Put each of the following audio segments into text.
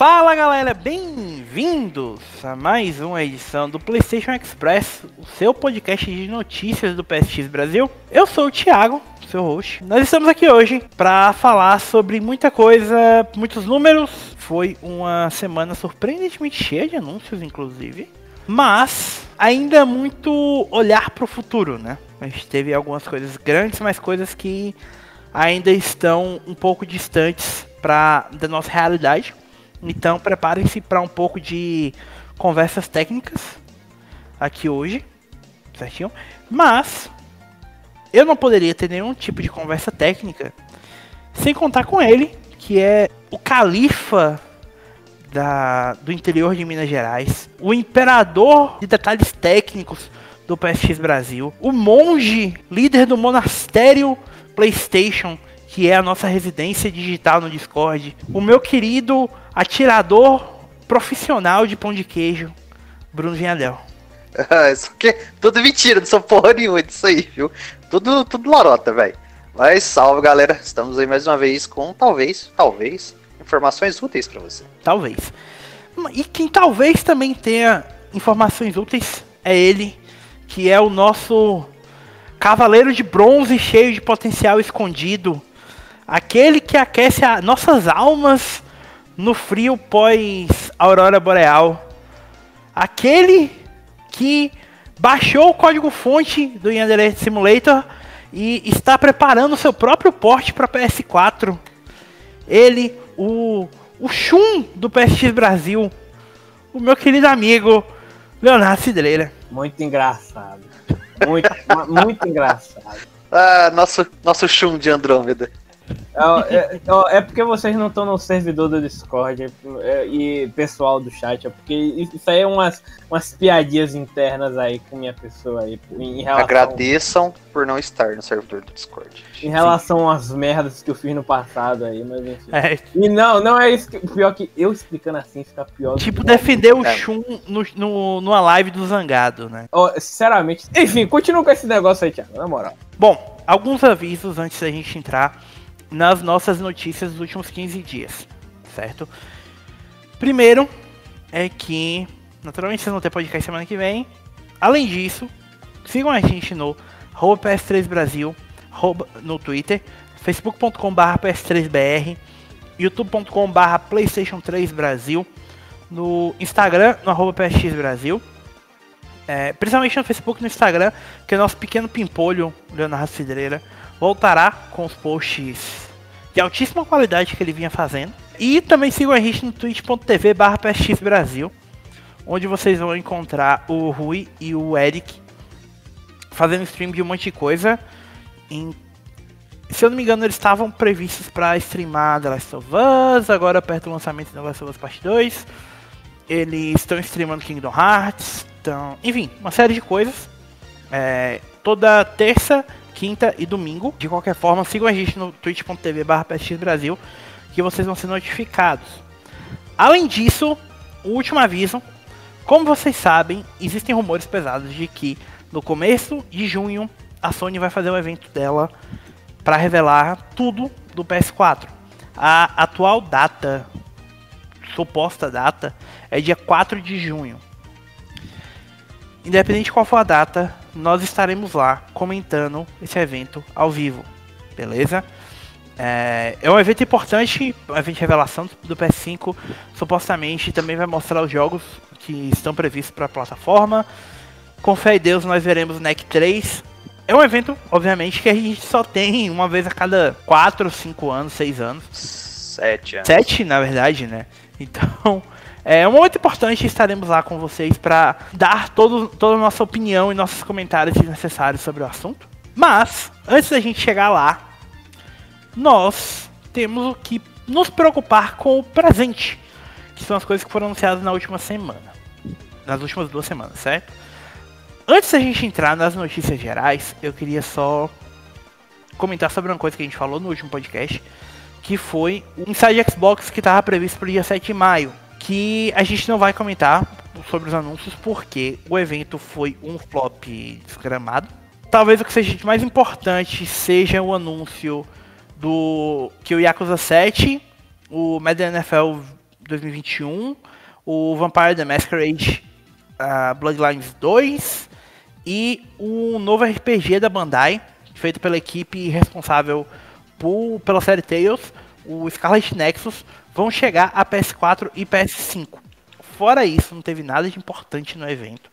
Fala galera, bem-vindos a mais uma edição do PlayStation Express, o seu podcast de notícias do PSX Brasil. Eu sou o Thiago, seu host. Nós estamos aqui hoje para falar sobre muita coisa, muitos números. Foi uma semana surpreendentemente cheia de anúncios, inclusive. Mas ainda muito olhar para o futuro, né? A gente teve algumas coisas grandes, mas coisas que ainda estão um pouco distantes da nossa realidade. Então preparem-se para um pouco de conversas técnicas aqui hoje, certinho? Mas eu não poderia ter nenhum tipo de conversa técnica sem contar com ele, que é o califa do interior de Minas Gerais, o imperador de detalhes técnicos do PSX Brasil, o monge líder do monastério PlayStation, que é a nossa residência digital no Discord, o meu querido atirador profissional de pão de queijo, Bruno Vinhadel. Isso aqui é tudo mentira, não sou porra nenhuma disso aí, viu? Tudo lorota, velho. Mas salve, galera. Estamos aí mais uma vez com talvez, informações úteis pra você. Talvez. E quem talvez também tenha informações úteis é ele, que é o nosso cavaleiro de bronze cheio de potencial escondido. Aquele que aquece nossas almas no frio pós-aurora boreal. Aquele que baixou o código-fonte do Yandere Simulator e está preparando o seu próprio porte para PS4. Ele, o Shun do PSX Brasil, o meu querido amigo Leonardo Cidreira. Muito engraçado. Muito engraçado. Ah, nosso Shun de Andrômeda. É porque vocês não estão no servidor do Discord e pessoal do chat, é porque isso aí é umas piadinhas internas aí com minha pessoa aí. Agradeçam por não estar no servidor do Discord. Em relação às merdas que eu fiz no passado aí, mas enfim. E não é isso. Pior que eu explicando assim fica pior. Tipo, defender o Shun numa live do Zangado, né? Sinceramente. Enfim, continua com esse negócio aí, Thiago, na moral. Bom, alguns avisos antes da gente entrar nas nossas notícias dos últimos 15 dias, certo? Primeiro é que, naturalmente, vocês vão ter podcast semana que vem. Além disso, sigam a gente no @PS3 Brasil, no Twitter, facebook.com/PS3BR, youtube.com/PlayStation 3 Brasil, no Instagram, no @PSX Brasil. Principalmente no Facebook e no Instagram, que é nosso pequeno pimpolho, Leonardo Cidreira, voltará com os posts de altíssima qualidade que ele vinha fazendo. E também sigam a gente no twitch.tv/PSX Brasil, onde vocês vão encontrar o Rui e o Eric fazendo stream de um monte de coisa. Se eu não me engano, eles estavam previstos para streamar The Last of Us, agora perto do lançamento de The Last of Us Part 2. Eles estão streamando Kingdom Hearts, enfim, uma série de coisas. Toda terça, quinta e domingo. De qualquer forma, sigam a gente no twitch.tv/PSX Brasil, que vocês vão ser notificados. Além disso, o último aviso: como vocês sabem, existem rumores pesados de que no começo de junho a Sony vai fazer o evento dela para revelar tudo do PS4. A atual data, suposta data, é dia 4 de junho. Independente de qual for a data, nós estaremos lá comentando esse evento ao vivo, beleza? É um evento importante, um evento de revelação do PS5. Supostamente também vai mostrar os jogos que estão previstos para a plataforma. Com fé em Deus, nós veremos o NEC 3. É um evento, obviamente, que a gente só tem uma vez a cada 4, 5 anos, 6 anos. 7 anos. 7, na verdade, né? Então, é um momento importante, estaremos lá com vocês para dar toda a nossa opinião e nossos comentários necessários sobre o assunto. Mas, antes da gente chegar lá, nós temos que nos preocupar com o presente, que são as coisas que foram anunciadas na última semana. Nas últimas 2 semanas, certo? Antes da gente entrar nas notícias gerais, eu queria só comentar sobre uma coisa que a gente falou no último podcast, que foi o Inside Xbox, que estava previsto para o dia 7 de maio. Que a gente não vai comentar sobre os anúncios porque o evento foi um flop desgramado. Talvez o que seja mais importante seja o anúncio que o Yakuza 7, o Madden NFL 2021, o Vampire the Masquerade Bloodlines 2 e o novo RPG da Bandai, feito pela equipe responsável pela série Tales, o Scarlet Nexus, vão chegar a PS4 e PS5. Fora isso, não teve nada de importante no evento.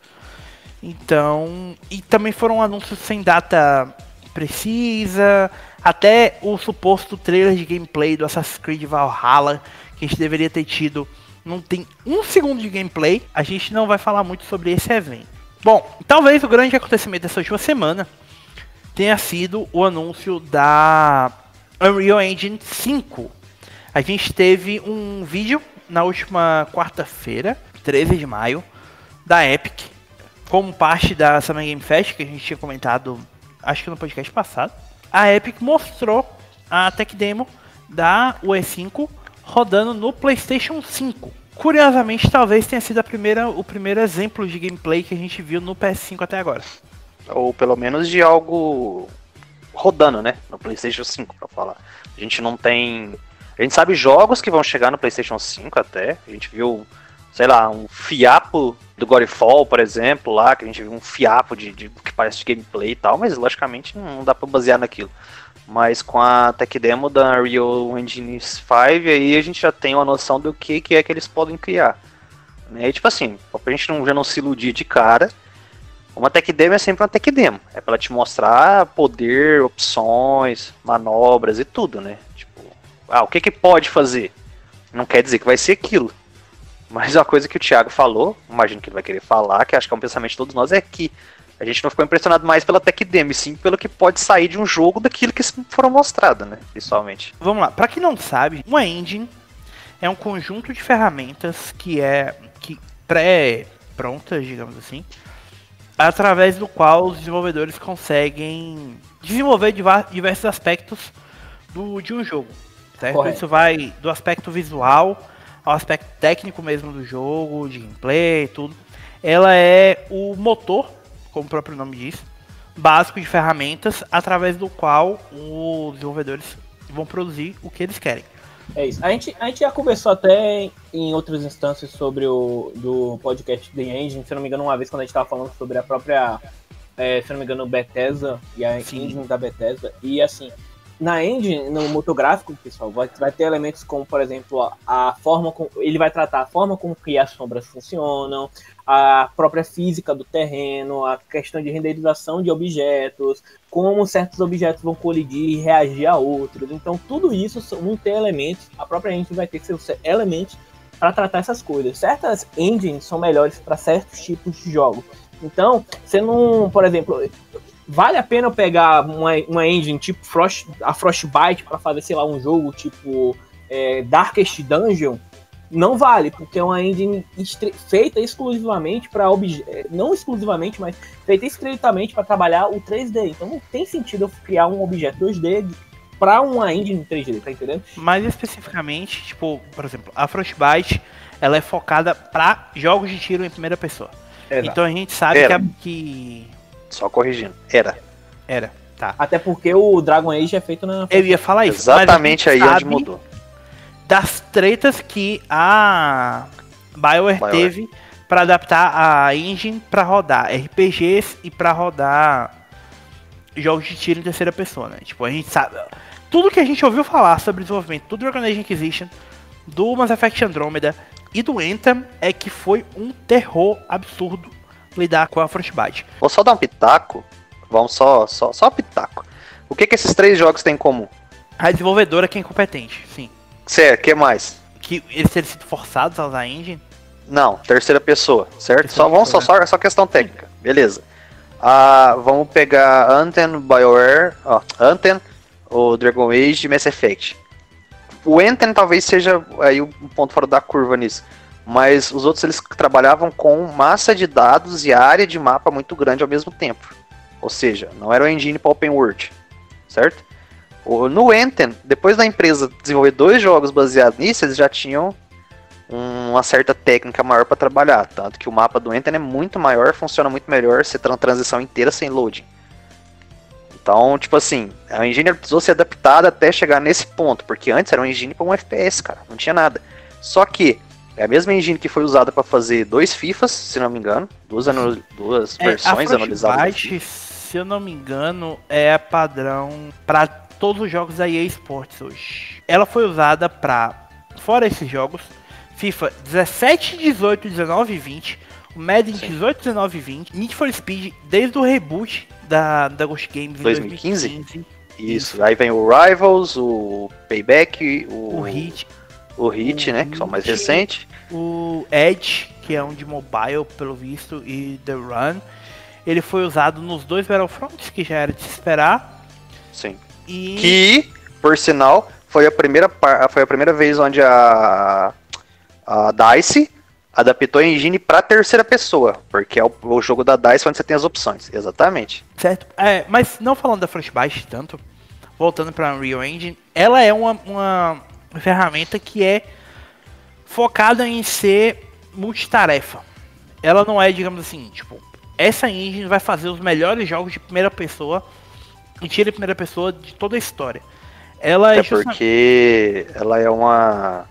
Então, e também foram anúncios sem data precisa, até o suposto trailer de gameplay do Assassin's Creed Valhalla, que a gente deveria ter tido, não tem um segundo de gameplay. A gente não vai falar muito sobre esse evento. Bom, talvez o grande acontecimento dessa última semana tenha sido o anúncio da Unreal Engine 5. A gente teve um vídeo na última quarta-feira, 13 de maio, da Epic, como parte da Summer Game Fest, que a gente tinha comentado, acho que no podcast passado. A Epic mostrou a tech demo da UE5 rodando no PlayStation 5. Curiosamente, talvez tenha sido o primeiro exemplo de gameplay que a gente viu no PS5 até agora. Ou pelo menos de algo rodando, né? No PlayStation 5, pra falar. A gente não tem... A gente sabe jogos que vão chegar no PlayStation 5 até. A gente viu, sei lá, um fiapo do Godfall, por exemplo, lá, que a gente viu um fiapo de que parece de gameplay e tal, mas logicamente não dá pra basear naquilo. Mas com a tech demo da Unreal Engine 5, aí a gente já tem uma noção do que é que eles podem criar. Né? E tipo assim, pra gente já não se iludir de cara, uma tech demo é sempre uma tech demo. É pra ela te mostrar poder, opções, manobras e tudo, né? Tipo, o que pode fazer? Não quer dizer que vai ser aquilo. Mas uma coisa que o Thiago falou, imagino que ele vai querer falar, que acho que é um pensamento de todos nós, é que a gente não ficou impressionado mais pela tech demo, sim pelo que pode sair de um jogo daquilo que foram mostrados, né, visualmente. Vamos lá, pra quem não sabe, uma engine é um conjunto de ferramentas que pré-prontas, digamos assim, através do qual os desenvolvedores conseguem desenvolver diversos aspectos de um jogo, certo? Correto. Isso vai do aspecto visual ao aspecto técnico mesmo do jogo, de gameplay, tudo. Ela é o motor, como o próprio nome diz, básico de ferramentas, através do qual os desenvolvedores vão produzir o que eles querem. É isso. A gente já conversou até em outras instâncias sobre do podcast The Engine, se não me engano, uma vez quando a gente estava falando sobre a própria, se não me engano, Bethesda e a engine da Bethesda. E assim, na engine, no motor gráfico, pessoal, vai ter elementos como, por exemplo, a forma como ele vai tratar a forma como que as sombras funcionam, a própria física do terreno, a questão de renderização de objetos, como certos objetos vão colidir e reagir a outros. Então, tudo isso vão ter elementos, a própria engine vai ter seus elementos para tratar essas coisas. Certas engines são melhores para certos tipos de jogos. Então, você não, por exemplo, vale a pena eu pegar uma engine tipo a Frostbite para fazer, sei lá, um jogo tipo Darkest Dungeon? Não vale, porque é uma engine feita exclusivamente para não exclusivamente, mas feita estritamente para trabalhar o 3D. Então não tem sentido eu criar um objeto 2D para uma engine 3D, tá entendendo? Mais especificamente, tipo, por exemplo, a Frostbite, ela é focada para jogos de tiro em primeira pessoa. Exato. Então a gente sabe que... Só corrigindo, era, tá. Até porque o Dragon Age é feito na... Eu ia falar isso. Exatamente aí onde mudou. Das tretas que a BioWare teve para adaptar a engine para rodar RPGs e para rodar jogos de tiro em terceira pessoa, né? Tipo, a gente sabe... Tudo que a gente ouviu falar sobre o desenvolvimento do Dragon Age Inquisition, do Mass Effect Andromeda e do Anthem é que foi um terror absurdo lidar com a Frostbite. Vou só dar um pitaco. Vamos só um pitaco. O que esses 3 jogos têm em comum? A desenvolvedora que é incompetente, sim. Certo, o que mais? Que eles terem sido forçados a usar a engine? Não, terceira pessoa, certo? Só questão técnica, beleza. Vamos pegar Anthem, BioWare, Anthem, o Dragon Age e Mass Effect. O Anthem talvez seja aí um ponto fora da curva nisso. Mas os outros eles trabalhavam com massa de dados e área de mapa muito grande ao mesmo tempo. Ou seja, não era uma engine para open world, certo? No Anthem, depois da empresa desenvolver 2 jogos baseados nisso, eles já tinham uma certa técnica maior para trabalhar. Tanto que o mapa do Anthem é muito maior, funciona muito melhor, você tem uma transição inteira sem loading. Então, tipo assim, a engine precisou ser adaptada até chegar nesse ponto, porque antes era uma engine para um FPS, cara, não tinha nada. Só que é a mesma engine que foi usada para fazer 2 FIFAs, se não me engano, duas versões analisadas. Se eu não me engano, é a padrão para todos os jogos da EA Sports hoje. Ela foi usada para, fora esses jogos, FIFA 17, 18, 19 e 20, o Madden 18, 19 e 20, Need for Speed desde o reboot da Ghost Games em 2015. Isso, aí vem o Rivals, o Payback, o Hit. O Hit, né, que são mais recentes. O Edge, que é um de mobile, pelo visto, e The Run. Ele foi usado nos 2 Battlefronts, que já era de se esperar. Sim. E... que, por sinal, foi a primeira vez onde a DICE adaptou a engine pra terceira pessoa, porque é o jogo da DICE onde você tem as opções. Exatamente. Certo. Mas não falando da Frostbite tanto, voltando pra Unreal Engine, ela é uma ferramenta que é focada em ser multitarefa. Ela não é, digamos assim, tipo, essa engine vai fazer os melhores jogos de primeira pessoa e tira a primeira pessoa de toda a história. Ela é porque ela é uma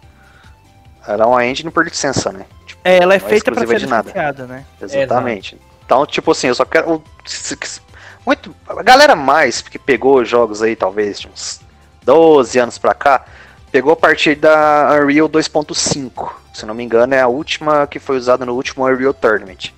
engine por licença, né? Tipo, ela é feita para ser licenciada, né? Exatamente. Então, tipo assim, eu só quero a galera mais que pegou jogos aí, talvez de uns 12 anos pra cá, pegou a partir da Unreal 2.5. Se não me engano, é a última que foi usada no último Unreal Tournament.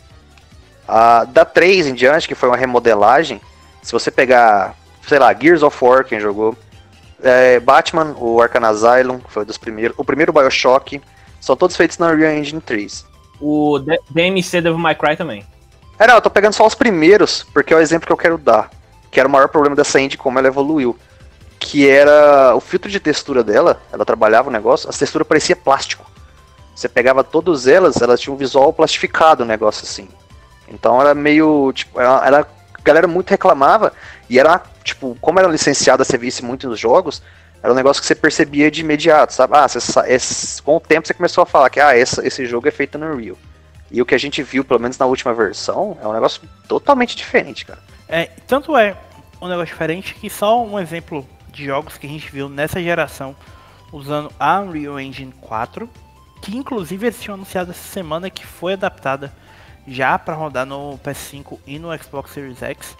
Da 3 em diante, que foi uma remodelagem, se você pegar, sei lá, Gears of War, quem jogou, Batman, o Arkham Asylum, que foi dos primeiros, o primeiro BioShock, são todos feitos na Unreal Engine 3. O DMC Devil May Cry também. Não, eu tô pegando só os primeiros, porque é o exemplo que eu quero dar, que era o maior problema dessa engine, como ela evoluiu. Que era o filtro de textura dela, ela trabalhava o negócio, a textura parecia plástico. Você pegava todas elas tinham um visual plastificado, um negócio assim. Então era meio, tipo, a galera muito reclamava, e era, tipo, como era licenciada a serviço muito nos jogos, era um negócio que você percebia de imediato, sabe? Com o tempo você começou a falar que, esse jogo é feito no Unreal. E o que a gente viu, pelo menos na última versão, é um negócio totalmente diferente, cara. Tanto é um negócio diferente que só um exemplo de jogos que a gente viu nessa geração usando a Unreal Engine 4, que inclusive eles tinham anunciado essa semana que foi adaptada já para rodar no PS5 e no Xbox Series X,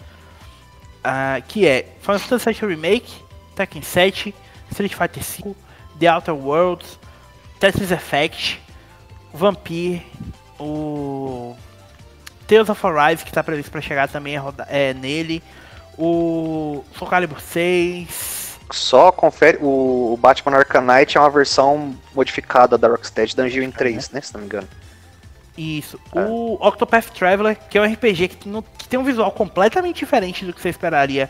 que é Final Fantasy VII Remake, Tekken 7, Street Fighter V, The Outer Worlds, Tetris Effect, Vampire, o Tales of Arise, que está previsto para chegar também nele, o Soul Calibur 6. Só confere, o Batman Arkham Knight é uma versão modificada da Rocksteady da Unreal 3, né, se não me engano. Isso. O Octopath Traveler, que é um RPG que tem um visual completamente diferente do que você esperaria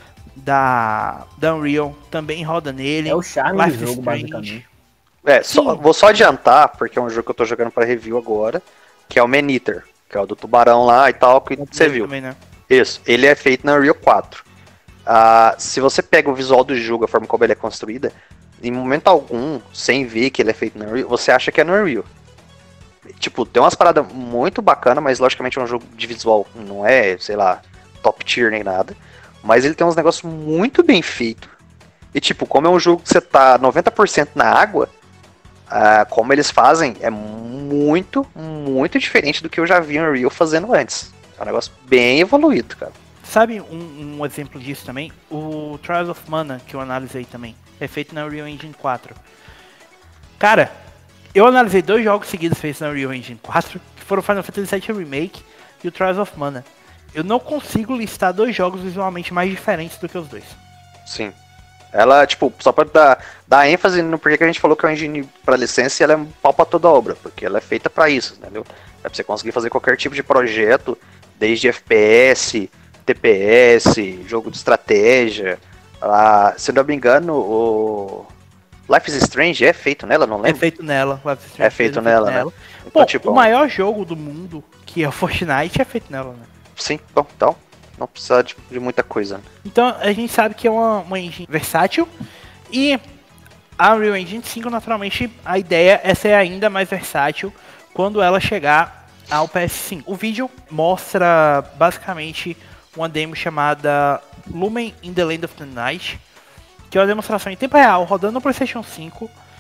da Unreal, também roda nele. É o charme do jogo, basicamente. Vou só adiantar, porque é um jogo que eu tô jogando para review agora, que é o Man-Eater, que é o do tubarão lá e tal, que você viu. Também, né? Isso, ele é feito na Unreal 4. Se você pega o visual do jogo, a forma como ele é construída, em momento algum, sem ver que ele é feito na Unreal, você acha que é no Unreal. Tipo, tem umas paradas muito bacanas, mas logicamente é um jogo de visual, não é, sei lá, top tier nem nada. Mas ele tem uns negócios muito bem feitos. E tipo, como é um jogo que você tá 90% na água, como eles fazem é muito, muito diferente do que eu já vi o Unreal fazendo antes. É um negócio bem evoluído, cara. Sabe um exemplo disso também? O Trials of Mana, que eu analisei também, é feito na Unreal Engine 4. Cara, eu analisei 2 jogos seguidos feitos na Unreal Engine 4, que foram o Final Fantasy VII Remake e o Trials of Mana. Eu não consigo listar 2 jogos visualmente mais diferentes do que os 2. Sim. Ela, tipo, só pra dar ênfase no porquê que a gente falou que é uma engine pra licença, ela é um pau pra toda obra, porque ela é feita pra isso, entendeu? É pra você conseguir fazer qualquer tipo de projeto, desde FPS, TPS, jogo de estratégia. Se não me engano, o Life is Strange é feito nela, não lembro? É feito nela. É feito nela, né? Então, pô, tipo, o maior jogo do mundo, que é o Fortnite, é feito nela, né? Sim, bom, então não precisa de muita coisa. Então a gente sabe que é uma engine versátil, e a Unreal Engine 5, naturalmente, a ideia é ser ainda mais versátil quando ela chegar ao PS5. O vídeo mostra basicamente uma demo chamada Lumen in the Land of the Night, que é uma demonstração em tempo real, rodando no PlayStation 5,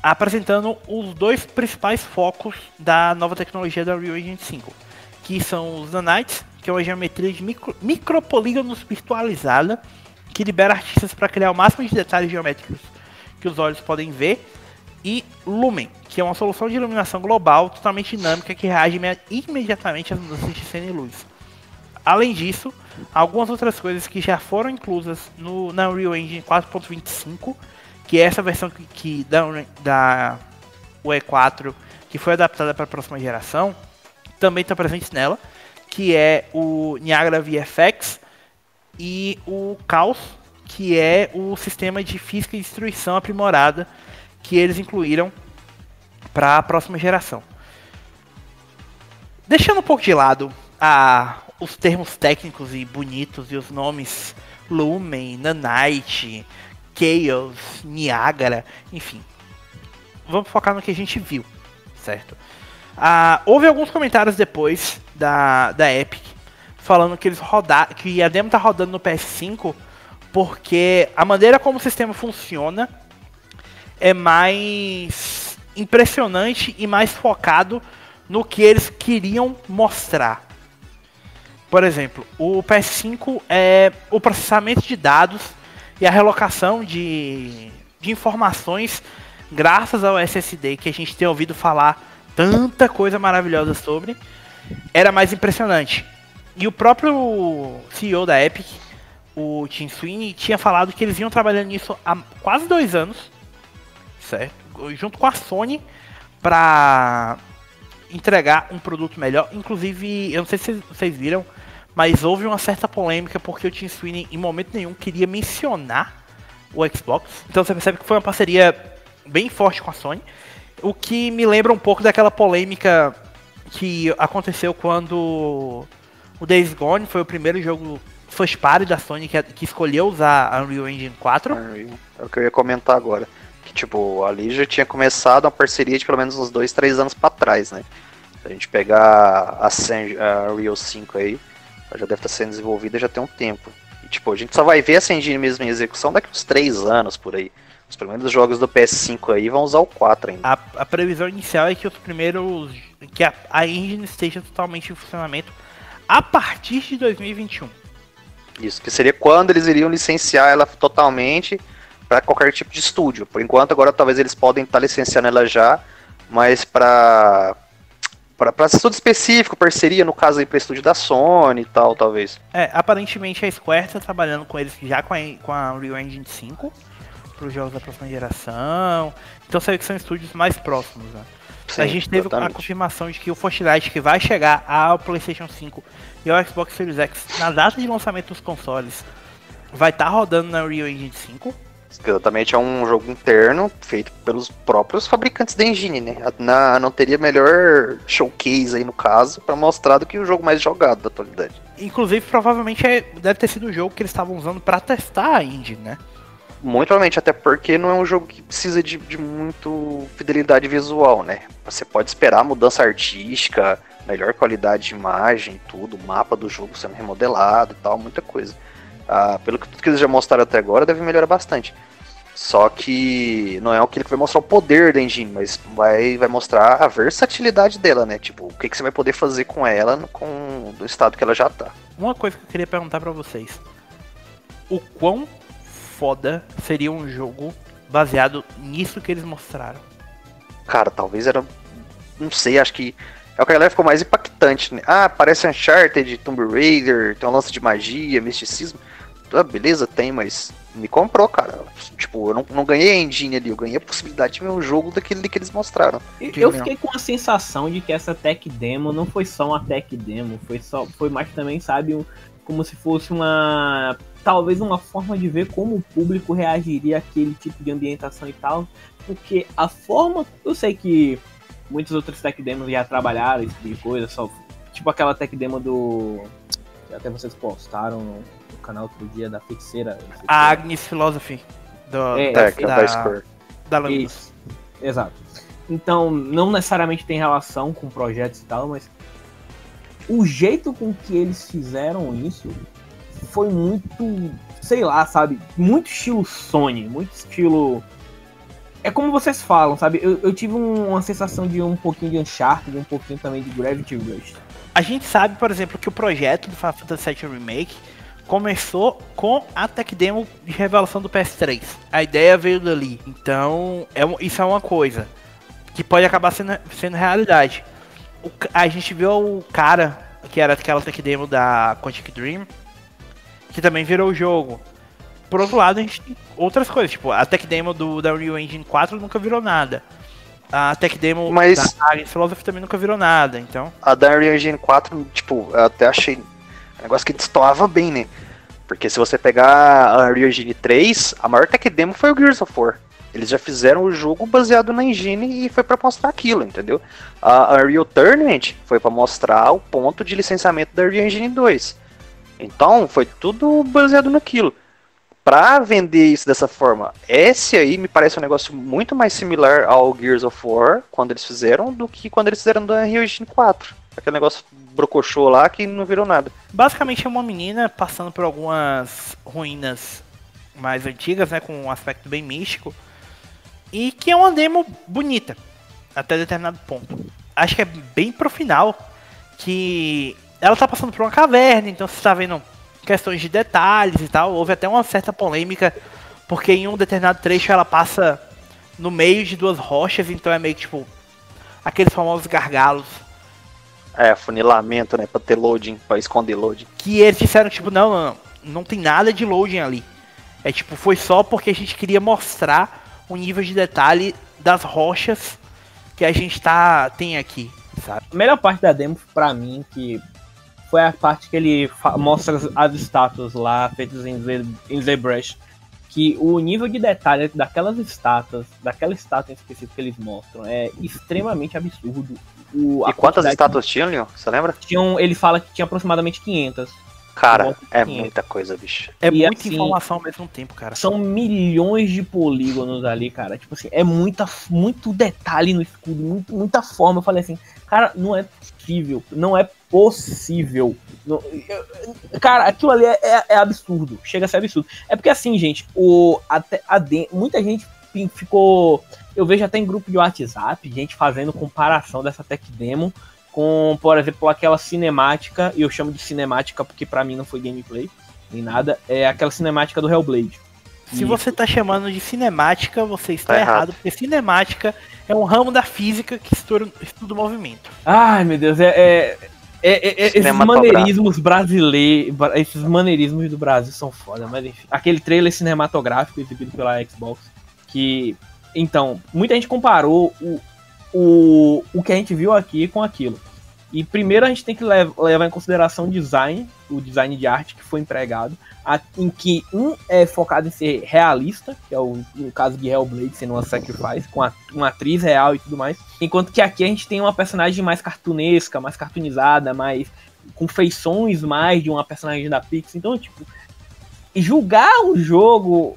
apresentando os dois principais focos da nova tecnologia da Unreal Engine 5, que são os Nanites, que é uma geometria de micropolígonos virtualizada, que libera artistas para criar o máximo de detalhes geométricos que os olhos podem ver, e Lumen, que é uma solução de iluminação global totalmente dinâmica que reage imediatamente às mudanças de cena e luz. Além disso, algumas outras coisas que já foram inclusas na Unreal Engine 4.25, que é essa versão da UE4 que foi adaptada para a próxima geração, também estão presentes nela, que é o Niagara VFX e o Chaos, que é o sistema de física e destruição aprimorada que eles incluíram para a próxima geração. Deixando um pouco de lado os termos técnicos e bonitos e os nomes Lumen, Nanite, Chaos, Niagara, enfim. Vamos focar no que a gente viu, certo? Houve alguns comentários depois da Epic falando que que a demo tá rodando no PS5 porque a maneira como o sistema funciona é mais impressionante e mais focado no que eles queriam mostrar. Por exemplo, o PS5 é o processamento de dados e a relocação de informações graças ao SSD, que a gente tem ouvido falar tanta coisa maravilhosa sobre, era mais impressionante. E o próprio CEO da Epic, o Tim Sweeney, tinha falado que eles iam trabalhando nisso há quase 2 anos, certo? Junto com a Sony, para entregar um produto melhor. Inclusive, eu não sei se vocês viram, mas houve uma certa polêmica porque o Tim Sweeney em momento nenhum queria mencionar o Xbox. Então você percebe que foi uma parceria bem forte com a Sony, o que me lembra um pouco daquela polêmica que aconteceu quando o Days Gone foi o primeiro jogo first party da Sony que escolheu usar a Unreal Engine 4. É o que eu ia comentar agora. Que tipo, ali já tinha começado uma parceria de pelo menos uns 2-3 anos pra trás, né? Se a gente pegar a Unreal 5 aí, ela já deve estar sendo desenvolvida já tem um tempo. E tipo, a gente só vai ver essa engine mesmo em execução daqui uns 3 anos por aí. Os primeiros jogos do PS5 aí vão usar o 4 ainda. A previsão inicial é que que a engine esteja totalmente em funcionamento a partir de 2021. Isso, que seria quando eles iriam licenciar ela totalmente para qualquer tipo de estúdio. Por enquanto, agora talvez eles podem estar licenciando ela já, mas para estúdio específico, parceria, no caso aí para estúdio da Sony e tal, talvez. Aparentemente a Square está trabalhando com eles já com a Unreal Engine 5 para os jogos da próxima geração. Então sabe que são estúdios mais próximos, né? Sim, a gente teve a confirmação de que o Fortnite, que vai chegar ao PlayStation 5 e ao Xbox Series X na data de lançamento dos consoles, vai estar rodando na Unreal Engine 5. Exatamente, é um jogo interno feito pelos próprios fabricantes da engine, né? Não teria melhor showcase aí no caso para mostrar do que o jogo mais jogado da atualidade. Inclusive, provavelmente deve ter sido o jogo que eles estavam usando para testar a engine, né? Muito provavelmente, até porque não é um jogo que precisa de muito fidelidade visual, né? Você pode esperar mudança artística, melhor qualidade de imagem, tudo, o mapa do jogo sendo remodelado e tal, muita coisa. Pelo que tudo que eles já mostraram até agora, deve melhorar bastante. Só que não é aquilo que vai mostrar o poder da engine, mas vai mostrar a versatilidade dela, né? Tipo, o que você vai poder fazer com ela do estado que ela já tá. Uma coisa que eu queria perguntar pra vocês. O quão foda seria um jogo baseado nisso que eles mostraram? Cara, talvez era... Não sei, acho que é o que a galera ficou mais impactante, né? Parece Uncharted, Tomb Raider, tem um lance de magia, misticismo. Beleza, tem, mas me comprou, cara. Tipo, eu não ganhei a engine ali, eu ganhei a possibilidade de ver um jogo daquele que eles mostraram. Eu fiquei com a sensação de que essa tech demo não foi só uma tech demo, foi mais também, sabe, como se fosse talvez uma forma de ver como o público reagiria àquele tipo de ambientação e tal, porque a forma, eu sei que muitas outras tech demos já trabalharam esse tipo de coisa, só tipo aquela tech demo que até vocês postaram no canal outro dia da feiticeira. A Agnes Philosophy da Lambus. Exato. Então, não necessariamente tem relação com projetos e tal, mas o jeito com que eles fizeram isso foi muito, sei lá, sabe, muito estilo Sony, muito estilo É como vocês falam, sabe? Eu tive uma sensação de um pouquinho de Uncharted, um pouquinho também de Gravity Rush. A gente sabe, por exemplo, que o projeto do Final Fantasy VII Remake começou com a tech demo de revelação do PS3. A ideia veio dali. Então, isso é uma coisa que pode acabar sendo realidade. A gente viu o cara, que era aquela tech demo da Quantic Dream, que também virou o jogo. Por outro lado, a gente tem outras coisas, tipo, a tech demo da Unreal Engine 4 nunca virou nada. A tech demo da Alien Philosophy também nunca virou nada, então... A da Unreal Engine 4, tipo, eu até achei um negócio que destoava bem, né? Porque se você pegar a Unreal Engine 3, a maior tech demo foi o Gears of War. Eles já fizeram o jogo baseado na engine e foi pra mostrar aquilo, entendeu? A Unreal Tournament foi pra mostrar o ponto de licenciamento da Unreal Engine 2. Então, foi tudo baseado naquilo. Pra vender isso dessa forma, esse aí me parece um negócio muito mais similar ao Gears of War, quando eles fizeram, do que quando eles fizeram da Unreal Engine 4. Aquele negócio brocochô lá que não virou nada. Basicamente é uma menina passando por algumas ruínas mais antigas, né, com um aspecto bem místico, e que é uma demo bonita, até determinado ponto. Acho que é bem pro final, que ela tá passando por uma caverna, então você tá vendo questões de detalhes e tal. Houve até uma certa polêmica, porque em um determinado trecho ela passa no meio de duas rochas, então é meio que tipo aqueles famosos gargalos. Funilamento, né, pra ter loading, pra esconder loading. Que eles disseram tipo, não tem nada de loading ali. É tipo, foi só porque a gente queria mostrar o nível de detalhe das rochas que a gente tem aqui, sabe? A melhor parte da demo pra mim, que foi a parte que ele mostra as estátuas lá, feitas em ZBrush. Que o nível de detalhe daquelas estátuas, daquela estátua em específico que eles mostram, é extremamente absurdo. E quantas estátuas tinham, Leon? Você lembra? Ele fala que tinha aproximadamente 500. Cara, é muita coisa, bicho. É muita assim, informação ao mesmo tempo, cara. São milhões de polígonos ali, cara. Tipo assim, é muito detalhe no escudo, muita forma. Eu falei assim, cara, não é possível. Não é possível. Não, cara, aquilo ali é absurdo. Chega a ser absurdo. É porque assim, gente, muita gente ficou... Eu vejo até em grupo de WhatsApp, gente fazendo comparação dessa tech demo com, por exemplo, aquela cinemática, e eu chamo de cinemática porque pra mim não foi gameplay, nem nada, é aquela cinemática do Hellblade. Se você tá chamando de cinemática, você está errado, porque cinemática é um ramo da física que estuda o movimento. Ai, meu Deus, esses maneirismos brasileiros, esses maneirismos do Brasil são foda, mas enfim. Aquele trailer cinematográfico exibido pela Xbox, que, então, muita gente comparou o que a gente viu aqui com aquilo. E primeiro a gente tem que levar em consideração o design de arte que foi empregado, em que um é focado em ser realista, que é no caso de Hellblade, sendo uma sacrifice, com uma atriz real e tudo mais, enquanto que aqui a gente tem uma personagem mais cartunesca, mais cartoonizada, mais com feições mais de uma personagem da Pixar. Então, tipo, julgar o jogo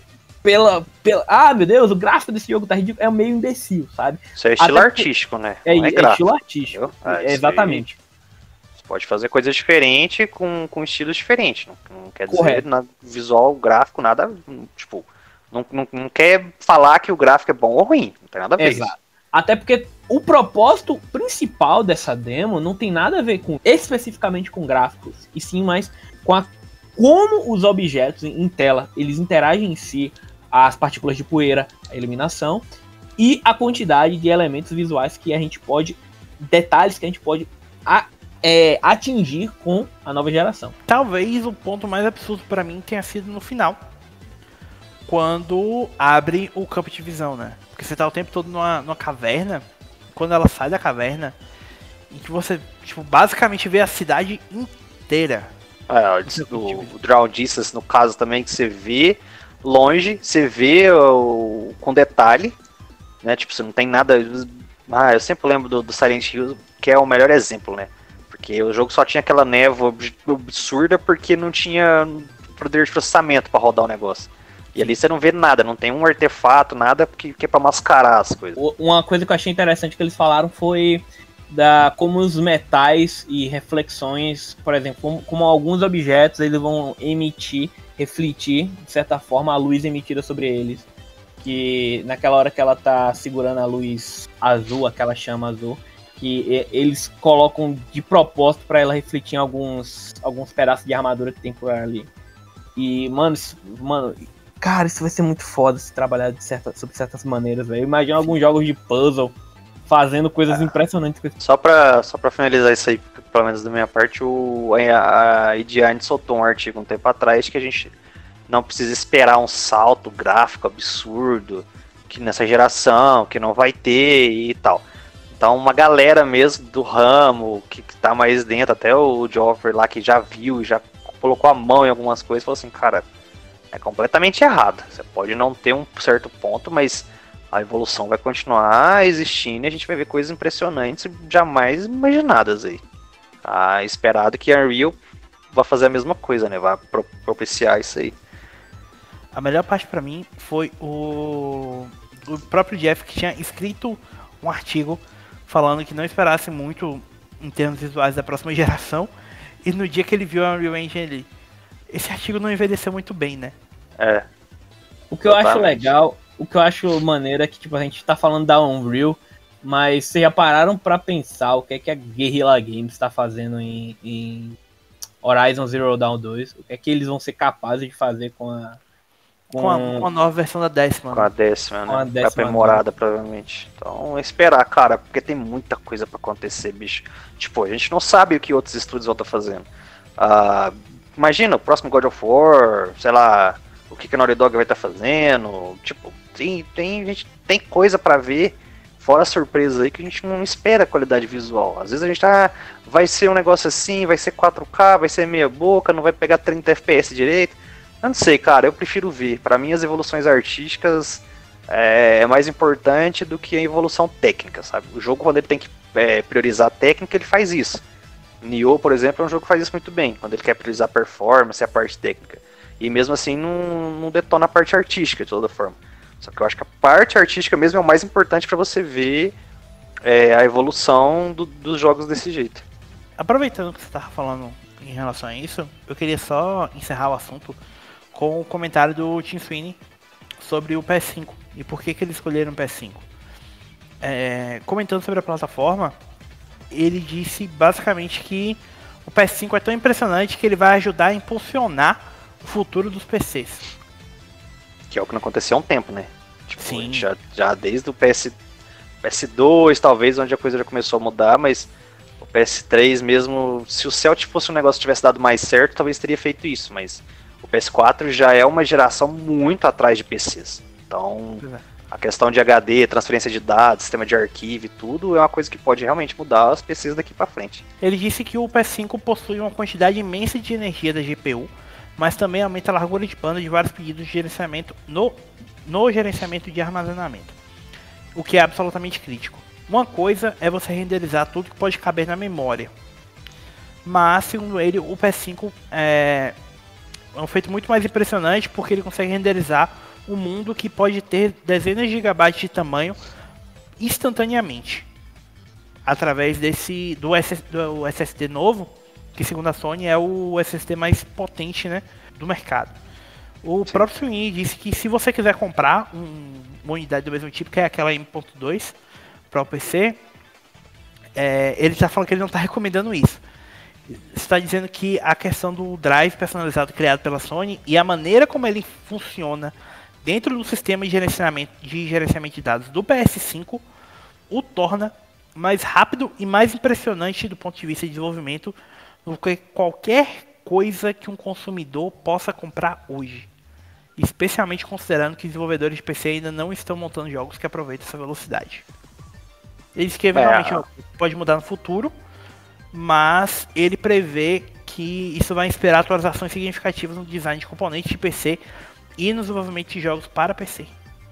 meu Deus, o gráfico desse jogo tá ridículo, é meio imbecil, sabe? Isso é estilo artístico, né? É estilo artístico, exatamente. Você pode fazer coisas diferentes com estilos diferentes, não quer dizer visual, gráfico, nada, tipo, não quer falar que o gráfico é bom ou ruim, não tem nada a ver. Exato. Até porque o propósito principal dessa demo não tem nada a ver especificamente com gráficos, e sim mais com como os objetos em tela, eles interagem em si, as partículas de poeira, a iluminação e a quantidade de elementos visuais que a gente pode, detalhes que a gente pode atingir com a nova geração. Talvez o ponto mais absurdo para mim tenha sido no final, quando abre o campo de visão, né? Porque você tá o tempo todo numa caverna, quando ela sai da caverna, em que você, tipo, basicamente vê a cidade inteira. O Drown Distance, no caso também, que você vê longe, você vê com detalhe, né? Tipo, você não tem nada. Eu sempre lembro do Silent Hill, que é o melhor exemplo, né? Porque o jogo só tinha aquela névoa absurda porque não tinha poder de processamento pra rodar o negócio. E ali você não vê nada, não tem um artefato, nada que é pra mascarar as coisas. Uma coisa que eu achei interessante que eles falaram foi como os metais e reflexões, por exemplo, como alguns objetos eles vão refletir, de certa forma, a luz emitida sobre eles. que naquela hora que ela tá segurando a luz azul, aquela chama azul, que eles colocam de propósito pra ela refletir em alguns pedaços de armadura que tem por ali. E, mano, cara, isso vai ser muito foda se trabalhar sobre certas maneiras, velho. Imagina alguns jogos de puzzle fazendo coisas impressionantes. Só pra finalizar isso aí, pelo menos da minha parte, a Ediane soltou um artigo um tempo atrás que a gente não precisa esperar um salto gráfico absurdo que nessa geração, que não vai ter e tal. Então uma galera mesmo do ramo, que tá mais dentro, até o Joffrey lá que já viu, já colocou a mão em algumas coisas, falou assim, cara, é completamente errado. Você pode não ter um certo ponto, mas a evolução vai continuar existindo e a gente vai ver coisas impressionantes jamais imaginadas aí. Tá esperado que a Unreal vai fazer a mesma coisa, né? Vai propiciar isso aí. A melhor parte pra mim foi o próprio Jeff, que tinha escrito um artigo falando que não esperasse muito em termos visuais da próxima geração. E no dia que ele viu a Unreal Engine, esse artigo não envelheceu muito bem, né? É. O que eu acho legal, o que eu acho maneiro é que tipo, a gente tá falando da Unreal, mas vocês já pararam pra pensar o que é que a Guerrilla Games tá fazendo em Horizon Zero Dawn 2? O que é que eles vão ser capazes de fazer com a nova versão da 10ª. Com a 10ª, né? Com a 10ª, aprimorada, provavelmente. Então, esperar, cara, porque tem muita coisa pra acontecer, bicho. Tipo, a gente não sabe o que outros estúdios vão estar fazendo. Imagina, o próximo God of War, sei lá, o que a Naughty Dog vai estar fazendo. Tipo, tem coisa pra ver, fora a surpresa aí, que a gente não espera a qualidade visual. Às vezes a gente vai ser um negócio assim, vai ser 4K, vai ser meia boca, não vai pegar 30 FPS direito. Eu não sei, cara, eu prefiro ver. Pra mim, as evoluções artísticas é mais importante do que a evolução técnica, sabe? O jogo, quando ele tem que priorizar a técnica, ele faz isso. Nioh, por exemplo, é um jogo que faz isso muito bem, quando ele quer priorizar a performance e a parte técnica. E mesmo assim, não detona a parte artística, de toda forma. Só que eu acho que a parte artística mesmo é o mais importante pra você ver a evolução dos jogos desse jeito. Aproveitando que você tava falando em relação a isso, eu queria só encerrar o assunto com o comentário do Tim Sweeney sobre o PS5 e por que eles escolheram o PS5. Comentando sobre a plataforma, ele disse basicamente que o PS5 é tão impressionante que ele vai ajudar a impulsionar o futuro dos PCs. Que é o que não aconteceu há um tempo, né? Tipo, sim. Já desde o PS2, talvez, onde a coisa já começou a mudar, mas o PS3 mesmo, se o Celtic fosse um negócio que tivesse dado mais certo, talvez teria feito isso, mas o PS4 já é uma geração muito atrás de PCs. Então, a questão de HD, transferência de dados, sistema de arquivo e tudo, é uma coisa que pode realmente mudar os PCs daqui pra frente. Ele disse que o PS5 possui uma quantidade imensa de energia da GPU, mas também aumenta a largura de banda de vários pedidos de gerenciamento no gerenciamento de armazenamento, o que é absolutamente crítico. Uma coisa é você renderizar tudo que pode caber na memória, mas segundo ele, o PS5 é um feito muito mais impressionante porque ele consegue renderizar um mundo que pode ter dezenas de gigabytes de tamanho instantaneamente, através do SSD novo, que segundo a Sony é o SSD mais potente, né, do mercado. O próprio Sweeney disse que se você quiser comprar uma unidade do mesmo tipo, que é aquela M.2 para o PC, ele está falando que ele não está recomendando isso. Está dizendo que a questão do drive personalizado criado pela Sony e a maneira como ele funciona dentro do sistema de gerenciamento de dados do PS5 o torna mais rápido e mais impressionante do ponto de vista de desenvolvimento do que qualquer coisa que um consumidor possa comprar hoje. Especialmente considerando que desenvolvedores de PC ainda não estão montando jogos que aproveitem essa velocidade. Ele diz que eventualmente pode mudar no futuro, mas ele prevê que isso vai inspirar atualizações significativas no design de componentes de PC e no desenvolvimento de jogos para PC.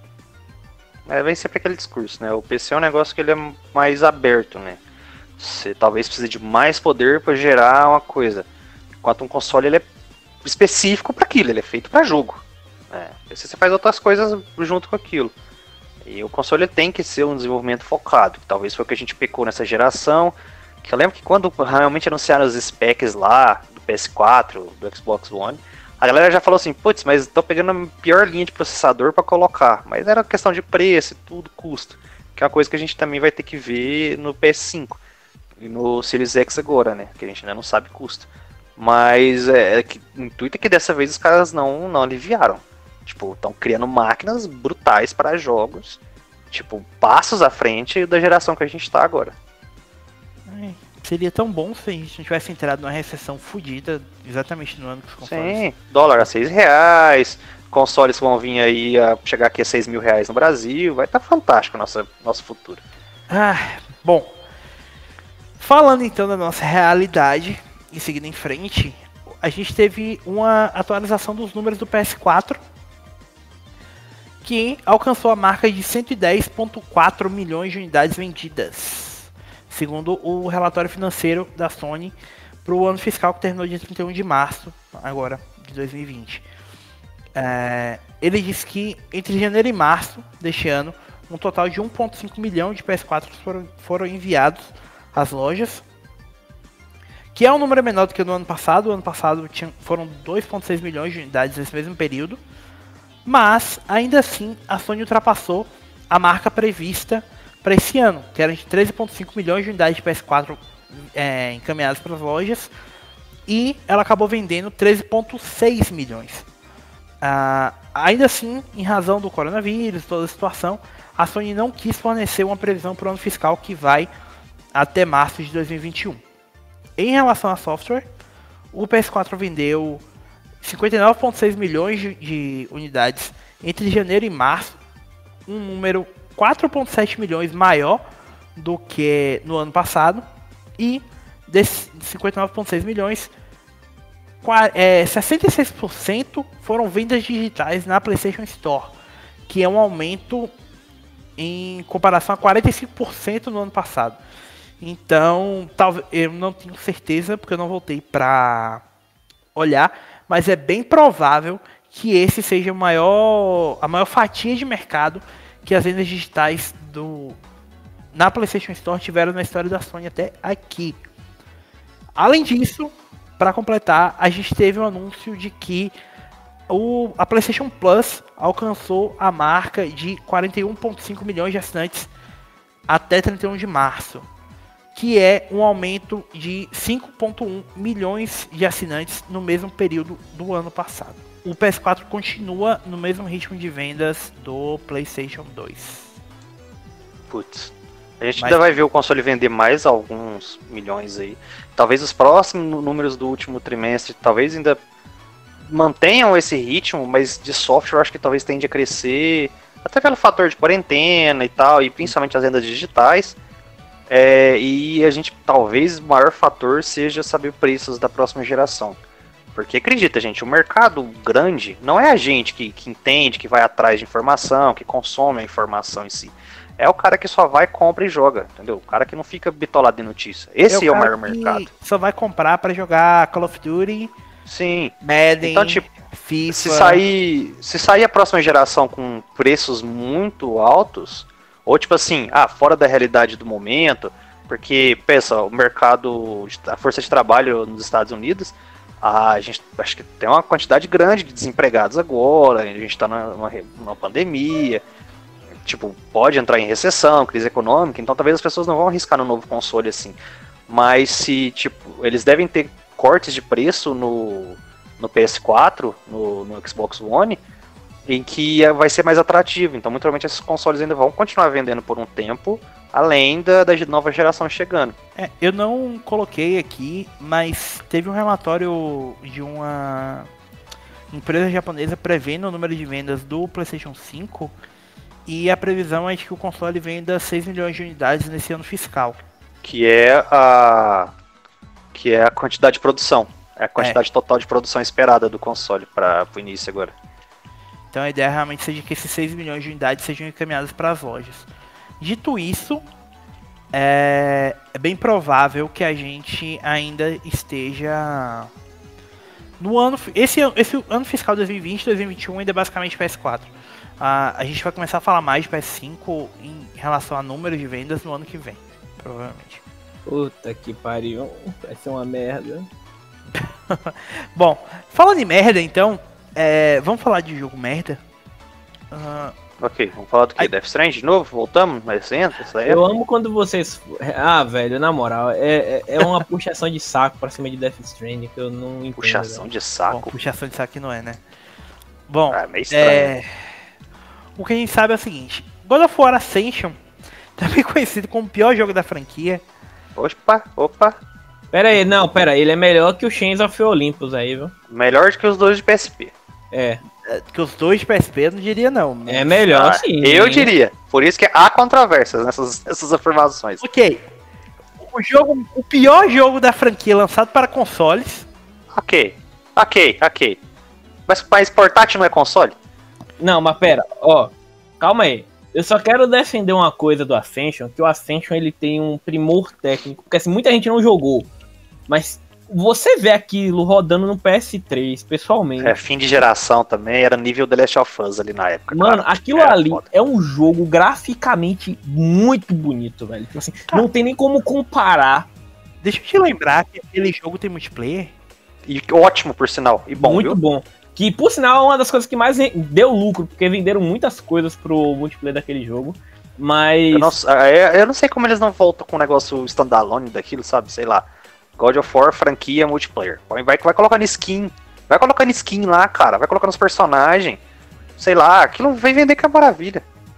Vem sempre aquele discurso, né? O PC é um negócio que ele é mais aberto, né? Você talvez precise de mais poder para gerar uma coisa. Enquanto um console ele é específico para aquilo, ele é feito para jogo. Você faz outras coisas junto com aquilo. E o console tem que ser um desenvolvimento focado. Talvez foi o que a gente pecou nessa geração. Que eu lembro que quando realmente anunciaram os specs lá do PS4, do Xbox One, A galera já falou assim, putz, mas tô pegando a pior linha de processador pra colocar. Mas era questão de preço e tudo, custo. Que é uma coisa que a gente também vai ter que ver no PS5 e no Series X agora, né? Que a gente ainda não sabe custo. Mas o intuito é que dessa vez os caras não aliviaram. Tipo, estão criando máquinas brutais para jogos. Tipo, passos à frente da geração que a gente tá agora. Seria tão bom se a gente não tivesse entrado numa recessão fodida exatamente no ano que os consoles. Sim, dólar a R$6, consoles vão vir aí a chegar aqui a R$6.000 no Brasil, vai estar fantástico o nosso futuro. Bom, falando então da nossa realidade e seguindo em frente, a gente teve uma atualização dos números do PS4 que alcançou a marca de 110,4 milhões de unidades vendidas, segundo o relatório financeiro da Sony para o ano fiscal que terminou dia 31 de março, agora, de 2020. Ele diz que entre janeiro e março deste ano, um total de 1,5 milhão de PS4 foram enviados às lojas, que é um número menor do que no ano passado. O ano passado foram 2,6 milhões de unidades nesse mesmo período, mas ainda assim a Sony ultrapassou a marca prevista para esse ano, que era de 13,5 milhões de unidades de PS4 encaminhadas para as lojas, e ela acabou vendendo 13,6 milhões. Ainda assim, em razão do coronavírus, toda a situação, a Sony não quis fornecer uma previsão para o ano fiscal que vai até março de 2021. Em relação a software, o PS4 vendeu 59,6 milhões de unidades entre janeiro e março, um número 4,7 milhões maior do que no ano passado, e desses 59,6 milhões, 66% foram vendas digitais na PlayStation Store, que é um aumento em comparação a 45% no ano passado. Então, talvez, eu não tenho certeza, porque eu não voltei para olhar, mas é bem provável que esse seja a maior fatia de mercado que as vendas digitais na PlayStation Store tiveram na história da Sony até aqui. Além disso, para completar, a gente teve um anúncio de que a PlayStation Plus alcançou a marca de 41,5 milhões de assinantes até 31 de março, que é um aumento de 5,1 milhões de assinantes no mesmo período do ano passado. O PS4 continua no mesmo ritmo de vendas do PlayStation 2. Putz, a gente ainda vai ver o console vender mais alguns milhões aí. Talvez os próximos números do último trimestre, talvez ainda mantenham esse ritmo, mas de software eu acho que talvez tende a crescer, até pelo fator de quarentena e tal, e principalmente as vendas digitais. E a gente, talvez o maior fator seja saber preços da próxima geração. Porque acredita, gente, o mercado grande não é a gente que entende, que vai atrás de informação, que consome a informação em si. É o cara que só vai, compra e joga, entendeu? O cara que não fica bitolado de notícia. Esse é o maior mercado. Só vai comprar pra jogar Call of Duty, sim, Madden, então, tipo, FIFA. Se sair a próxima geração com preços muito altos, ou tipo assim, fora da realidade do momento, porque, pensa, o mercado, a força de trabalho nos Estados Unidos, a gente acho que tem uma quantidade grande de desempregados agora, a gente tá numa pandemia, tipo, pode entrar em recessão, crise econômica, então talvez as pessoas não vão arriscar no novo console assim. Mas se, tipo, eles devem ter cortes de preço no PS4, no Xbox One, em que vai ser mais atrativo. Então, muito provavelmente esses consoles ainda vão continuar vendendo por um tempo, além da nova geração chegando. Eu não coloquei aqui, mas teve um relatório de uma empresa japonesa prevendo o número de vendas do PlayStation 5, e a previsão é de que o console venda 6 milhões de unidades nesse ano fiscal. Que é a quantidade de produção. É a quantidade total de produção esperada do console para o início agora. Então a ideia realmente seja que esses 6 milhões de unidades sejam encaminhadas para as lojas. Dito isso, é bem provável que a gente ainda esteja no ano... Esse ano fiscal 2020 2021 ainda é basicamente PS4. A gente vai começar a falar mais de PS5 em relação a número de vendas no ano que vem, provavelmente. Puta que pariu, vai ser uma merda. Bom, falando em merda, então, vamos falar de jogo merda? Ok, vamos falar do que? Death Stranding de novo? Voltamos? Mais recente? Eu amo quando vocês... Ah, velho, na moral, é uma puxação de saco pra cima de Death Stranding que eu não entendo. Puxação de saco? Bom, puxação de saco não é, né? Bom, meio estranho. O que a gente sabe é o seguinte. God of War Ascension, também conhecido como o pior jogo da franquia. Opa. Pera aí, ele é melhor que o Chains of Olympus aí, viu? Melhor do que os dois de PSP. Que os dois de PSP eu não diria não. Mas... É melhor sim. Eu diria. Por isso que há controvérsias nessas afirmações. Ok. O pior jogo da franquia lançado para consoles. Ok. Mas portátil não é console? Não, mas pera, calma aí. Eu só quero defender uma coisa do Ascension, que o Ascension ele tem um primor técnico, porque assim, muita gente não jogou, mas você vê aquilo rodando no PS3, pessoalmente. Fim de geração também, era nível The Last of Us ali na época. Mano, aquilo ali foda. É um jogo graficamente muito bonito, velho. Tipo assim, não tem nem como comparar. Deixa eu te lembrar que aquele jogo tem multiplayer. E ótimo, por sinal. E bom, muito viu? Bom. Que, por sinal, é uma das coisas que mais deu lucro, porque venderam muitas coisas pro multiplayer daquele jogo. Mas... Eu não sei como eles não voltam com um negócio standalone daquilo, sabe? Sei lá. God of War, franquia, multiplayer. Vai colocando skin. Vai colocando skin lá, cara. Vai colocando os personagens. Sei lá, aquilo vem vender que é maravilha.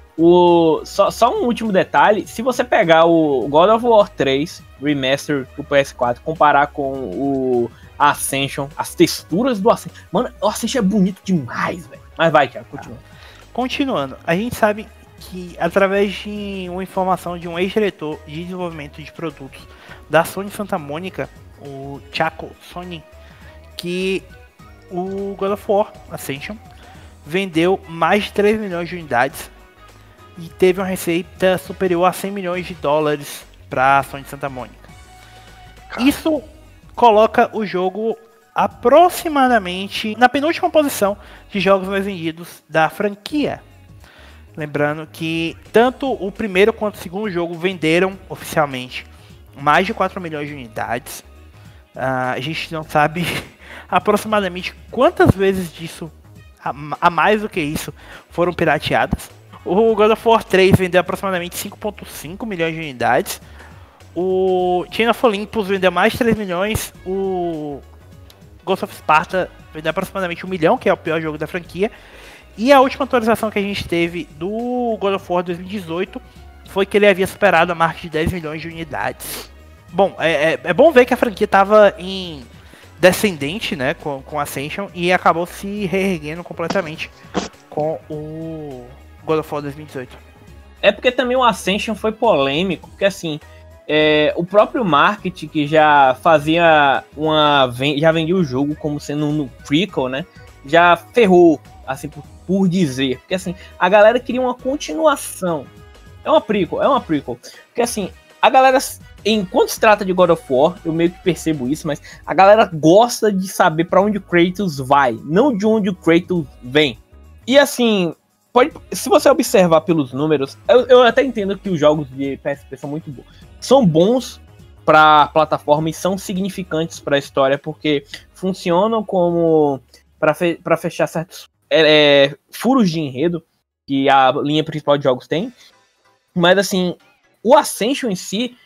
Só um último detalhe. Se você pegar o God of War 3 Remaster pro PS4, comparar com o Ascension, as texturas do Ascension. Mano, o Ascension é bonito demais, velho. Mas vai, Thiago, continua. Continuando, a gente sabe que através de uma informação de um ex-diretor de desenvolvimento de produtos da Sony Santa Mônica, o Chaco Sony, que o God of War Ascension vendeu mais de 3 milhões de unidades e teve uma receita superior a 100 milhões de dólares para a Sony Santa Mônica. Isso coloca o jogo aproximadamente na penúltima posição de jogos mais vendidos da franquia. Lembrando que tanto o primeiro quanto o segundo jogo venderam oficialmente mais de 4 milhões de unidades. A gente não sabe aproximadamente quantas vezes disso, a mais do que isso, foram pirateadas. O God of War 3 vendeu aproximadamente 5,5 milhões de unidades. O Chains of Olympus vendeu mais de 3 milhões. O Ghost of Sparta vendeu aproximadamente 1 milhão, que é o pior jogo da franquia. E a última atualização que a gente teve do God of War 2018 foi que ele havia superado a marca de 10 milhões de unidades. Bom, é bom ver que a franquia estava em descendente, né, com Ascension, e acabou se reerguendo completamente com o God of War 2018. É porque também o Ascension foi polêmico, porque assim, o próprio marketing que já fazia já vendia o jogo como sendo um prequel, né, já ferrou, assim, por dizer, porque assim, a galera queria uma continuação. É uma prequel. Porque assim, a galera, enquanto se trata de God of War, eu meio que percebo isso, mas a galera gosta de saber pra onde o Kratos vai, não de onde o Kratos vem. E assim, se você observar pelos números, eu até entendo que os jogos de PSP são muito bons. São bons pra plataforma e são significantes pra história, porque funcionam como pra fechar certos furos de enredo que a linha principal de jogos tem. Mas assim, o Ascension em si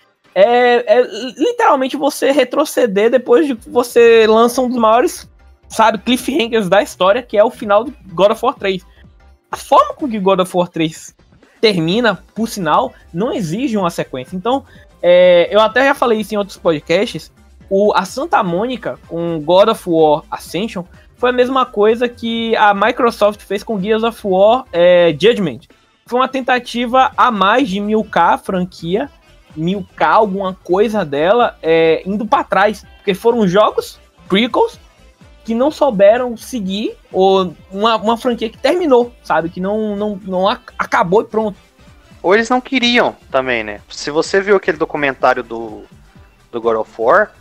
é literalmente você retroceder depois de que você lança um dos maiores, sabe, cliffhangers da história, que é o final do God of War 3. A forma com que God of War 3 termina, por sinal, não exige uma sequência. Então, eu até já falei isso em outros podcasts, a Santa Mônica com God of War Ascension foi a mesma coisa que a Microsoft fez com Gears of War Judgment. Foi uma tentativa a mais de milcar a franquia, milcar alguma coisa dela, indo pra trás. Porque foram jogos, prequels, que não souberam seguir, ou uma franquia que terminou, sabe? Que não acabou e pronto. Ou eles não queriam também, né? Se você viu aquele documentário do God of War,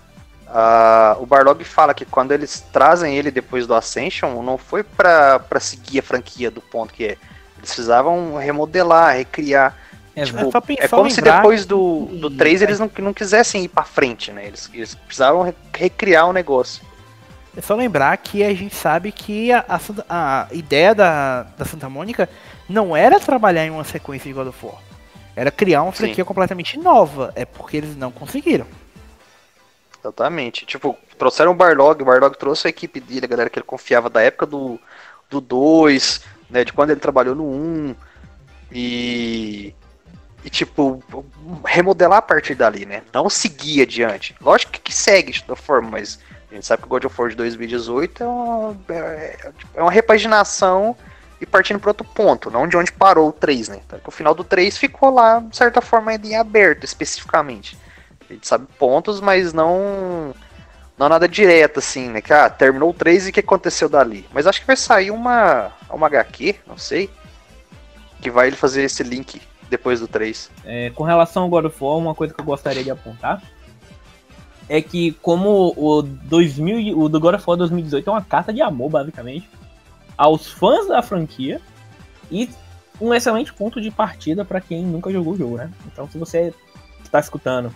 o Barlog fala que quando eles trazem ele depois do Ascension, não foi pra seguir a franquia do ponto que é. Eles precisavam remodelar, recriar. Tipo, como se depois do 3 eles não quisessem ir pra frente, né? Eles precisavam recriar o negócio. É só lembrar que a gente sabe que a ideia da Santa Mônica não era trabalhar em uma sequência de God of War. Era criar uma franquia completamente nova. É porque eles não conseguiram. Exatamente. Tipo, trouxeram o Barlog trouxe a equipe dele, a galera que ele confiava da época do 2, né, de quando ele trabalhou no 1. E tipo, remodelar a partir dali, né? Não seguir adiante. Lógico que segue de toda forma, mas a gente sabe que o God of War de 2018 é uma repaginação e partindo para outro ponto, não de onde parou o 3, né? Então, o final do 3 ficou lá, de certa forma, em aberto, especificamente. A gente sabe pontos, mas não nada direto, assim, né? Que, terminou o 3 e o que aconteceu dali? Mas acho que vai sair uma HQ, não sei, que vai fazer esse link depois do 3. Com relação ao God of War, uma coisa que eu gostaria de apontar é que como o do God of War 2018 é uma carta de amor, basicamente, aos fãs da franquia e um excelente ponto de partida para quem nunca jogou o jogo, né? Então, se você está escutando,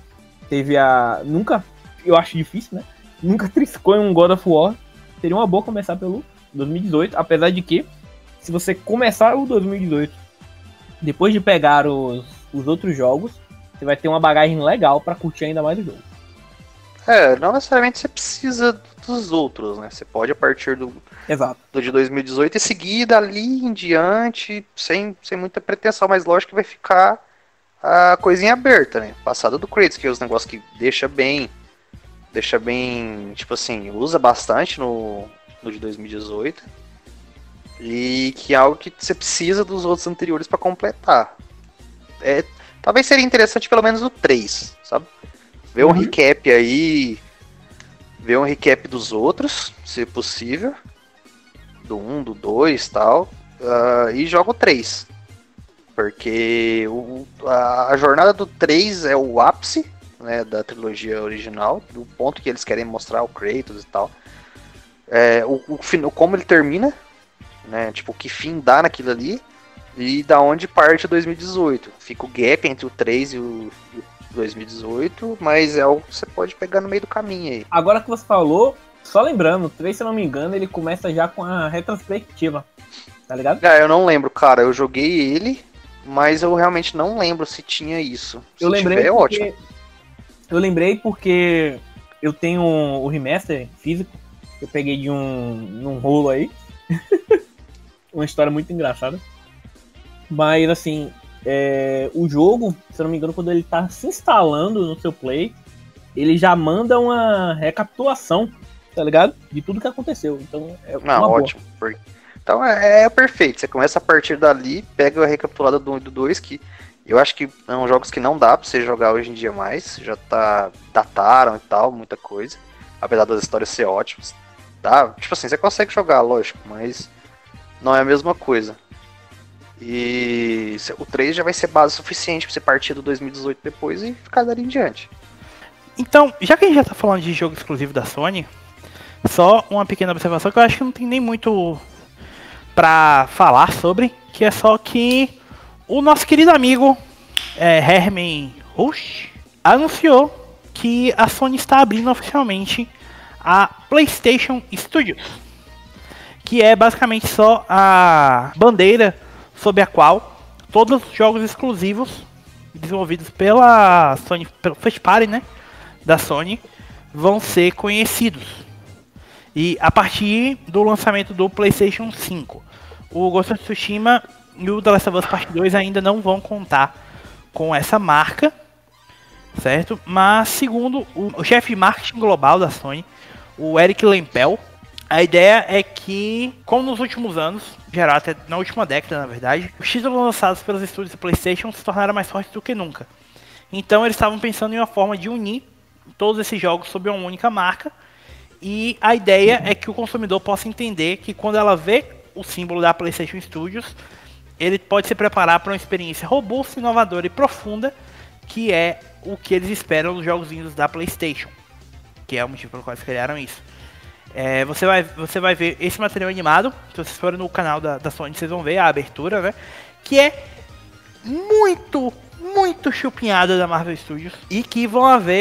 eu acho difícil, né? Nunca triscou em um God of War, seria uma boa começar pelo 2018, apesar de que, se você começar o 2018 depois de pegar os outros jogos, você vai ter uma bagagem legal pra curtir ainda mais o jogo. Não necessariamente você precisa dos outros, né? Você pode, a partir do de 2018, e seguir dali em diante, sem muita pretensão, mas lógico que vai ficar a coisinha aberta, né? Passada do Kratos, que é os negócios que deixa bem, tipo assim, usa bastante no de 2018. E que é algo que você precisa dos outros anteriores pra completar. Talvez seria interessante pelo menos no 3, sabe? Ver um recap aí. Ver um recap dos outros, se possível. Do 1, do 2 e tal. E joga o 3. Porque a jornada do 3 é o ápice, né, da trilogia original. Do ponto que eles querem mostrar o Kratos e tal. Como ele termina. Né, tipo, que fim dá naquilo ali e da onde parte o 2018. Fica o gap entre o 3 e o 2018, mas é algo que você pode pegar no meio do caminho aí. Agora que você falou, só lembrando, o 3, se eu não me engano, ele começa já com a retrospectiva, tá ligado? Eu não lembro, cara, eu joguei ele, mas eu realmente não lembro se tinha isso. Se tiver, é ótimo. Eu lembrei porque eu tenho o remaster físico, que eu peguei de num rolo aí. Uma história muito engraçada. Mas assim, o jogo, se eu não me engano, quando ele tá se instalando no seu Play, ele já manda uma recapitulação, tá ligado? De tudo que aconteceu. Então ótimo. Boa. Então é perfeito. Você começa a partir dali, pega a recapitulada do 1 e do 2, que eu acho que são jogos que não dá pra você jogar hoje em dia mais. Já dataram e tal, muita coisa. Apesar das histórias ser ótimas. Tipo assim, você consegue jogar, lógico, mas não é a mesma coisa. E o 3 já vai ser base suficiente pra você partir do 2018 depois e ficar dali em diante. Então, já que a gente já tá falando de jogo exclusivo da Sony, só uma pequena observação que eu acho que não tem nem muito pra falar sobre, que é só que o nosso querido amigo Herman Rush anunciou que a Sony está abrindo oficialmente a PlayStation Studios, que é basicamente só a bandeira sob a qual todos os jogos exclusivos desenvolvidos pela Sony, pelo First Party, né, da Sony, vão ser conhecidos. E a partir do lançamento do PlayStation 5, o Ghost of Tsushima e o The Last of Us Part 2 ainda não vão contar com essa marca, certo? Mas segundo o chefe de marketing global da Sony, o Eric Lempel, a ideia é que, como nos últimos anos, geral até na última década na verdade, os títulos lançados pelos estúdios do PlayStation se tornaram mais fortes do que nunca. Então eles estavam pensando em uma forma de unir todos esses jogos sob uma única marca, e a ideia é que o consumidor possa entender que quando ela vê o símbolo da PlayStation Studios, ele pode se preparar para uma experiência robusta, inovadora e profunda, que é o que eles esperam dos jogozinhos da PlayStation, que é o motivo pelo qual eles criaram isso. Você vai ver esse material animado. Se vocês forem no canal da Sony, vocês vão ver a abertura, né? Que é muito chupinhada da Marvel Studios. E que vão haver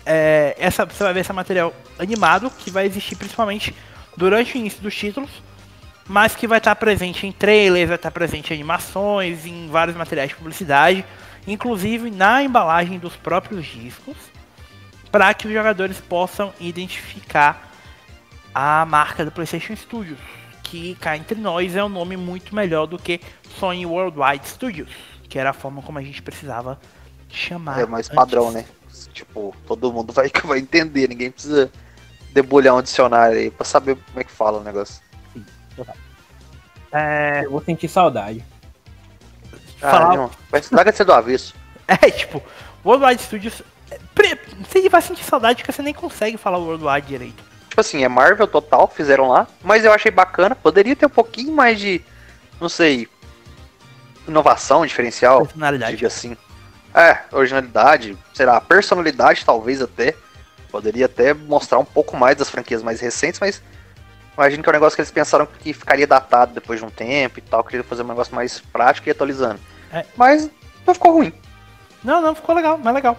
você vai ver esse material animado, que vai existir principalmente durante o início dos títulos, mas que vai estar presente em trailers, vai estar presente em animações, em vários materiais de publicidade, inclusive na embalagem dos próprios discos, para que os jogadores possam identificar a marca do PlayStation Studios, que cá entre nós é um nome muito melhor do que Sony Worldwide Studios, que era a forma como a gente precisava chamar. É mais padrão, né? Tipo, todo mundo vai entender, ninguém precisa debulhar um dicionário aí pra saber como é que fala o negócio. Sim, total. Eu vou sentir saudade. Larga de ser do avesso. Tipo, Worldwide Studios. Você vai sentir saudade porque você nem consegue falar Worldwide direito. Tipo assim, é Marvel total, fizeram lá, mas eu achei bacana, poderia ter um pouquinho mais de, não sei, inovação, diferencial, personalidade. Diga assim. Originalidade, sei lá, personalidade talvez até. Poderia até mostrar um pouco mais das franquias mais recentes, mas imagino que é um negócio que eles pensaram que ficaria datado depois de um tempo e tal, queria fazer um negócio mais prático e atualizando. Mas não ficou ruim. Não, ficou legal, mais legal.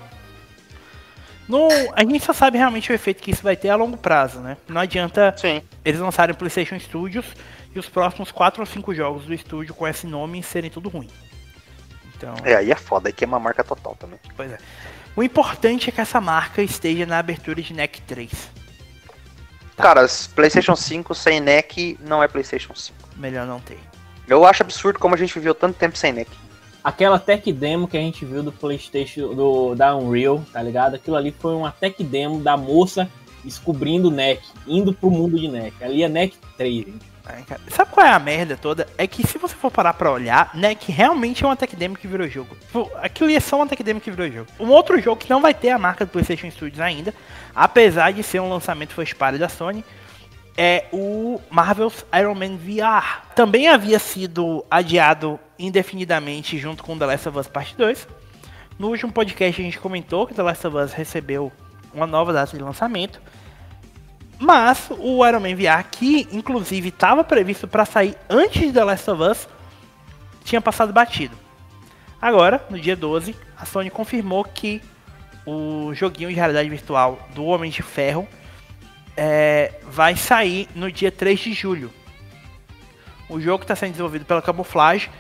A gente só sabe realmente o efeito que isso vai ter a longo prazo, né? Não adianta eles lançarem o PlayStation Studios e os próximos 4 ou 5 jogos do estúdio com esse nome serem tudo ruim. Então... aí é foda, aí que é uma marca total também. Pois é. O importante é que essa marca esteja na abertura de NEC 3. Tá. Cara, PlayStation 5 sem NEC não é PlayStation 5. Melhor não ter. Eu acho absurdo como a gente viveu tanto tempo sem NEC. Aquela tech demo que a gente viu do PlayStation, da Unreal, tá ligado? Aquilo ali foi uma tech demo da moça descobrindo o NEC, indo pro mundo de NEC. Ali é NEC 3, gente. Sabe qual é a merda toda? É que se você for parar pra olhar, NEC realmente é uma tech demo que virou jogo. Aquilo é só uma tech demo que virou jogo. Um outro jogo que não vai ter a marca do PlayStation Studios ainda, apesar de ser um lançamento first party da Sony, é o Marvel's Iron Man VR. Também havia sido adiado indefinidamente junto com The Last of Us Part 2. No último podcast a gente comentou que The Last of Us recebeu uma nova data de lançamento. Mas o Iron Man VR, que inclusive estava previsto para sair antes de The Last of Us, tinha passado batido. Agora, no dia 12, a Sony confirmou que o joguinho de realidade virtual do Homem de Ferro vai sair no dia 3 de julho. O jogo está sendo desenvolvido pela Camouflage,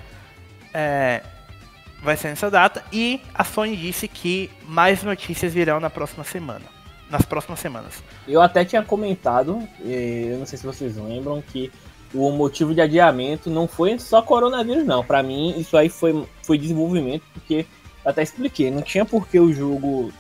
vai ser nessa data, e a Sony disse que mais notícias virão nas próximas semanas. Eu até tinha comentado, eu não sei se vocês lembram, que o motivo de adiamento não foi só coronavírus, não. Pra mim, isso aí foi desenvolvimento, porque eu até expliquei, não tinha por que um jogo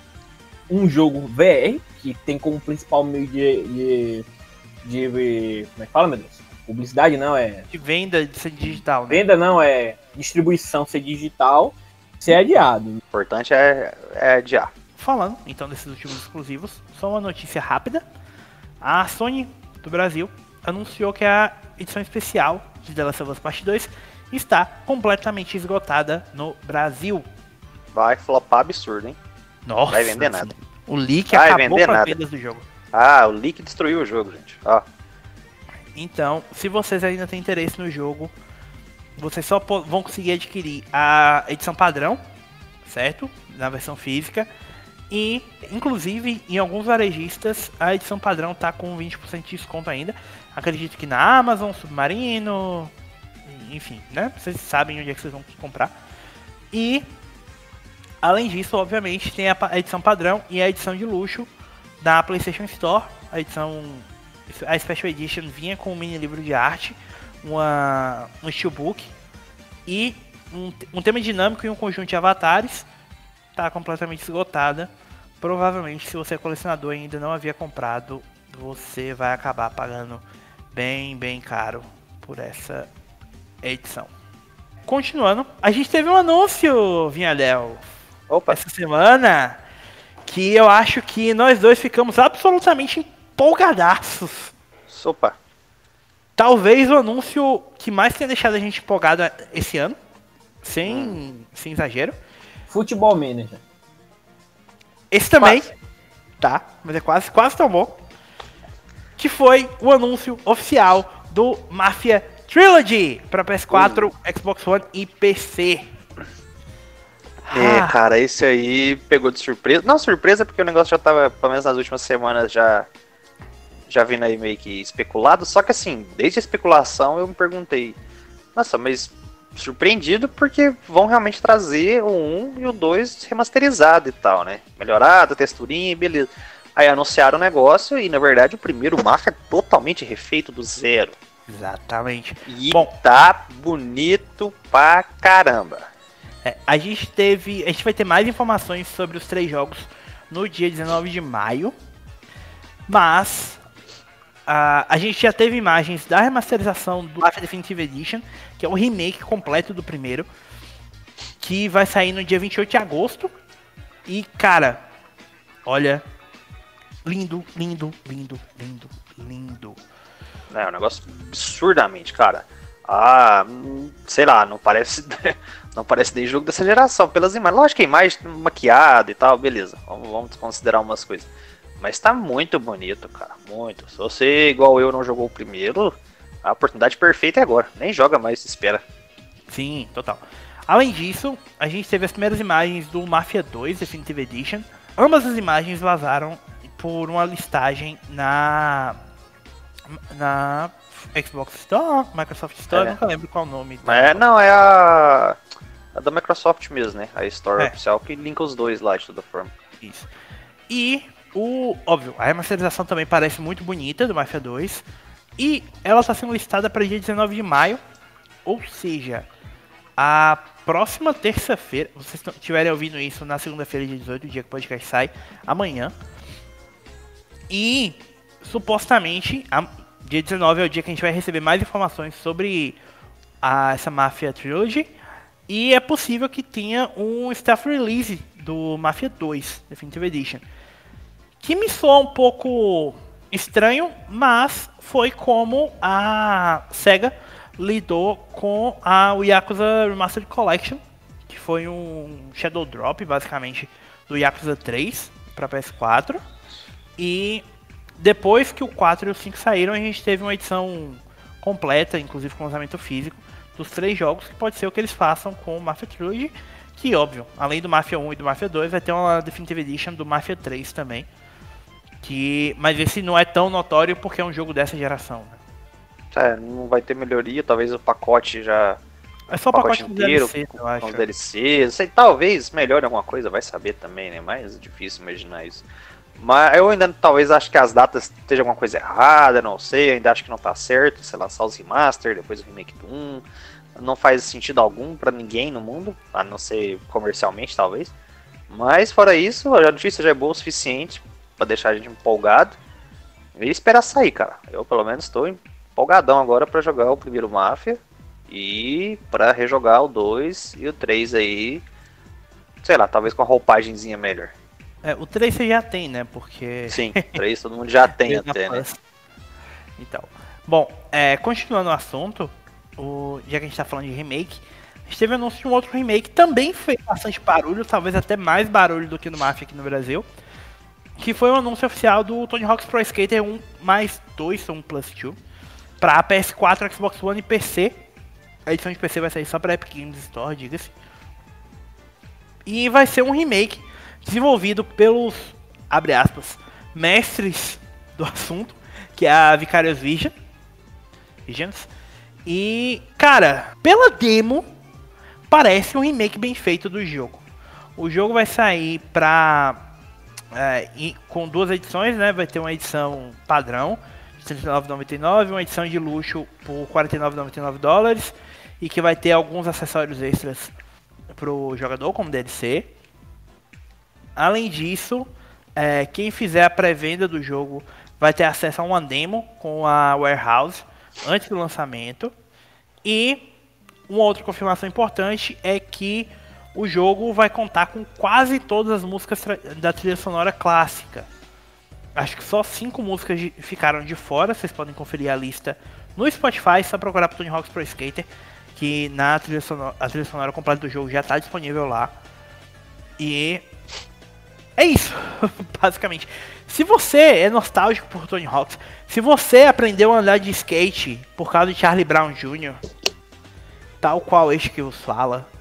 VR, que tem como principal meio de como é que fala, meu Deus? Publicidade não, de venda de ser digital, né? Venda não, distribuição ser digital, ser adiado. O importante é adiar. Falando, então, desses últimos exclusivos, só uma notícia rápida. A Sony do Brasil anunciou que a edição especial de The Last of Us Part 2 está completamente esgotada no Brasil. Vai flopar absurdo, hein? Nossa, vai vender nada. O leak acabou com as vendas do jogo. O leak destruiu o jogo, gente. Então, se vocês ainda têm interesse no jogo, vocês só vão conseguir adquirir a edição padrão, certo? Na versão física. E, inclusive, em alguns varejistas, a edição padrão tá com 20% de desconto ainda. Acredito que na Amazon, Submarino, enfim, né? Vocês sabem onde é que vocês vão comprar. E, além disso, obviamente, tem a edição padrão e a edição de luxo da PlayStation Store. A Special Edition vinha com um mini livro de arte, um steelbook e um tema dinâmico e um conjunto de avatares. Tá completamente esgotada. Provavelmente, se você é colecionador e ainda não havia comprado, você vai acabar pagando bem caro por essa edição. Continuando, a gente teve um anúncio, Vinhadel, essa semana, que eu acho que nós dois ficamos absolutamente empolgadaços. Sopa. Talvez o anúncio que mais tenha deixado a gente empolgado esse ano, sem exagero. Futebol Manager. Esse também, tá, mas é quase tão bom. Que foi o anúncio oficial do Mafia Trilogy para PS4, Xbox One e PC. Cara, esse aí pegou de surpresa. Não, surpresa porque o negócio já tava, pelo menos nas últimas semanas, já vindo aí meio que especulado. Só que assim, desde a especulação eu me perguntei, nossa, mas surpreendido porque vão realmente trazer o 1 e o 2 remasterizado e tal, né? Melhorado, texturinha e beleza. Aí anunciaram o negócio e, na verdade, o primeiro Mafia é totalmente refeito do zero. Exatamente. E tá bonito pra caramba. A gente vai ter mais informações sobre os 3 jogos no dia 19 de maio. Mas a gente já teve imagens da remasterização do Mafia Definitive Edition, que é o remake completo do primeiro, que vai sair no dia 28 de agosto. E, cara, olha, lindo, lindo, lindo, lindo, lindo. É um negócio absurdamente, cara. Sei lá, não parece nem jogo dessa geração, pelas imagens. Lógico que a imagem maquiada e tal, beleza. Vamos considerar umas coisas. Mas tá muito bonito, cara, muito. Se você, igual eu, não jogou o primeiro, a oportunidade perfeita é agora. Nem joga mais, espera. Sim, total. Além disso, a gente teve as primeiras imagens do Mafia 2 Definitive Edition. Ambas as imagens vazaram por uma listagem na Xbox Store, Microsoft Store, nunca lembro qual o nome. Não, é a da Microsoft mesmo, né? A Store oficial que linka os dois lá de toda forma. Isso. E óbvio, a remasterização também parece muito bonita do Mafia 2. E ela está sendo listada para dia 19 de maio. Ou seja, a próxima terça-feira, vocês estiverem ouvindo isso na segunda-feira, dia 18, o dia que o podcast sai, amanhã. E supostamente, dia 19 é o dia que a gente vai receber mais informações sobre essa Mafia Trilogy. E é possível que tenha um staff release do Mafia 2 Definitive Edition. Que me soa um pouco estranho, mas foi como a SEGA lidou com o Yakuza Remastered Collection, que foi um Shadow Drop, basicamente, do Yakuza 3 para PS4. E depois que o 4 e o 5 saíram, a gente teve uma edição completa, inclusive com lançamento físico, dos 3 jogos, que pode ser o que eles façam com o Mafia Trilogy, que, óbvio, além do Mafia 1 e do Mafia 2, vai ter uma Definitive Edition do Mafia 3 também. Mas esse não é tão notório porque é um jogo dessa geração, né? Não vai ter melhoria, talvez o pacote já... É só o pacote inteiro, DLC, eu acho. Com DLCs, talvez melhore alguma coisa, vai saber também, né? Mas é difícil imaginar isso. Mas eu ainda talvez acho que as datas esteja alguma coisa errada, não sei, ainda acho que não tá certo, sei lá, só os remaster, depois o remake do 1. Não faz sentido algum pra ninguém no mundo, a não ser comercialmente, talvez. Mas fora isso, a notícia já é boa o suficiente pra deixar a gente empolgado e esperar sair, cara. Eu pelo menos estou empolgadão agora pra jogar o primeiro Mafia e pra rejogar o 2 e o 3 aí, sei lá, talvez com a roupagenzinha melhor. O 3 você já tem, né? Porque... Sim, o 3 todo mundo já tem até, né? Então, bom, continuando o assunto, já que a gente tá falando de remake, a gente teve anúncio de um outro remake, também fez bastante barulho, talvez até mais barulho do que no Mafia aqui no Brasil, que foi o anúncio oficial do Tony Hawk's Pro Skater 1 mais 2, ou 1 Plus 2, pra PS4, Xbox One e PC. A edição de PC vai sair só pra Epic Games Store, diga-se. E vai ser um remake desenvolvido pelos, abre aspas, mestres do assunto, que é a Vicarious Visions. E, cara, pela demo, parece um remake bem feito do jogo. O jogo vai sair com 2 edições, né? Vai ter uma edição padrão de $39,99, uma edição de luxo por $49,99 e que vai ter alguns acessórios extras pro jogador, como DLC. Além disso, quem fizer a pré-venda do jogo vai ter acesso a uma demo com a Warehouse antes do lançamento. E uma outra confirmação importante é que o jogo vai contar com quase todas as músicas da trilha sonora clássica. Acho que só 5 músicas ficaram de fora. Vocês podem conferir a lista no Spotify, só procurar por Tony Hawk's Pro Skater, que a trilha sonora completa do jogo já está disponível lá. E é isso, basicamente. Se você é nostálgico por Tony Hawk, se você aprendeu a andar de skate por causa de Charlie Brown Jr., tal qual este que vos fala,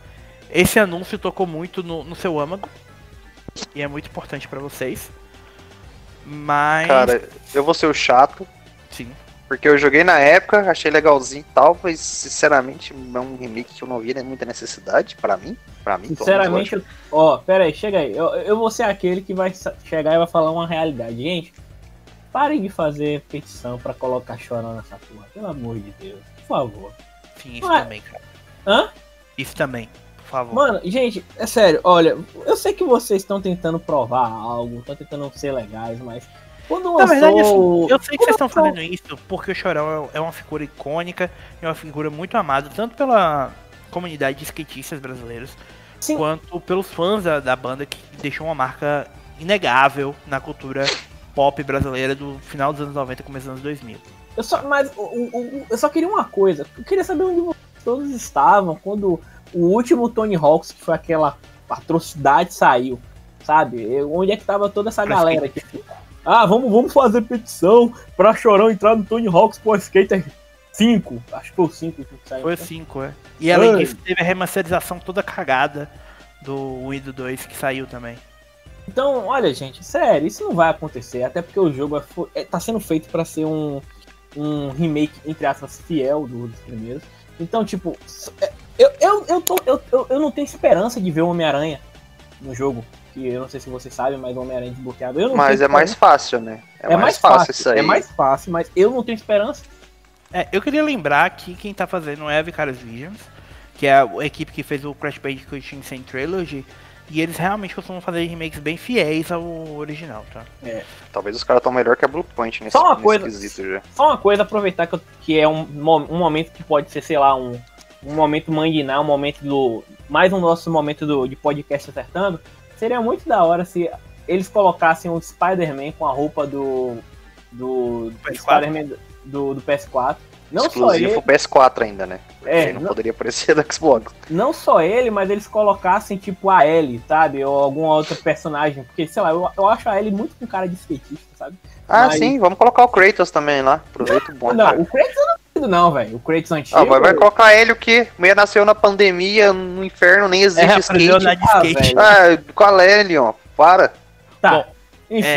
esse anúncio tocou muito no seu âmago. E é muito importante pra vocês. Mas... Cara, eu vou ser o chato. Sim. Porque eu joguei na época, achei legalzinho e tal, mas sinceramente é um remake que eu não vi muita necessidade pra mim. Sinceramente, pera aí, chega aí. Eu vou ser aquele que vai chegar e vai falar uma realidade. Gente, parem de fazer petição pra colocar chorão nessa porra. Pelo amor de Deus, por favor. Sim, isso também, cara. Hã? Isso também, por favor. Mano, gente, é sério, olha, eu sei que vocês estão tentando provar algo, estão tentando ser legais, mas quando Na verdade, assim, eu sei que vocês estão lançou- fazendo isso porque o Chorão é uma figura icônica, é uma figura muito amada, tanto pela comunidade de skatistas brasileiros, Sim. quanto pelos fãs da banda, que deixou uma marca inegável na cultura pop brasileira do final dos anos 90 e começo dos anos 2000. Eu só queria uma coisa, eu queria saber onde vocês todos estavam quando o último Tony Hawk's, que foi aquela atrocidade, saiu, sabe? Onde é que tava toda essa galera aqui? Vamos fazer petição pra Chorão entrar no Tony Hawk's Pro Skater 5. Acho que foi o 5 que saiu. Foi o 5, é. E além disso, teve a remasterização toda cagada do Wii 2 que saiu também. Então, olha, gente, sério, isso não vai acontecer, até porque o jogo tá sendo feito pra ser um remake, entre aspas, fiel dos primeiros. Então, tipo, eu não tenho esperança de ver o Homem-Aranha no jogo. Que eu não sei se você sabe, mas o Homem-Aranha desbloqueado. Mas é mais fácil, né? É mais fácil isso aí. É mais fácil, mas eu não tenho esperança. Eu queria lembrar que quem tá fazendo é a Vicarious Visions, que é a equipe que fez o Crash Bandicoot Insane Trilogy, e eles realmente costumam fazer remakes bem fiéis ao original, tá? Talvez os caras estão melhor que a Bluepoint nesse quesito já. Só uma coisa, aproveitar que é um momento que pode ser, sei lá, um momento manguinar, um momento mais um nosso momento de podcast acertando. Seria muito da hora se eles colocassem o Spider-Man com a roupa do Spider-Man do PS4. Não exclusivo só ele, PS4 ainda, né? Porque não poderia aparecer no Xbox. Não só ele, mas eles colocassem tipo a Ellie, sabe? Ou algum outro personagem. Porque, sei lá, eu acho a Ellie muito com cara de skatista, sabe? Sim, vamos colocar o Kratos também lá. Aproveita o bom. Não, o Kratos eu não duvido não, velho. O Kratos antigo. Vai colocar ele o quê? Meia nasceu na pandemia, no inferno, nem existe skate. Qual é, Leon? Para. Tá. Bom, enfim.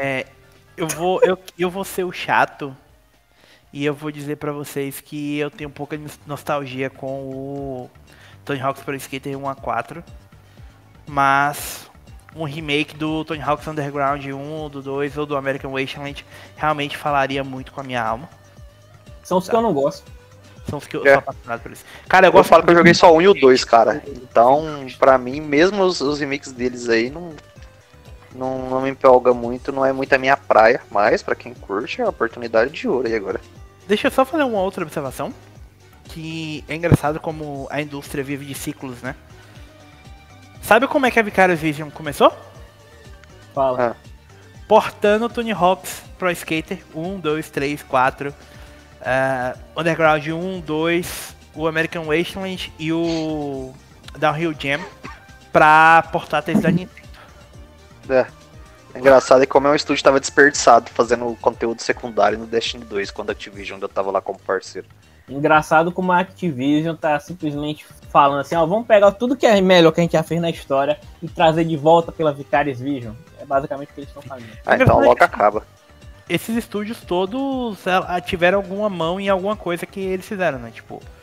Eu vou ser o chato. E eu vou dizer pra vocês que eu tenho um pouco de nostalgia com o Tony Hawk's Pro Skater 1-4. Mas um remake do Tony Hawk's Underground 1, do 2 ou do American Wasteland realmente falaria muito com a minha alma. São os que eu não gosto. São os que eu sou apaixonado por isso. Cara, eu falo que eu joguei só o 1 e o 2, cara. Então, pra mim, mesmo os remakes deles aí, não me empolga muito, não é muito a minha praia. Mas, pra quem curte, é uma oportunidade de ouro aí agora. Deixa eu só fazer uma outra observação. Que é engraçado como a indústria vive de ciclos, né? Sabe como é que a Vicarious Vision começou? Fala. Portando Tony Hawk's Pro Skater 1, 2, 3, 4, Underground 1, 2, o American Wasteland e o Downhill Jam pra portáteis da Nintendo. Engraçado é como o estúdio estava desperdiçado fazendo conteúdo secundário no Destiny 2, quando a Activision ainda tava lá como parceiro. Engraçado como a Activision tá simplesmente falando assim, vamos pegar tudo que é melhor que a gente já fez na história e trazer de volta pela Vicarious Vision. É basicamente o que eles estão fazendo. Então logo acaba. Esses estúdios todos tiveram alguma mão em alguma coisa que eles fizeram, né?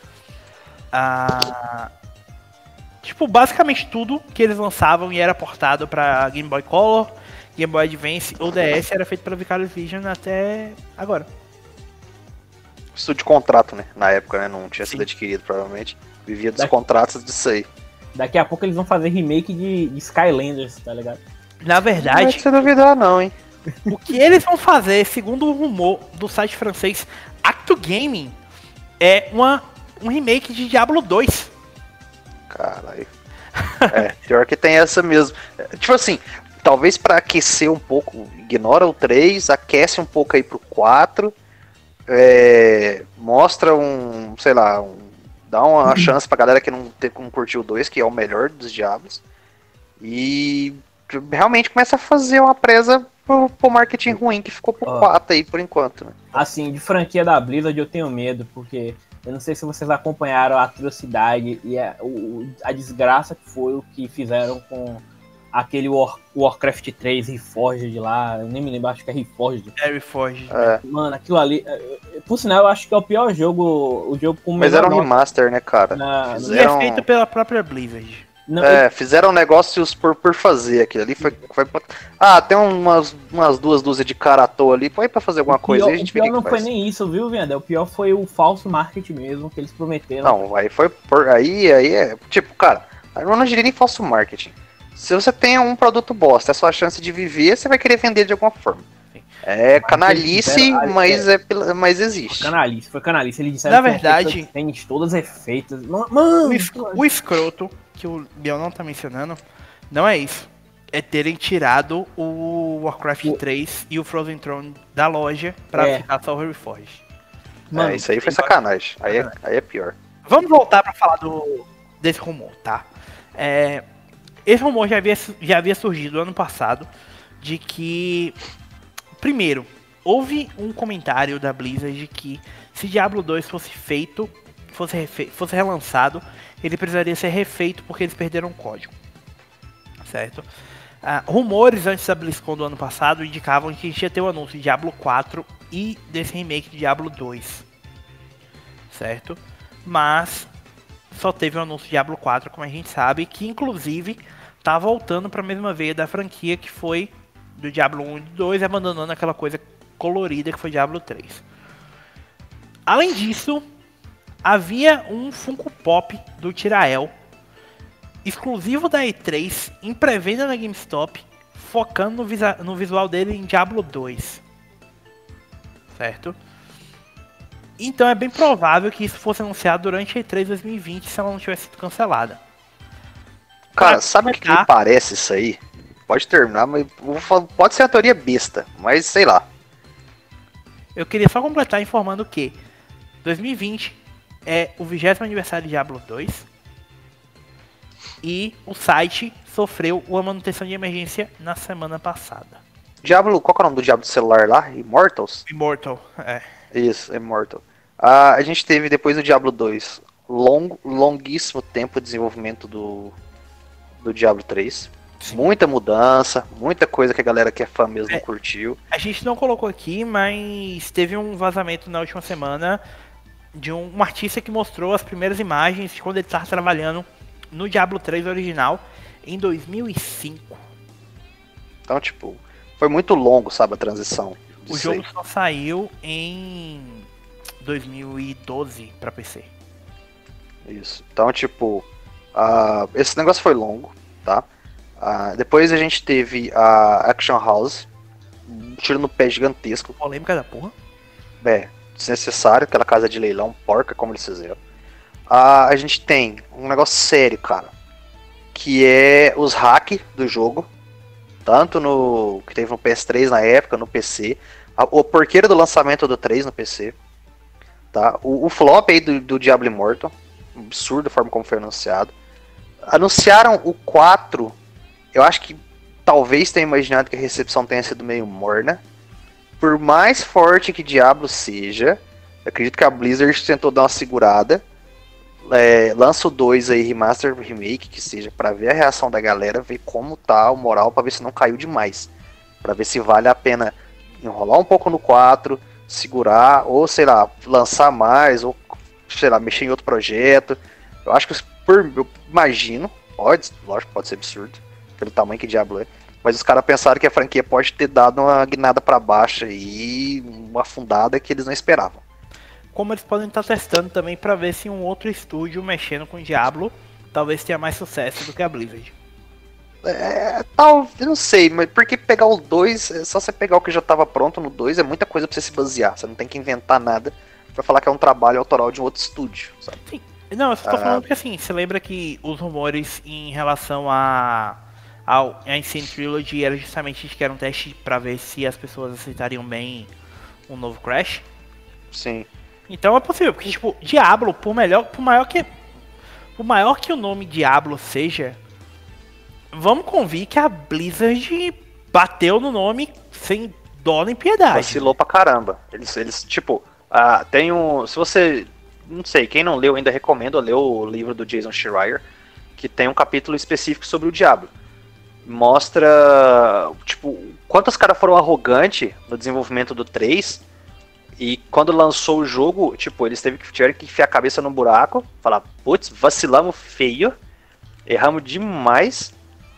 Tipo, basicamente tudo que eles lançavam e era portado pra Game Boy Color, Game Boy Advance ou DS era feito pela Vicarious Vision até agora. Estúdio de contrato, né? Na época, né? Não tinha sido adquirido, provavelmente. Vivia dos contratos disso aí. Daqui a pouco eles vão fazer remake de Skylanders, tá ligado? Na verdade... Não é de você duvidar não, hein? O que eles vão fazer, segundo o rumor do site francês Actu Gaming, é um remake de Diablo 2. Caralho. Pior que tem essa mesmo. Tipo assim, talvez pra aquecer um pouco, ignora o 3, aquece um pouco aí pro 4, mostra sei lá, dá uma chance pra galera que não curtiu o 2, que é o melhor dos Diablos, e realmente começa a fazer uma presa pro marketing ruim que ficou pro 4 aí por enquanto, né? Assim, de franquia da Blizzard eu tenho medo, porque Eu não sei se vocês acompanharam a atrocidade e a desgraça que foi o que fizeram com aquele Warcraft 3 Reforged lá. Eu nem me lembro, acho que é Reforged. É Reforged. Mano, aquilo ali... Por sinal, eu acho que é o pior jogo. O jogo com Mas era um remaster, né, cara? E é feito pela própria Blizzard. Não, fizeram negócios por fazer aquilo ali. Foi tem umas duas dúzias de cara à toa ali. Põe pra fazer alguma coisa aí, a gente o pior vê o não que foi faz. nem isso, viu, Viandel? O pior foi o falso marketing mesmo, que eles prometeram. Não, aí foi aí é. Tipo, cara, eu não diria nem falso marketing. Se você tem um produto bosta, é a sua chance de viver, você vai querer vender de alguma forma. É canalice, mas existe. Foi canalice. Ele disseram Na verdade, tem todas refeitas. Mano, o escroto, que o Biel não tá mencionando, não é isso. É terem tirado o Warcraft 3 e o Frozen Throne da loja pra ficar só o Reforged. Mano, isso aí foi sacanagem. Aí é pior. Vamos voltar pra falar desse rumor, tá? Esse rumor já havia surgido ano passado de que... Primeiro, houve um comentário da Blizzard de que se Diablo 2 fosse relançado, ele precisaria ser refeito porque eles perderam o código. Certo? Rumores antes da BlizzCon do ano passado indicavam que a gente ia ter o anúncio de Diablo 4 e desse remake de Diablo 2. Certo? Mas só teve o anúncio de Diablo 4, como a gente sabe, que inclusive tá voltando para a mesma veia da franquia que foi do Diablo 1 e 2, abandonando aquela coisa colorida que foi Diablo 3. Além disso, havia um Funko Pop do Tyrael, exclusivo da E3, em pré-venda na GameStop, focando no visual dele em Diablo 2. Certo? Então é bem provável que isso fosse anunciado durante a E3 2020 se ela não tivesse sido cancelada. Cara, sabe o que me parece isso aí? Pode terminar, mas pode ser a teoria besta, mas sei lá. Eu queria só completar informando que 2020 é o 20º aniversário de Diablo 2 e o site sofreu uma manutenção de emergência na semana passada. Diablo, qual que é o nome do Diablo do celular lá? Immortals? Immortal, Isso, Immortal. A gente teve depois do Diablo 2 longuíssimo tempo de desenvolvimento do Diablo 3. Sim. Muita mudança, muita coisa que a galera que é fã mesmo curtiu. A gente não colocou aqui, mas teve um vazamento na última semana de um artista que mostrou as primeiras imagens de quando ele estava trabalhando no Diablo 3 original em 2005. Então, tipo, foi muito longo, sabe, a transição. O jogo só saiu em 2012 para PC. Isso. Então, tipo, esse negócio foi longo, tá? Depois a gente teve a Action House, um tiro no pé gigantesco. Polêmica da porra. Desnecessário, aquela casa de leilão, porca, como eles fizeram. A gente tem um negócio sério, cara, que é os hacks do jogo, tanto no que teve no PS3 na época, no PC, o porqueiro do lançamento do 3 no PC, tá? O flop aí do Diablo Immortal, absurdo a forma como foi anunciado. Anunciaram o 4. Eu acho que talvez tenha imaginado que a recepção tenha sido meio morna. Por mais forte que Diablo seja, eu acredito que a Blizzard tentou dar uma segurada. Lança o 2 aí, Remaster, Remake, que seja, pra ver a reação da galera, ver como tá o moral, pra ver se não caiu demais. Pra ver se vale a pena enrolar um pouco no 4, segurar, ou sei lá, lançar mais, ou sei lá, mexer em outro projeto. Eu acho que, eu imagino, lógico, pode ser absurdo, pelo tamanho que Diablo é, mas os caras pensaram que a franquia pode ter dado uma guinada pra baixo e uma afundada que eles não esperavam. Como eles podem estar testando também pra ver se um outro estúdio mexendo com Diablo talvez tenha mais sucesso do que a Blizzard. Eu não sei, mas porque pegar o 2, só você pegar o que já estava pronto no 2, é muita coisa pra você se basear, você não tem que inventar nada pra falar que é um trabalho autoral de um outro estúdio, sabe? Sim. Não, eu só tô falando porque assim, você lembra que os rumores em relação a Insane Trilogy era justamente que era um teste pra ver se as pessoas aceitariam bem um novo Crash? Sim. Então é possível, porque tipo, Diablo, por maior que o nome Diablo seja, vamos convir que a Blizzard bateu no nome sem dó nem piedade. Vacilou pra caramba. Eles tipo, tem um... Se você não sei, quem não leu ainda recomendo ler o livro do Jason Schreier, que tem um capítulo específico sobre o Diablo. Mostra, tipo, quantos caras foram arrogantes no desenvolvimento do 3, e quando lançou o jogo, tipo, eles tiveram que enfiar a cabeça no buraco, falar, putz, vacilamos feio, erramos demais,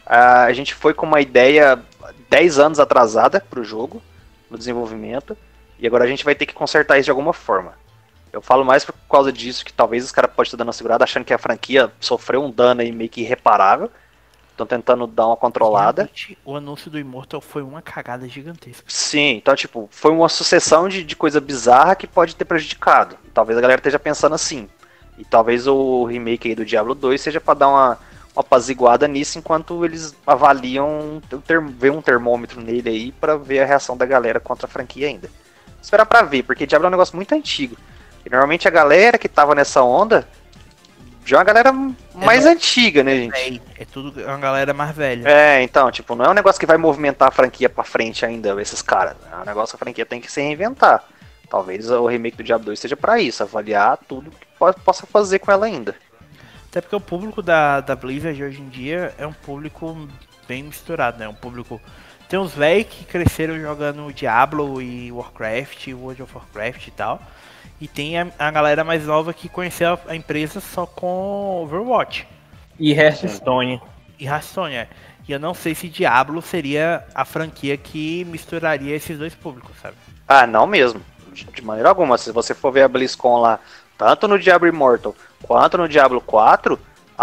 a gente foi com uma ideia 10 anos atrasada pro jogo, no desenvolvimento, e agora a gente vai ter que consertar isso de alguma forma. Eu falo mais por causa disso, que talvez os caras podem estar dando uma segurada, achando que a franquia sofreu um dano aí meio que irreparável. Estão tentando dar uma controlada. Realmente, o anúncio do Immortal foi uma cagada gigantesca. Sim, então tipo, foi uma sucessão de coisa bizarra que pode ter prejudicado. Talvez a galera esteja pensando assim. E talvez o remake aí do Diablo 2 seja para dar uma apaziguada nisso, enquanto eles avaliam, ver um termômetro nele aí para ver a reação da galera contra a franquia ainda. Esperar pra ver, porque Diablo é um negócio muito antigo. E normalmente a galera que tava nessa onda já é uma galera mais antiga, né, gente? É tudo uma galera mais velha. Então, tipo, não é um negócio que vai movimentar a franquia pra frente ainda, esses caras. É um negócio que a franquia tem que se reinventar. Talvez o remake do Diablo 2 seja pra isso, avaliar tudo que possa fazer com ela ainda. Até porque o público da Blizzard hoje em dia é um público bem misturado, né? Um público... Tem uns velhos que cresceram jogando Diablo e Warcraft, World of Warcraft e tal. E tem a galera mais nova que conheceu a empresa só com Overwatch. E Hearthstone. E Hearthstone, é. E eu não sei se Diablo seria a franquia que misturaria esses dois públicos, sabe? Ah, não mesmo. De maneira alguma. Se você for ver a BlizzCon lá, tanto no Diablo Immortal quanto no Diablo 4,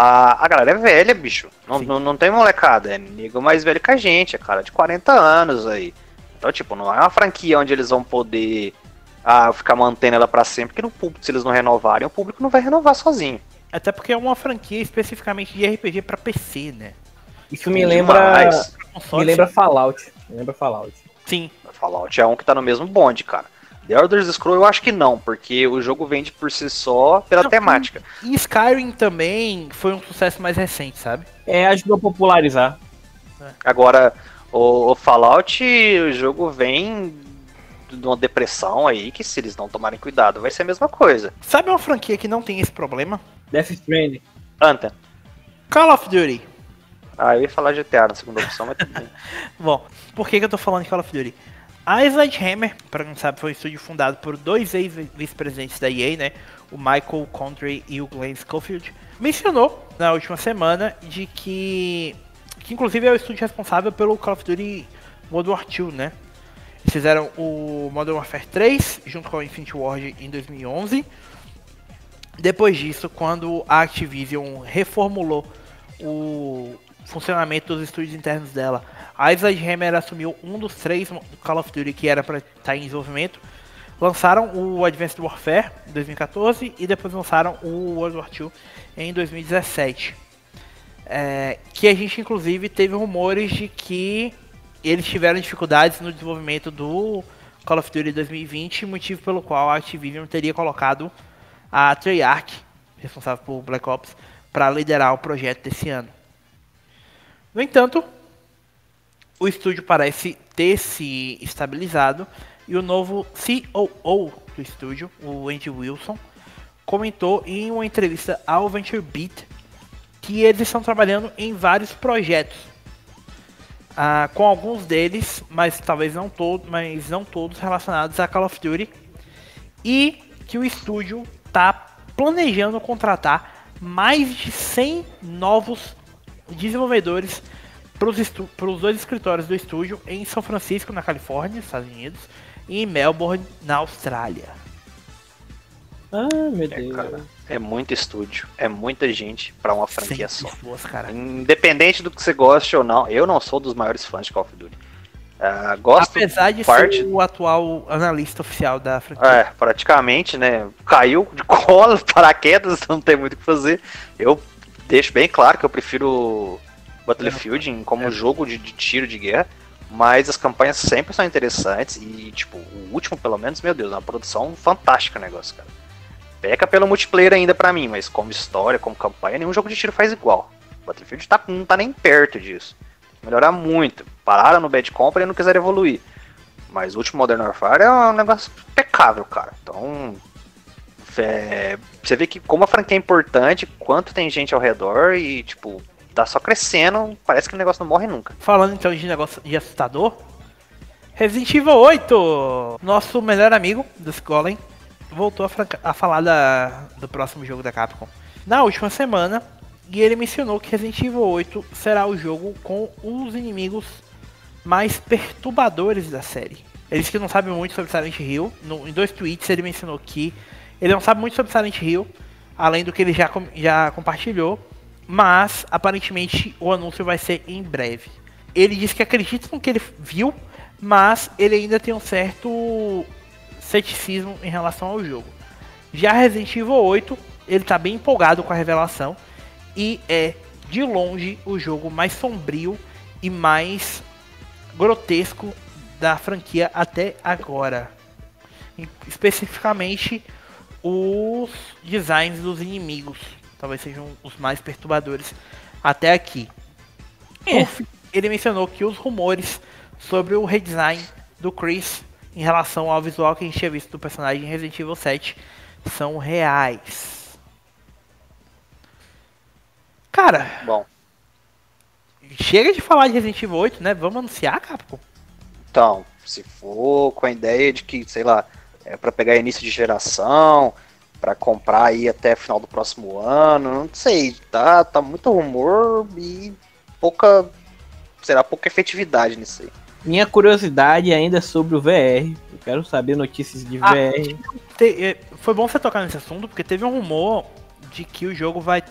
a galera é velha, bicho. Não tem molecada. É nego mais velho que a gente. É cara de 40 anos aí. Então, tipo, não é uma franquia onde eles vão poder... ficar mantendo ela pra sempre, porque no público, se eles não renovarem, o público não vai renovar sozinho. Até porque é uma franquia especificamente de RPG pra PC, né? Isso me lembra Fallout. Sim. Fallout é um que tá no mesmo bonde, cara. The Elder Scrolls eu acho que não, porque o jogo vende por si só pela temática. E Skyrim também foi um sucesso mais recente, sabe? Ajudou a popularizar. Agora, o Fallout, o jogo vem de uma depressão aí, que se eles não tomarem cuidado, vai ser a mesma coisa. Sabe uma franquia que não tem esse problema? Death Stranding. Anthem. Call of Duty. Eu ia falar GTA na segunda opção, mas tudo bem. Bom, por que eu tô falando de Call of Duty? A Sledgehammer, pra quem não sabe, foi um estúdio fundado por dois ex-vice-presidentes da EA, né? O Michael Condrey e o Glenn Schofield. Mencionou na última semana de que inclusive é o estúdio responsável pelo Call of Duty World War II, né? Eles fizeram o Modern Warfare 3 junto com o Infinity Ward em 2011. Depois disso, quando a Activision reformulou o funcionamento dos estúdios internos dela, a Sledgehammer assumiu um dos 3 Call of Duty que era para estar em desenvolvimento. Lançaram o Advanced Warfare em 2014 e depois lançaram o World War II em 2017. Que a gente inclusive teve rumores de que eles tiveram dificuldades no desenvolvimento do Call of Duty 2020, motivo pelo qual a Activision teria colocado a Treyarch, responsável por Black Ops, para liderar o projeto desse ano. No entanto, o estúdio parece ter se estabilizado e o novo COO do estúdio, o Andy Wilson, comentou em uma entrevista ao Venture Beat que eles estão trabalhando em vários projetos, com alguns deles, mas não todos relacionados a Call of Duty, e que o estúdio está planejando contratar mais de 100 novos desenvolvedores para os 2 escritórios do estúdio em São Francisco, na Califórnia, Estados Unidos, e em Melbourne, na Austrália. Meu Deus. Cara, é muito estúdio, é muita gente para uma franquia só. Pessoas, cara. Independente do que você goste ou não, eu não sou dos maiores fãs de Call of Duty. Gosto, apesar de ser o atual analista oficial da franquia. Praticamente, né? Caiu de cola, paraquedas, não tem muito o que fazer. Eu deixo bem claro que eu prefiro Battlefield como jogo de tiro de guerra, mas as campanhas sempre são interessantes e, tipo, o último, pelo menos, meu Deus, é uma produção fantástica o negócio, cara. Peca pelo multiplayer ainda pra mim, mas como história, como campanha, nenhum jogo de tiro faz igual. Battlefield não tá nem perto disso. Tem que melhorar muito. Pararam no Bad Company e não quiseram evoluir. Mas o último Modern Warfare é um negócio impecável, cara. Então, Você vê que como a franquia é importante, quanto tem gente ao redor e, tipo, tá só crescendo, parece que o negócio não morre nunca. Falando então de negócio de assustador, Resident Evil 8, nosso melhor amigo do Golem, voltou a falar do próximo jogo da Capcom na última semana, e ele mencionou que Resident Evil 8 será o jogo com os inimigos mais perturbadores da série. Ele disse que não sabe muito sobre Silent Hill. Em 2 tweets ele mencionou que ele não sabe muito sobre Silent Hill, além do que ele já compartilhou, mas aparentemente o anúncio vai ser em breve. Ele disse que acredita no que ele viu, mas ele ainda tem um certo ceticismo em relação ao jogo. Já Resident Evil 8, ele está bem empolgado com a revelação e é, de longe, o jogo mais sombrio e mais grotesco da franquia até agora. Especificamente os designs dos inimigos talvez sejam os mais perturbadores até aqui. Ele mencionou que os rumores sobre o redesign do Chris em relação ao visual que a gente tinha visto do personagem em Resident Evil 7 são reais. Cara, bom, chega de falar de Resident Evil 8, né? Vamos anunciar, Capcom? Então, se for com a ideia de que, sei lá, é pra pegar início de geração, pra comprar aí até final do próximo ano, não sei, tá muito rumor e pouca efetividade nisso aí. Minha curiosidade ainda é sobre o VR. Eu quero saber notícias de VR. Foi bom você tocar nesse assunto, porque teve um rumor de que o jogo vai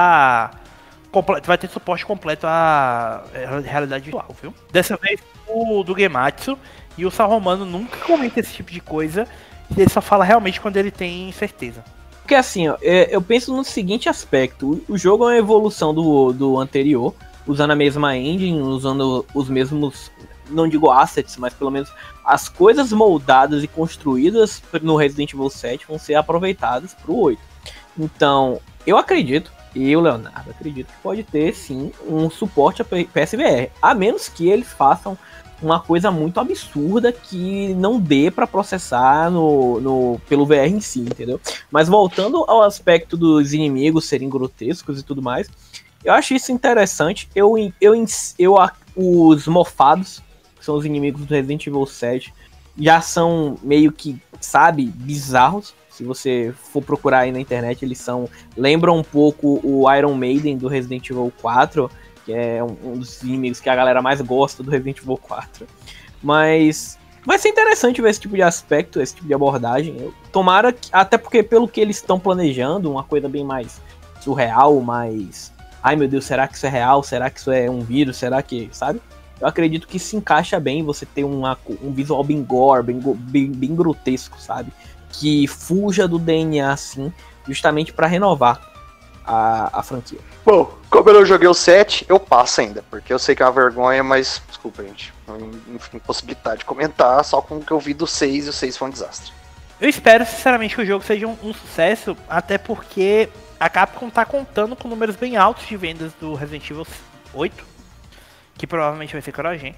ter suporte completo à realidade virtual, viu? Dessa vez o do Gematsu, e o Sal Romano nunca comenta esse tipo de coisa, e ele só fala realmente quando ele tem certeza. Porque assim, ó, eu penso no seguinte aspecto: o jogo é uma evolução do anterior, usando a mesma engine, usando os mesmos, não digo assets, mas pelo menos as coisas moldadas e construídas no Resident Evil 7 vão ser aproveitadas pro 8. Então, eu, Leonardo, acredito que pode ter sim um suporte a PSVR, a menos que eles façam uma coisa muito absurda que não dê para processar pelo VR em si, entendeu? Mas voltando ao aspecto dos inimigos serem grotescos e tudo mais, eu acho isso interessante. Os mofados, que são os inimigos do Resident Evil 7, já são meio que, sabe, bizarros. Se você for procurar aí na internet, lembram um pouco o Iron Maiden do Resident Evil 4, que é um dos inimigos que a galera mais gosta do Resident Evil 4. Mas vai ser interessante ver esse tipo de aspecto, esse tipo de abordagem. Tomara que, até porque pelo que eles estão planejando, uma coisa bem mais surreal, mais... Ai meu Deus, será que isso é real? Será que isso é um vírus? Será que, sabe? Eu acredito que se encaixa bem você ter um visual bem gore, bem grotesco, sabe? Que fuja do DNA, assim, justamente pra renovar a franquia. Bom, como eu não joguei o 7, eu passo ainda, porque eu sei que é uma vergonha, mas, desculpa, gente, não fico impossibilitado de comentar, só com o que eu vi do 6, e o 6 foi um desastre. Eu espero, sinceramente, que o jogo seja um sucesso, até porque a Capcom tá contando com números bem altos de vendas do Resident Evil 8, que provavelmente vai ser CrossGen,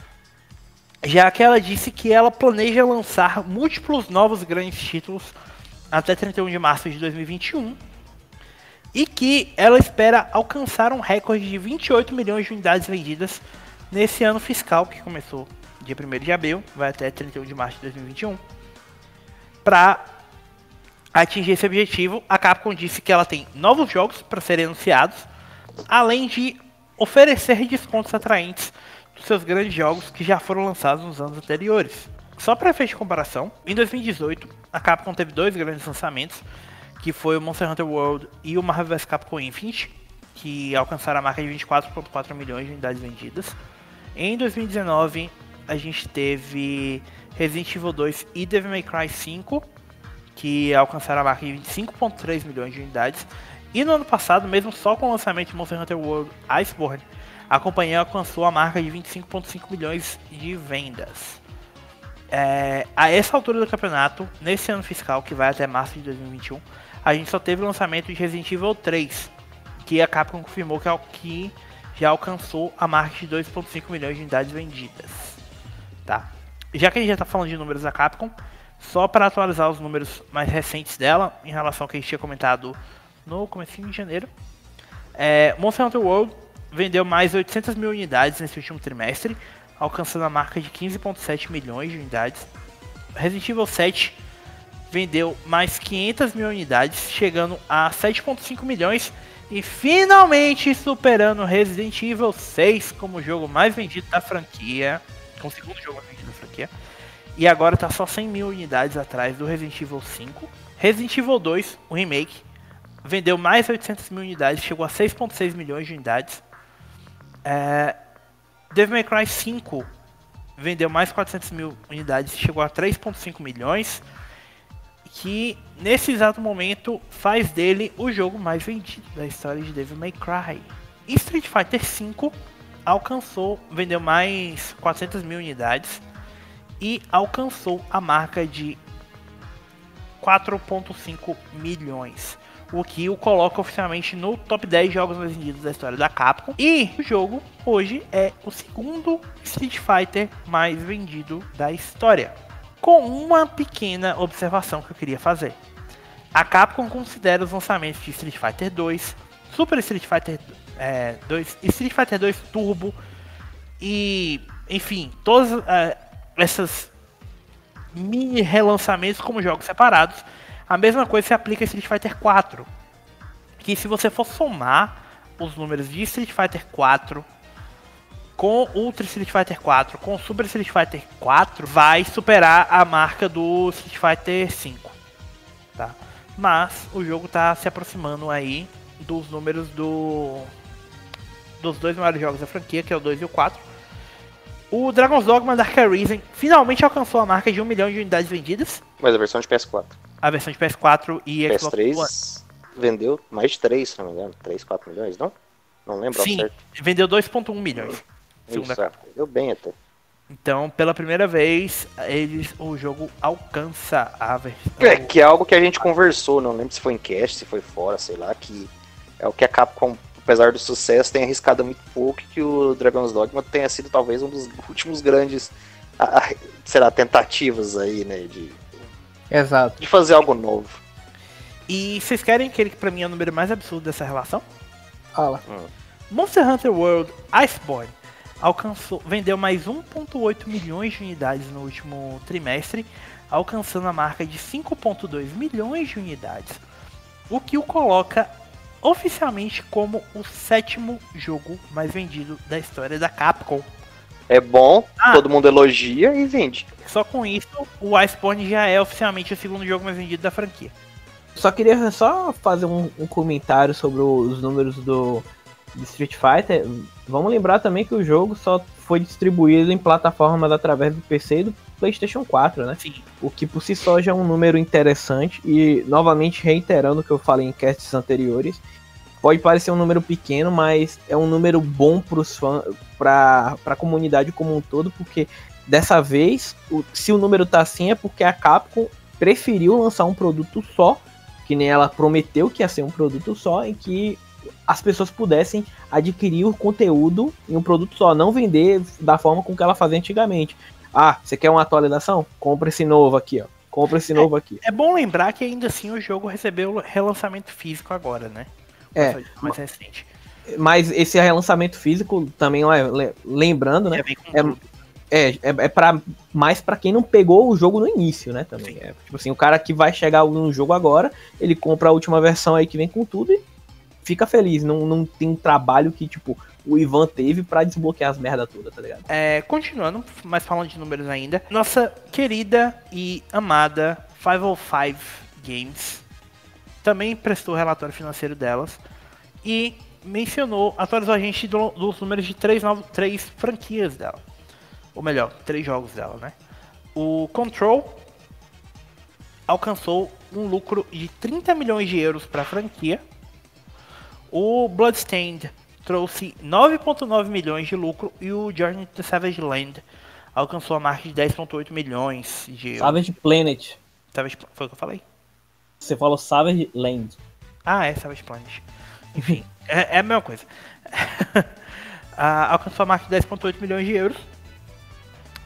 já que ela disse que ela planeja lançar múltiplos novos grandes títulos até 31 de março de 2021, e que ela espera alcançar um recorde de 28 milhões de unidades vendidas nesse ano fiscal, que começou dia 1º de abril, vai até 31 de março de 2021. Para atingir esse objetivo, a Capcom disse que ela tem novos jogos para serem anunciados, além de oferecer descontos atraentes dos seus grandes jogos que já foram lançados nos anos anteriores. Só para efeito de comparação, em 2018, a Capcom teve 2 grandes lançamentos, que foi o Monster Hunter World e o Marvel vs Capcom Infinite, que alcançaram a marca de 24,4 milhões de unidades vendidas. Em 2019, a gente teve Resident Evil 2 e Devil May Cry 5, que alcançaram a marca de 25,3 milhões de unidades. E no ano passado, mesmo só com o lançamento de Monster Hunter World Iceborne, a companhia alcançou a marca de 25,5 milhões de vendas. A essa altura do campeonato, nesse ano fiscal, que vai até março de 2021, a gente só teve o lançamento de Resident Evil 3, que a Capcom confirmou que já alcançou a marca de 2,5 milhões de unidades vendidas. Tá? Já que a gente já está falando de números da Capcom, Só para atualizar os números mais recentes dela, em relação ao que a gente tinha comentado no comecinho de janeiro. Monster Hunter World vendeu mais 800 mil unidades nesse último trimestre, alcançando a marca de 15,7 milhões de unidades. Resident Evil 7 vendeu mais 500 mil unidades, chegando a 7,5 milhões e finalmente superando Resident Evil 6 como o jogo mais vendido da franquia, como o segundo jogo mais vendido da franquia. E agora está só 100 mil unidades atrás do Resident Evil 5. Resident Evil 2, o remake, vendeu mais 800 mil unidades, chegou a 6,6 milhões de unidades. Devil May Cry 5 vendeu mais 400 mil unidades, chegou a 3,5 milhões. Que nesse exato momento faz dele o jogo mais vendido da história de Devil May Cry. E Street Fighter V vendeu mais 400 mil unidades e alcançou a marca de 4,5 milhões. O que o coloca oficialmente no top 10 jogos mais vendidos da história da Capcom. E o jogo hoje é o segundo Street Fighter mais vendido da história. Com uma pequena observação que eu queria fazer. A Capcom considera os lançamentos de Street Fighter 2, Super Street Fighter 2, Street Fighter 2 Turbo e, enfim, todas essas mini relançamentos como jogos separados. A mesma coisa se aplica a Street Fighter 4, que se você for somar os números de Street Fighter 4 com Ultra Street Fighter 4, com Super Street Fighter 4, vai superar a marca do Street Fighter 5, tá? Mas o jogo tá se aproximando aí dos números dos dois maiores jogos da franquia, que é o 2 e o 4. O Dragon's Dogma Dark Arisen finalmente alcançou a marca de 1 milhão de unidades vendidas. Mas a versão de PS4. A versão de PS4 e Xbox PS3 One vendeu mais de 3, se não me engano. 3, 4 milhões, não? Não lembro ao Sim, certo. vendeu 2,1 milhões. Isso, vendeu bem até. Então, pela primeira vez, o jogo alcança a versão... Que é algo que a gente conversou, não lembro se foi em cast, se foi fora, sei lá, que é o que a Capcom, apesar do sucesso, tem arriscado muito pouco, e que o Dragon's Dogma tenha sido talvez um dos últimos grandes, tentativas aí, né, Exato. de fazer algo novo. E vocês querem aquele que pra mim é o número mais absurdo dessa relação? Fala. Monster Hunter World Iceborne vendeu mais 1,8 milhões de unidades no último trimestre, alcançando a marca de 5,2 milhões de unidades, o que o coloca oficialmente como o 7º jogo mais vendido da história da Capcom. É bom, todo mundo elogia e vende. Só com isso, o Iceborne já é oficialmente o segundo jogo mais vendido da franquia. Só queria fazer um comentário sobre os números do Street Fighter. Vamos lembrar também que o jogo só foi distribuído em plataformas através do PC e do PlayStation 4, né? Sim. O que por si só já é um número interessante. E novamente reiterando o que eu falei em casts anteriores, pode parecer um número pequeno, mas é um número bom para os fãs, para a comunidade como um todo, porque dessa vez, se o número tá assim é porque a Capcom preferiu lançar um produto só, que nem ela prometeu que ia ser um produto só, em que as pessoas pudessem adquirir o conteúdo em um produto só, não vender da forma com que ela fazia antigamente. Você quer uma atualização? Compra esse novo aqui, ó. Compra esse novo aqui. É bom lembrar que ainda assim o jogo recebeu relançamento físico agora, né? Mais recente. Mas esse relançamento físico também, lembrando, né? Mais pra quem não pegou o jogo no início, né? Também. Tipo assim, o cara que vai chegar no jogo agora, ele compra a última versão aí que vem com tudo e fica feliz. Não tem trabalho que, tipo, o Ivan teve pra desbloquear as merda toda, tá ligado? Continuando, mas falando de números ainda, nossa querida e amada 505 Games também prestou o relatório financeiro delas e atualizou a gente dos números de três franquias dela. Ou melhor, 3 jogos dela, né? O Control alcançou um lucro de 30 milhões de euros para a franquia. O Bloodstained trouxe 9,9 milhões de lucro e o Journey to Savage Land alcançou a marca de 10,8 milhões de euros. Savage Planet. Foi o que eu falei? Você falou Savage Land. Savage Planet. Enfim, é a mesma coisa. Alcançou a marca de 10,8 milhões de euros.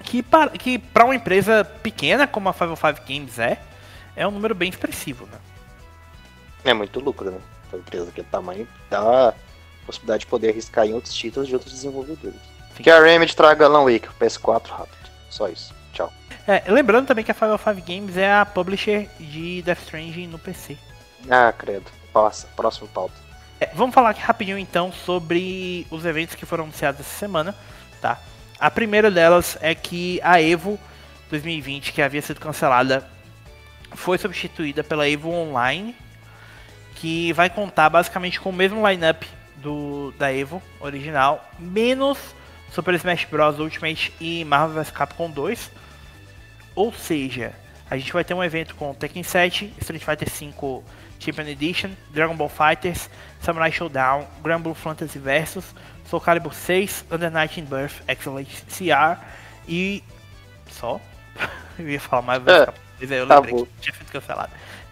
que para uma empresa pequena como a 505 Games é um número bem expressivo, né? É muito lucro, né? Uma empresa daquele tamanho dá a possibilidade de poder arriscar em outros títulos de outros desenvolvedores. Sim. Que a Remedy traga Alan Wake, PS4 rápido. Só isso. Tchau. Lembrando também que a 505 Games é a publisher de Death Stranding no PC. Ah, credo. Passa. Próximo pauta. Vamos falar aqui rapidinho então sobre os eventos que foram anunciados essa semana, tá? A primeira delas é que a EVO 2020, que havia sido cancelada, foi substituída pela EVO Online, que vai contar basicamente com o mesmo lineup da EVO original, menos Super Smash Bros. Ultimate e Marvel vs Capcom 2. Ou seja, a gente vai ter um evento com Tekken 7, Street Fighter V Champion Edition, Dragon Ball FighterZ, Samurai Showdown, Grand Blue Fantasy Versus, Soul Calibur 6, Under Night in Birth, Excellent CR e... só? Eu ia falar mais, mas eu lembrei que tinha sido cancelado.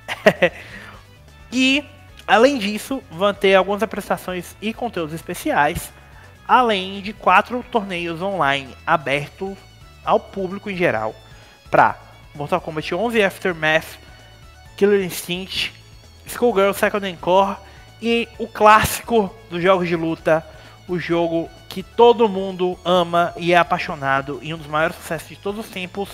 E, além disso, vão ter algumas apresentações e conteúdos especiais, além de 4 torneios online abertos ao público em geral, para Mortal Kombat 11 Aftermath, Killer Instinct, Skullgirl Second Encore e o clássico dos jogos de luta, o jogo que todo mundo ama e é apaixonado, e um dos maiores sucessos de todos os tempos,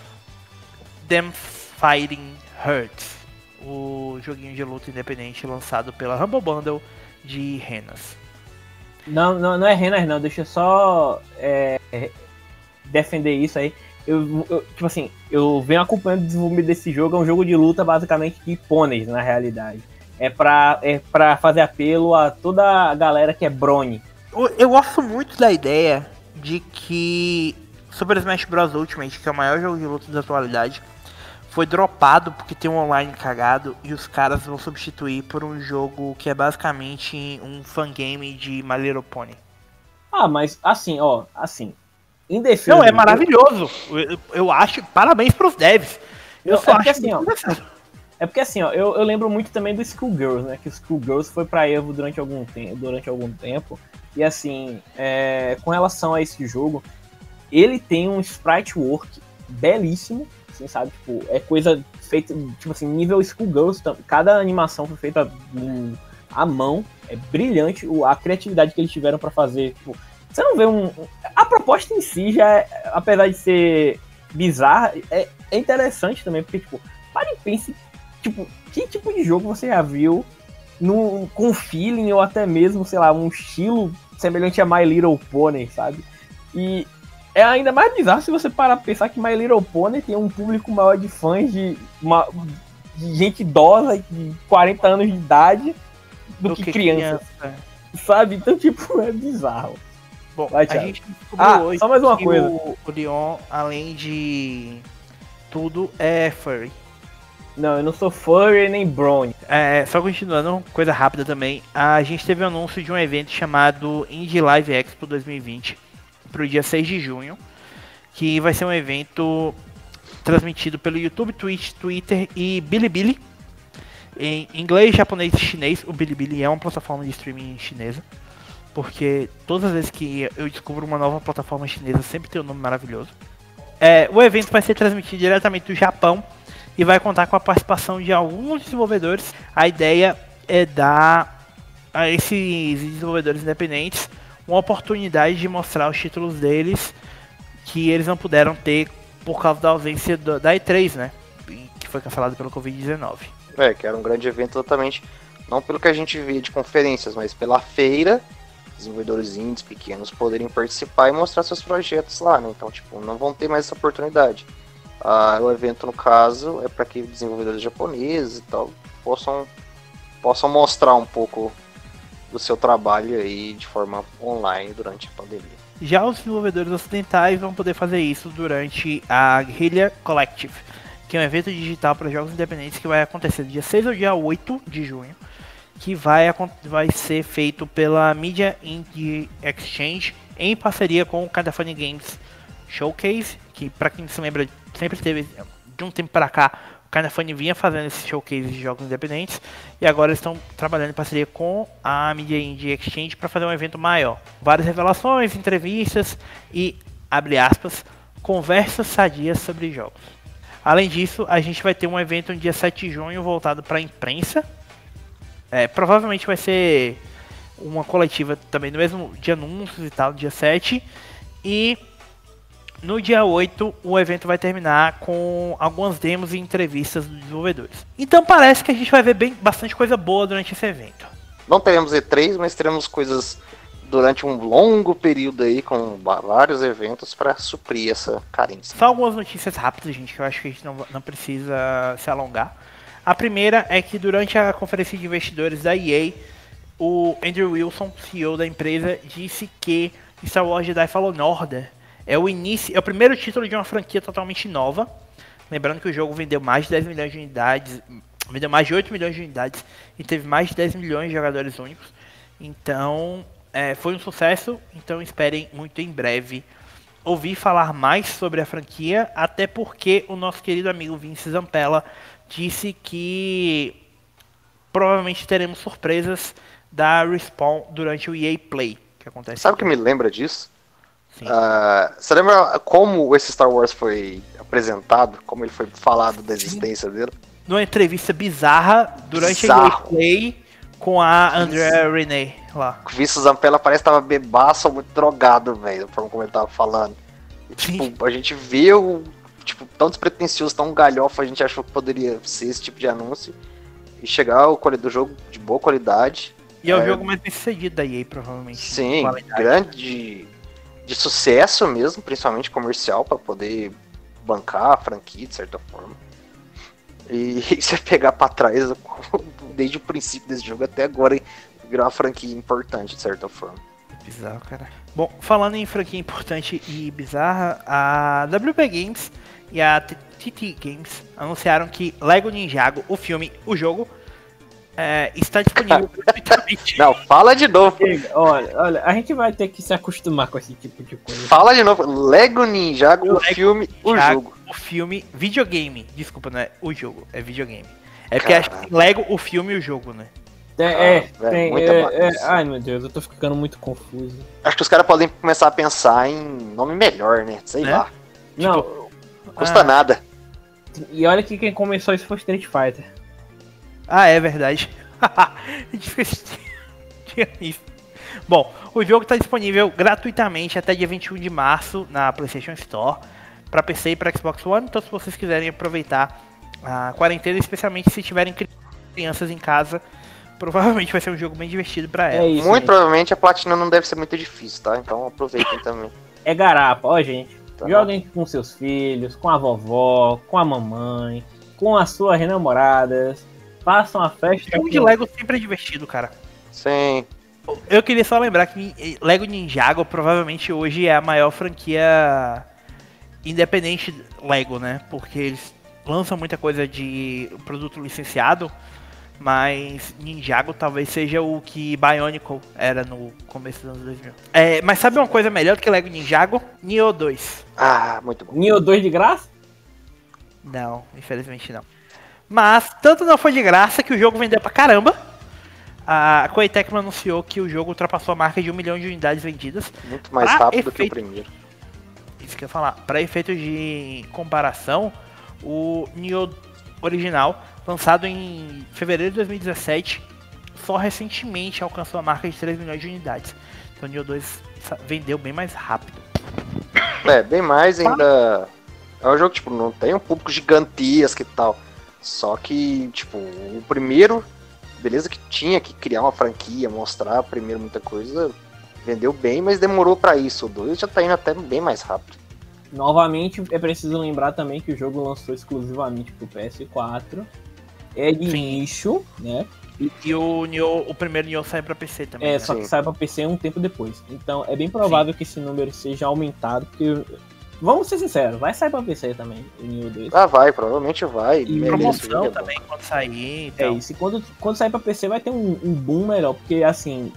Them Fighting Hurts, o joguinho de luta independente lançado pela Humble Bundle de Renas. Não é Renas não, deixa eu só defender isso aí. Tipo assim, eu venho acompanhando o desenvolvimento desse jogo, é um jogo de luta basicamente de pôneis, na realidade. É pra fazer apelo a toda a galera que é Brony. Eu gosto muito da ideia de que Super Smash Bros. Ultimate, que é o maior jogo de luta da atualidade, foi dropado porque tem um online cagado e os caras vão substituir por um jogo que é basicamente um fangame de My Little Pony. Ah, mas assim, em defesa... Não, é maravilhoso. Eu acho, parabéns pros devs. Eu só acho assim, é porque assim, eu lembro muito também do Skullgirls, né? Que o Skullgirls foi pra EVO durante algum tempo. E assim, com relação a esse jogo, ele tem um sprite work belíssimo, assim, sabe? Tipo, é coisa feita, tipo assim, nível Skullgirls. Cada animação foi feita à mão. É brilhante a criatividade que eles tiveram pra fazer. Tipo, você não vê a proposta em si já, apesar de ser bizarra, é interessante também, porque, tipo, para e pense, tipo, que tipo de jogo você já viu com feeling ou até mesmo, sei lá, um estilo semelhante a My Little Pony, sabe? E é ainda mais bizarro se você parar pra pensar que My Little Pony tem um público maior de fãs de gente idosa, de 40 anos de idade, do que criança. Sabe? Então, tipo, é bizarro. Bom, a gente descobriu hoje só mais uma coisa. O Leon, além de tudo, é furry. Não, eu não sou furry nem brony. Só continuando, coisa rápida também. A gente teve o anúncio de um evento chamado Indie Live Expo 2020 pro dia 6 de junho, que vai ser um evento transmitido pelo YouTube, Twitch, Twitter e Bilibili. Em inglês, japonês e chinês. O Bilibili é uma plataforma de streaming chinesa, porque todas as vezes que eu descubro uma nova plataforma chinesa sempre tem um nome maravilhoso. O evento vai ser transmitido diretamente do Japão e vai contar com a participação de alguns desenvolvedores. A ideia é dar a esses desenvolvedores independentes uma oportunidade de mostrar os títulos deles que eles não puderam ter por causa da ausência da E3, né? Que foi cancelado pelo Covid-19. Que era um grande evento exatamente, não pelo que a gente via de conferências, mas pela feira, desenvolvedores indies pequenos poderem participar e mostrar seus projetos lá, né? Então, tipo, não vão ter mais essa oportunidade. O evento, no caso, é para que desenvolvedores japoneses e tal possam mostrar um pouco do seu trabalho aí de forma online durante a pandemia. Já os desenvolvedores ocidentais vão poder fazer isso durante a Guerrilla Collective, que é um evento digital para jogos independentes que vai acontecer do dia 6 ao dia 8 de junho, que vai ser feito pela Media Indie Exchange em parceria com o California Games Showcase, que, para quem se lembra, sempre teve, de um tempo para cá, o California vinha fazendo esse showcase de jogos independentes, e agora eles estão trabalhando em parceria com a Media Indie Exchange para fazer um evento maior. Várias revelações, entrevistas e, abre aspas, conversas sadias sobre jogos. Além disso, a gente vai ter um evento no dia 7 de junho voltado para a imprensa. Provavelmente vai ser uma coletiva também no mesmo de anúncios e tal, dia 7. E no dia 8 o evento vai terminar com algumas demos e entrevistas dos desenvolvedores. Então parece que a gente vai ver bastante coisa boa durante esse evento. Não teremos E3, mas teremos coisas durante um longo período aí, com vários eventos para suprir essa carência. Só algumas notícias rápidas, gente, que eu acho que a gente não precisa se alongar. A primeira é que durante a conferência de investidores da EA, o Andrew Wilson, CEO da empresa, disse que Star Wars Jedi Fallen Order é o primeiro título de uma franquia totalmente nova. Lembrando que o jogo vendeu mais de 10 milhões de unidades, vendeu mais de 8 milhões de unidades e teve mais de 10 milhões de jogadores únicos. Então, foi um sucesso, então esperem muito em breve ouvir falar mais sobre a franquia, até porque o nosso querido amigo Vince Zampella disse que provavelmente teremos surpresas da Respawn durante o EA Play, que acontece. Sabe o que me lembra disso? Sim. Você lembra como esse Star Wars foi apresentado, como ele foi falado da existência dele? Numa entrevista bizarra durante a EA Play com a Andrea Renee lá. O Vince Zampella parece que tava bebaço, muito drogado, velho, como ele tava falando. E, tipo, a gente vê o tão despretensioso, tão galhofa, a gente achou que poderia ser esse tipo de anúncio. E chegar do jogo de boa qualidade. E é o jogo mais bem sucedido da EA, provavelmente. Sim, grande de sucesso mesmo, principalmente comercial, para poder bancar a franquia, de certa forma. E você pegar pra trás, desde o princípio desse jogo até agora, virar uma franquia importante, de certa forma. Bizarro, cara. Bom, falando em franquia importante e bizarra, a WB Games e a TT Games anunciaram que Lego Ninjago, o jogo, está disponível gratuitamente. Não, fala de novo. Olha, a gente vai ter que se acostumar com esse tipo de coisa. Fala de novo. Lego Ninjago, o filme, o jogo. O filme, videogame. Desculpa, não é o jogo, é videogame. É porque acho que Lego, o filme e o jogo, né? Ai meu Deus, eu tô ficando muito confuso. Acho que os caras podem começar a pensar em nome melhor, né? Sei lá. Não, custa nada. E olha que quem começou isso foi Street Fighter. Ah, é verdade. Tinha isso. Bom, o jogo está disponível gratuitamente até dia 21 de março na PlayStation Store, para PC e para Xbox One. Então, se vocês quiserem aproveitar a quarentena, especialmente se tiverem crianças em casa, provavelmente vai ser um jogo bem divertido para elas. Muito provavelmente a platina não deve ser muito difícil, tá? Então aproveitem também. É garapa, ó, gente. Joguem com seus filhos, com a vovó, com a mamãe, com as suas namoradas. Façam a festa. O jogo de Lego sempre é divertido, cara. Sim. Eu queria só lembrar que Lego Ninjago provavelmente hoje é a maior franquia independente Lego, né? Porque eles lançam muita coisa de produto licenciado, mas Ninjago talvez seja o que Bionicle era no começo dos anos 2000. Mas sabe uma coisa melhor do que Lego Ninjago? Nioh 2. Ah, muito bom. Nioh 2 de graça? Não, infelizmente não. Mas tanto não foi de graça que o jogo vendeu pra caramba. A Koei Tecmo anunciou que o jogo ultrapassou a marca de 1 milhão de unidades vendidas. Muito mais rápido que o primeiro. Isso que eu ia falar. Para efeitos de comparação, o Nioh original, lançado em fevereiro de 2017, só recentemente alcançou a marca de 3 milhões de unidades. Então o Nioh 2 vendeu bem mais rápido. Bem mais ainda. É um jogo que não tem um público gigantesco e tal. Só que, o primeiro, beleza que tinha que criar uma franquia, mostrar primeiro muita coisa, vendeu bem, mas demorou pra isso. O 2 já tá indo até bem mais rápido. Novamente, é preciso lembrar também que o jogo lançou exclusivamente pro PS4. É de nicho, né? E o primeiro Nioh sai pra PC também. Só que sai pra PC um tempo depois. Então é bem provável que esse número seja aumentado, porque... Vamos ser sinceros, vai sair pra PC também, o Nioh 2. Vai, provavelmente vai. E promoção também, quando sair. Então. Isso, e quando sair pra PC vai ter um boom melhor, porque assim,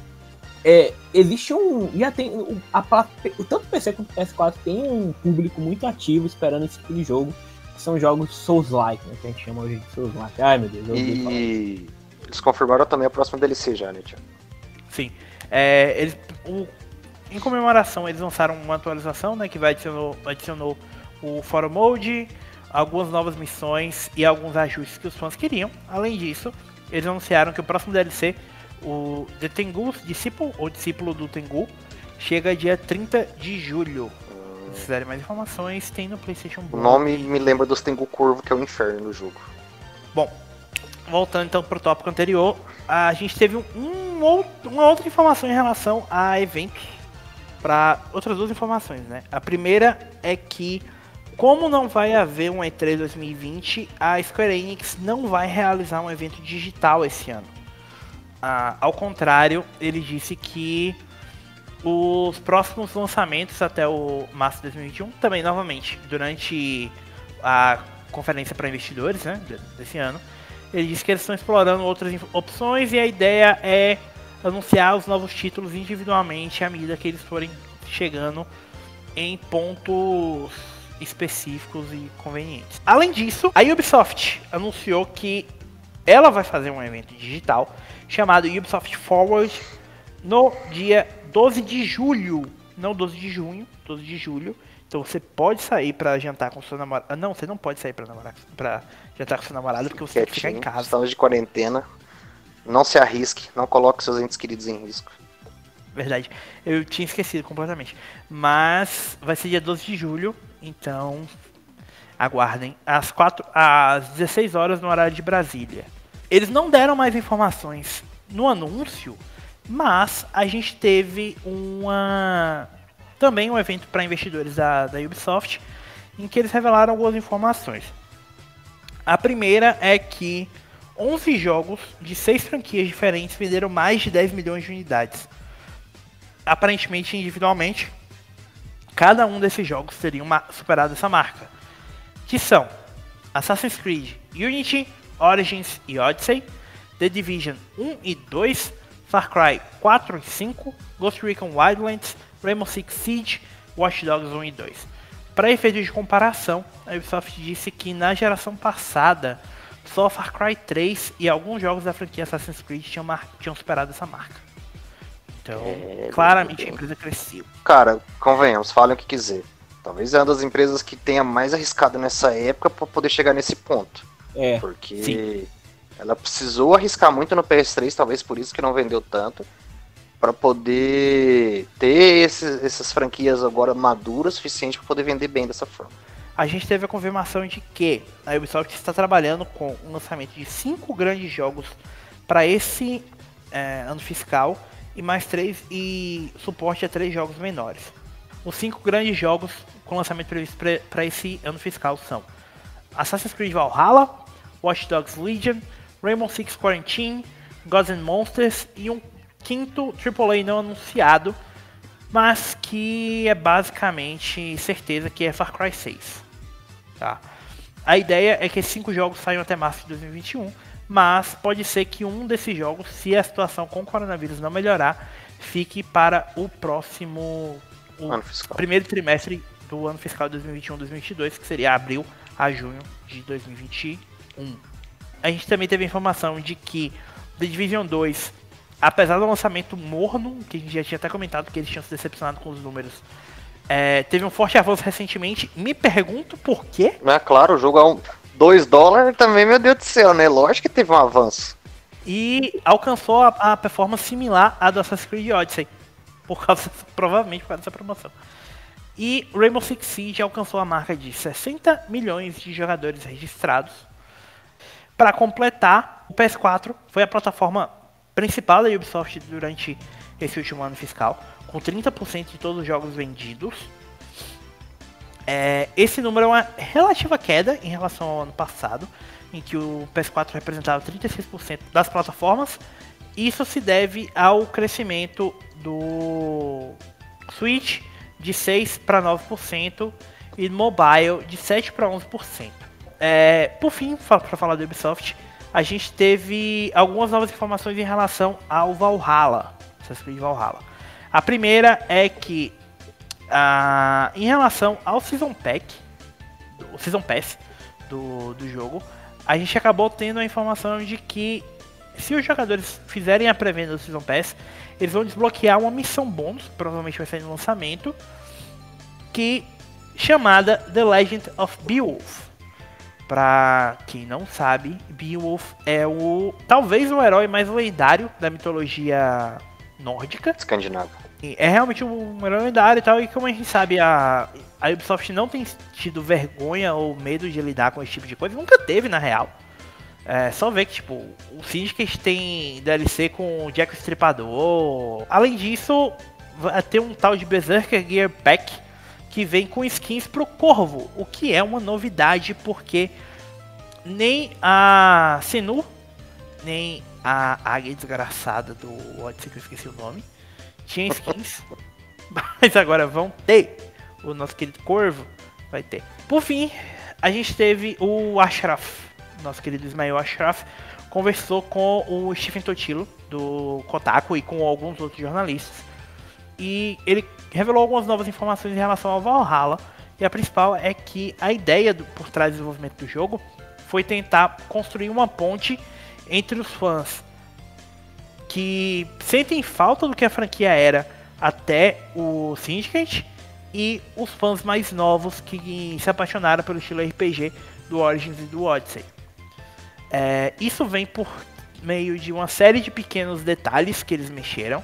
existe já tem, tanto o PC quanto o PS4 tem um público muito ativo esperando esse tipo de jogo, que são jogos Souls-like, né, que a gente chama hoje de Souls-like. Ai meu Deus, eu ouvi falar. E eles confirmaram também a próxima DLC já, né, tio? Sim. Em comemoração, eles lançaram uma atualização, né, que adicionou o Photo Mode, algumas novas missões e alguns ajustes que os fãs queriam. Além disso, eles anunciaram que o próximo DLC, o The Tengu Disciple, ou Discípulo do Tengu, chega dia 30 de julho. Se quiserem mais informações, tem no PlayStation Blog. O nome me lembra dos Tengu Curvo, que é o inferno do jogo. Bom, voltando então pro tópico anterior, a gente teve uma outra informação em relação a eventos, para outras duas informações, né? A primeira é que, como não vai haver um E3 2020, a Square Enix não vai realizar um evento digital esse ano. Ao contrário, ele disse que os próximos lançamentos até o março de 2021, também novamente, durante a conferência para investidores, né, desse ano, ele disse que eles estão explorando outras opções e a ideia é anunciar os novos títulos individualmente à medida que eles forem chegando em pontos específicos e convenientes. Além disso, a Ubisoft anunciou que ela vai fazer um evento digital chamado Ubisoft Forward no dia 12 de julho, não 12 de junho, 12 de julho. Então você pode sair pra jantar com sua namorada. Não, você não pode sair pra jantar com sua namorada porque você tem que ficar em casa. Estamos de quarentena. Não se arrisque, não coloque seus entes queridos em risco. Verdade, eu tinha esquecido completamente. Mas vai ser dia 12 de julho, então aguardem. Às 16 horas no horário de Brasília. Eles não deram mais informações no anúncio, mas a gente teve também um evento para investidores da Ubisoft, em que eles revelaram algumas informações. A primeira é que 11 jogos de 6 franquias diferentes venderam mais de 10 milhões de unidades. Aparentemente, individualmente, cada um desses jogos teria superado essa marca, que são Assassin's Creed Unity, Origins e Odyssey, The Division 1 e 2, Far Cry 4 e 5, Ghost Recon Wildlands, Rainbow Six Siege, Watch Dogs 1 e 2. Para efeito de comparação, a Ubisoft disse que na geração passada, só Far Cry 3 e alguns jogos da franquia Assassin's Creed tinham superado essa marca. Então, claramente a empresa cresceu. Cara, convenhamos, falem o que quiser. Talvez é uma das empresas que tenha mais arriscado nessa época para poder chegar nesse ponto. Porque sim, ela precisou arriscar muito no PS3, talvez por isso que não vendeu tanto, para poder ter essas franquias agora maduras o suficiente para poder vender bem dessa forma. A gente teve a confirmação de que a Ubisoft está trabalhando com o lançamento de 5 grandes jogos para esse ano fiscal e mais 3 e suporte a 3 jogos menores. Os 5 grandes jogos com lançamento previsto para esse ano fiscal são Assassin's Creed Valhalla, Watch Dogs Legion, Rainbow Six Quarantine, Gods and Monsters e um quinto AAA não anunciado, mas que é basicamente certeza que é Far Cry 6. Tá? A ideia é que esses 5 jogos saiam até março de 2021, mas pode ser que um desses jogos, se a situação com o coronavírus não melhorar, fique para o próximo primeiro trimestre do ano fiscal de 2021-2022, que seria abril a junho de 2021. A gente também teve a informação de que The Division 2, apesar do lançamento morno, que a gente já tinha até comentado que eles tinham se decepcionado com os números, teve um forte avanço recentemente. Me pergunto por quê. É claro, o jogo é $2 também, meu Deus do céu, né? Lógico que teve um avanço. E alcançou a performance similar à do Assassin's Creed Odyssey, provavelmente por causa dessa promoção. E Rainbow Six Siege alcançou a marca de 60 milhões de jogadores registrados. Para completar, o PS4 foi a plataforma principal da Ubisoft durante esse último ano fiscal, com 30% de todos os jogos vendidos. Esse número é uma relativa queda em relação ao ano passado, em que o PS4 representava 36% das plataformas. Isso se deve ao crescimento do Switch de 6% para 9% e mobile de 7% para 11%. Por fim, para falar do Ubisoft, a gente teve algumas novas informações em relação ao Valhalla, Assassin's Creed Valhalla. A primeira é que, em relação ao Season Pass do jogo, a gente acabou tendo a informação de que, se os jogadores fizerem a pré-venda do Season Pass, eles vão desbloquear uma missão bônus, provavelmente vai sair no lançamento, que chamada The Legend of Beowulf. Pra quem não sabe, Beowulf é talvez o herói mais lendário da mitologia nórdica. Escandinavo. É realmente um herói lendário e tal, e como a gente sabe, a Ubisoft não tem tido vergonha ou medo de lidar com esse tipo de coisa, nunca teve na real. É só ver que, tipo, o Syndicate tem DLC com o Jack o Estripador. Além disso, vai ter um tal de Berserker Gear Pack que vem com skins pro Corvo, o que é uma novidade porque nem a Senu, nem a águia desgraçada do Odyssey, que eu esqueci o nome, tinha skins, mas agora vão ter. O nosso querido Corvo vai ter. Por fim, a gente teve o Ashraf. Nosso querido Ismael Ashraf conversou com o Stephen Totilo, do Kotaku, e com alguns outros jornalistas. E ele revelou algumas novas informações em relação ao Valhalla. E a principal é que a ideia por trás do desenvolvimento do jogo foi tentar construir uma ponte entre os fãs que sentem falta do que a franquia era até o Syndicate e os fãs mais novos que se apaixonaram pelo estilo RPG do Origins e do Odyssey. Isso vem por meio de uma série de pequenos detalhes que eles mexeram,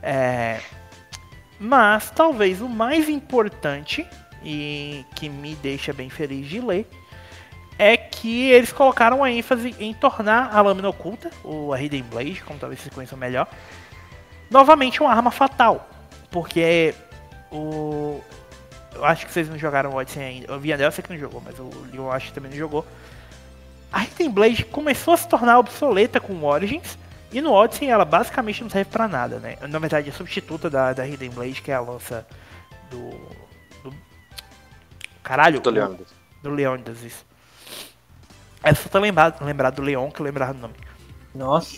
mas talvez o mais importante e que me deixa bem feliz de ler é que eles colocaram a ênfase em tornar a lâmina oculta, ou a Hidden Blade, como talvez vocês conheçam melhor, novamente uma arma fatal, porque eu acho que vocês não jogaram o Odyssey ainda. O Viandel eu sei que não jogou, mas o Leon acho que também não jogou. A Hidden Blade começou a se tornar obsoleta com o Origins, e no Odyssey ela basicamente não serve pra nada, né? Na verdade, a substituta da Hidden Blade, que é a lança do caralho, Do Leônidas. Do Leônidas, isso. É só ter lembrado do Leon que eu lembrava do nome. Nossa.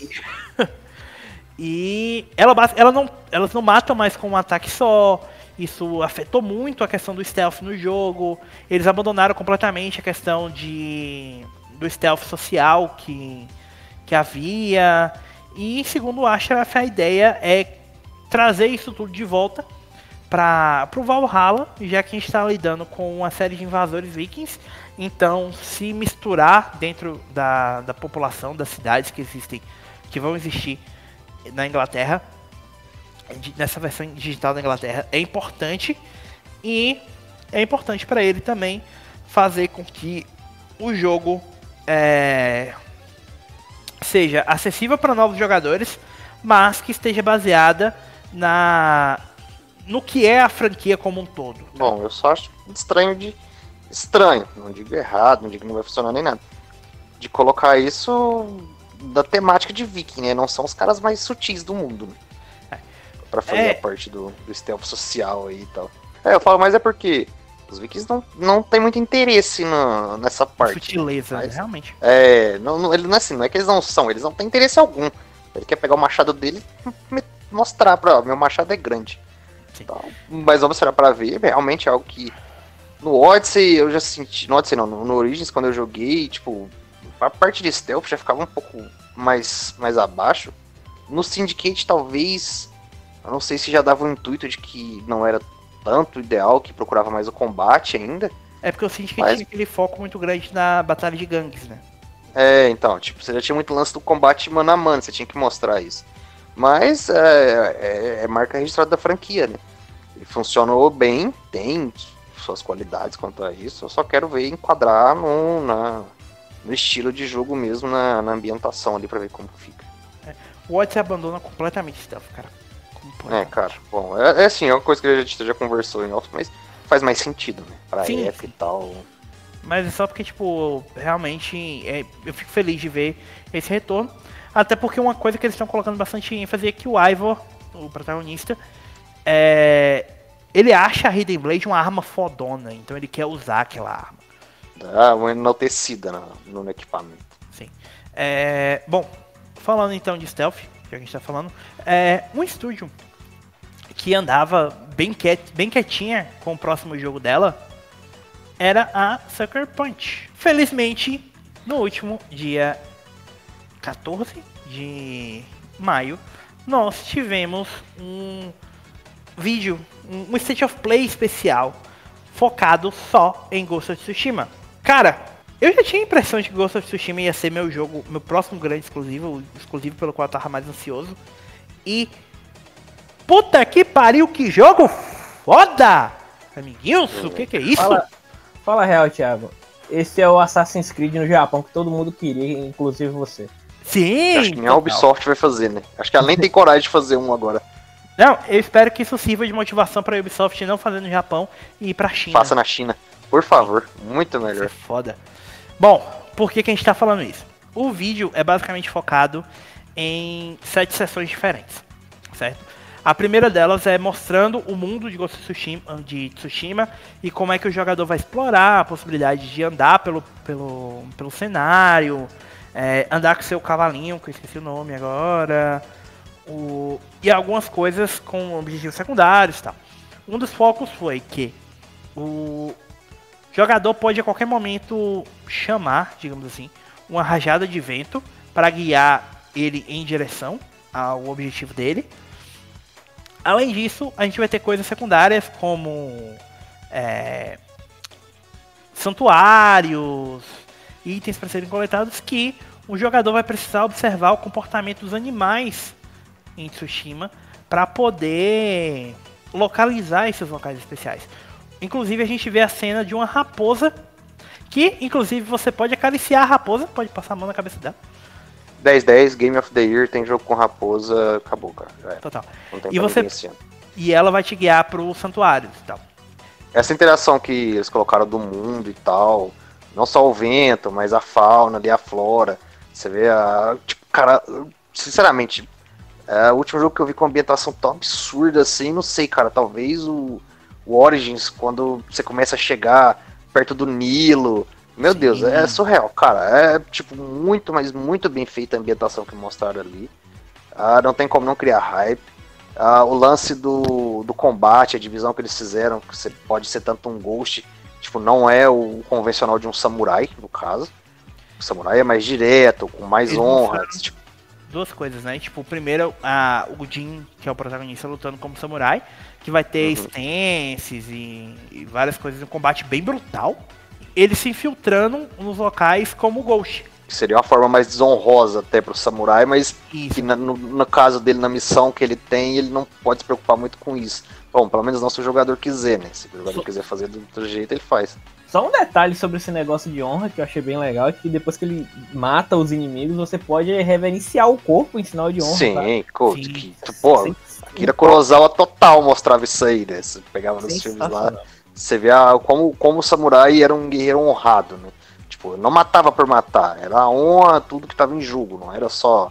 E elas não matam mais com um ataque só. Isso afetou muito a questão do stealth no jogo. Eles abandonaram completamente a questão do stealth social que havia. E segundo o Ashraf, a ideia é trazer isso tudo de volta para o Valhalla, já que a gente está lidando com uma série de invasores vikings. Então, se misturar dentro da população, das cidades que vão existir na Inglaterra, nessa versão digital da Inglaterra, é importante. E é importante para ele também fazer com que o jogo seja acessível para novos jogadores, mas que esteja baseada no que é a franquia como um todo. Bom, eu só acho estranho, não digo errado, não digo que não vai funcionar nem nada, de colocar isso da temática de viking, né? Não são os caras mais sutis do mundo, né? Pra fazer a parte do stealth social aí e tal. Eu falo, mas é porque os vikings não tem muito interesse nessa parte. Sutileza, mas, realmente. Ele não é assim, não é que eles não têm interesse algum. Ele quer pegar o machado dele e mostrar meu machado é grande. Então, mas vamos esperar pra ver, realmente é algo que no Odyssey eu já senti, no Odyssey não, no Origins quando eu joguei, tipo, a parte de stealth já ficava um pouco mais abaixo. No Syndicate talvez, eu não sei se já dava o intuito de que não era tanto ideal, que procurava mais o combate ainda. É porque eu senti que tinha aquele foco muito grande na batalha de gangues, né? Então, tipo, você já tinha muito lance do combate mano a mano, você tinha que mostrar isso. Mas é marca registrada da franquia, né? Ele funcionou bem, tem suas qualidades quanto a isso, eu só quero ver enquadrar no estilo de jogo mesmo, na ambientação ali, pra ver como fica. O Odyssey abandona completamente stealth, cara. Cara, bom, assim, é uma coisa que a gente já conversou em off, mas faz mais sentido, né? Pra época e tal. Mas é só porque, tipo, realmente eu fico feliz de ver esse retorno. Até porque uma coisa que eles estão colocando bastante ênfase é que o Eivor, o protagonista, ele acha a Hidden Blade uma arma fodona, então ele quer usar aquela arma. Dá uma enaltecida no equipamento. Sim. Bom, falando então de stealth, que a gente tá falando, um estúdio que andava bem quietinha com o próximo jogo dela era a Sucker Punch. Felizmente, no último dia 14 de maio, nós tivemos um vídeo, um State of Play especial, focado só em Ghost of Tsushima. Cara, eu já tinha a impressão de que Ghost of Tsushima ia ser meu próximo grande exclusivo, o exclusivo pelo qual eu tava mais ansioso. E puta que pariu, que jogo foda! Amiguinhos, o que é isso? Fala a real, Thiago. Esse é o Assassin's Creed no Japão que todo mundo queria, inclusive você. Sim! Acho que nem a Ubisoft vai fazer, né? Acho que ela nem tem coragem de fazer um agora. Não, eu espero que isso sirva de motivação pra Ubisoft não fazer no Japão e ir pra China. Faça na China, por favor. Muito melhor. Isso é foda. Bom, por que a gente tá falando isso? O vídeo é basicamente focado em 7 sessões diferentes, certo? A primeira delas é mostrando o mundo de Ghost of Tsushima e como é que o jogador vai explorar a possibilidade de andar pelo cenário, andar com seu cavalinho, que eu esqueci o nome agora, e algumas coisas com objetivos secundários e tal. Um dos focos foi que o jogador pode a qualquer momento chamar, digamos assim, uma rajada de vento para guiar ele em direção ao objetivo dele. Além disso, a gente vai ter coisas secundárias como santuários, itens para serem coletados, que o jogador vai precisar observar o comportamento dos animais em Tsushima para poder localizar esses locais especiais. Inclusive a gente vê a cena de uma raposa, que inclusive você pode acariciar a raposa, pode passar a mão na cabeça dela. 10-10, Game of the Year, tem jogo com raposa, acabou, cara. Já é. Total. Não tem E ela vai te guiar pro santuário e tal. Essa interação que eles colocaram do mundo e tal, não só o vento, mas a fauna ali, a flora. Você vê tipo, cara, sinceramente, o último jogo que eu vi com ambientação tão absurda assim, não sei, cara, talvez o Origins, quando você começa a chegar perto do Nilo. Meu Sim. Deus, é surreal, cara. É tipo muito, mas muito bem feita a ambientação que mostraram ali. Não tem como não criar hype. O lance do combate, a divisão que eles fizeram, que você pode ser tanto um Ghost, tipo, não é o convencional de um samurai, no caso. O samurai é mais direto, com mais honra. Tipo... Duas coisas, né? Tipo, primeiro, o Jin, que é o protagonista, lutando como samurai, que vai ter stances e várias coisas, um combate bem brutal. Ele se infiltrando nos locais como Ghost. Seria uma forma mais desonrosa até pro samurai, mas que no caso dele, na missão que ele tem, ele não pode se preocupar muito com isso. Bom, pelo menos não se o jogador quiser, né? Se o jogador quiser fazer do outro jeito, ele faz. Só um detalhe sobre esse negócio de honra que eu achei bem legal, é que depois que ele mata os inimigos, você pode reverenciar o corpo em sinal de honra. Sim, pô, Akira Kurosawa total mostrava isso aí, né? Você pegava nos filmes lá... Você vê como o samurai era um guerreiro honrado, né? Tipo, não matava por matar, era a honra, tudo que tava em jogo, não era só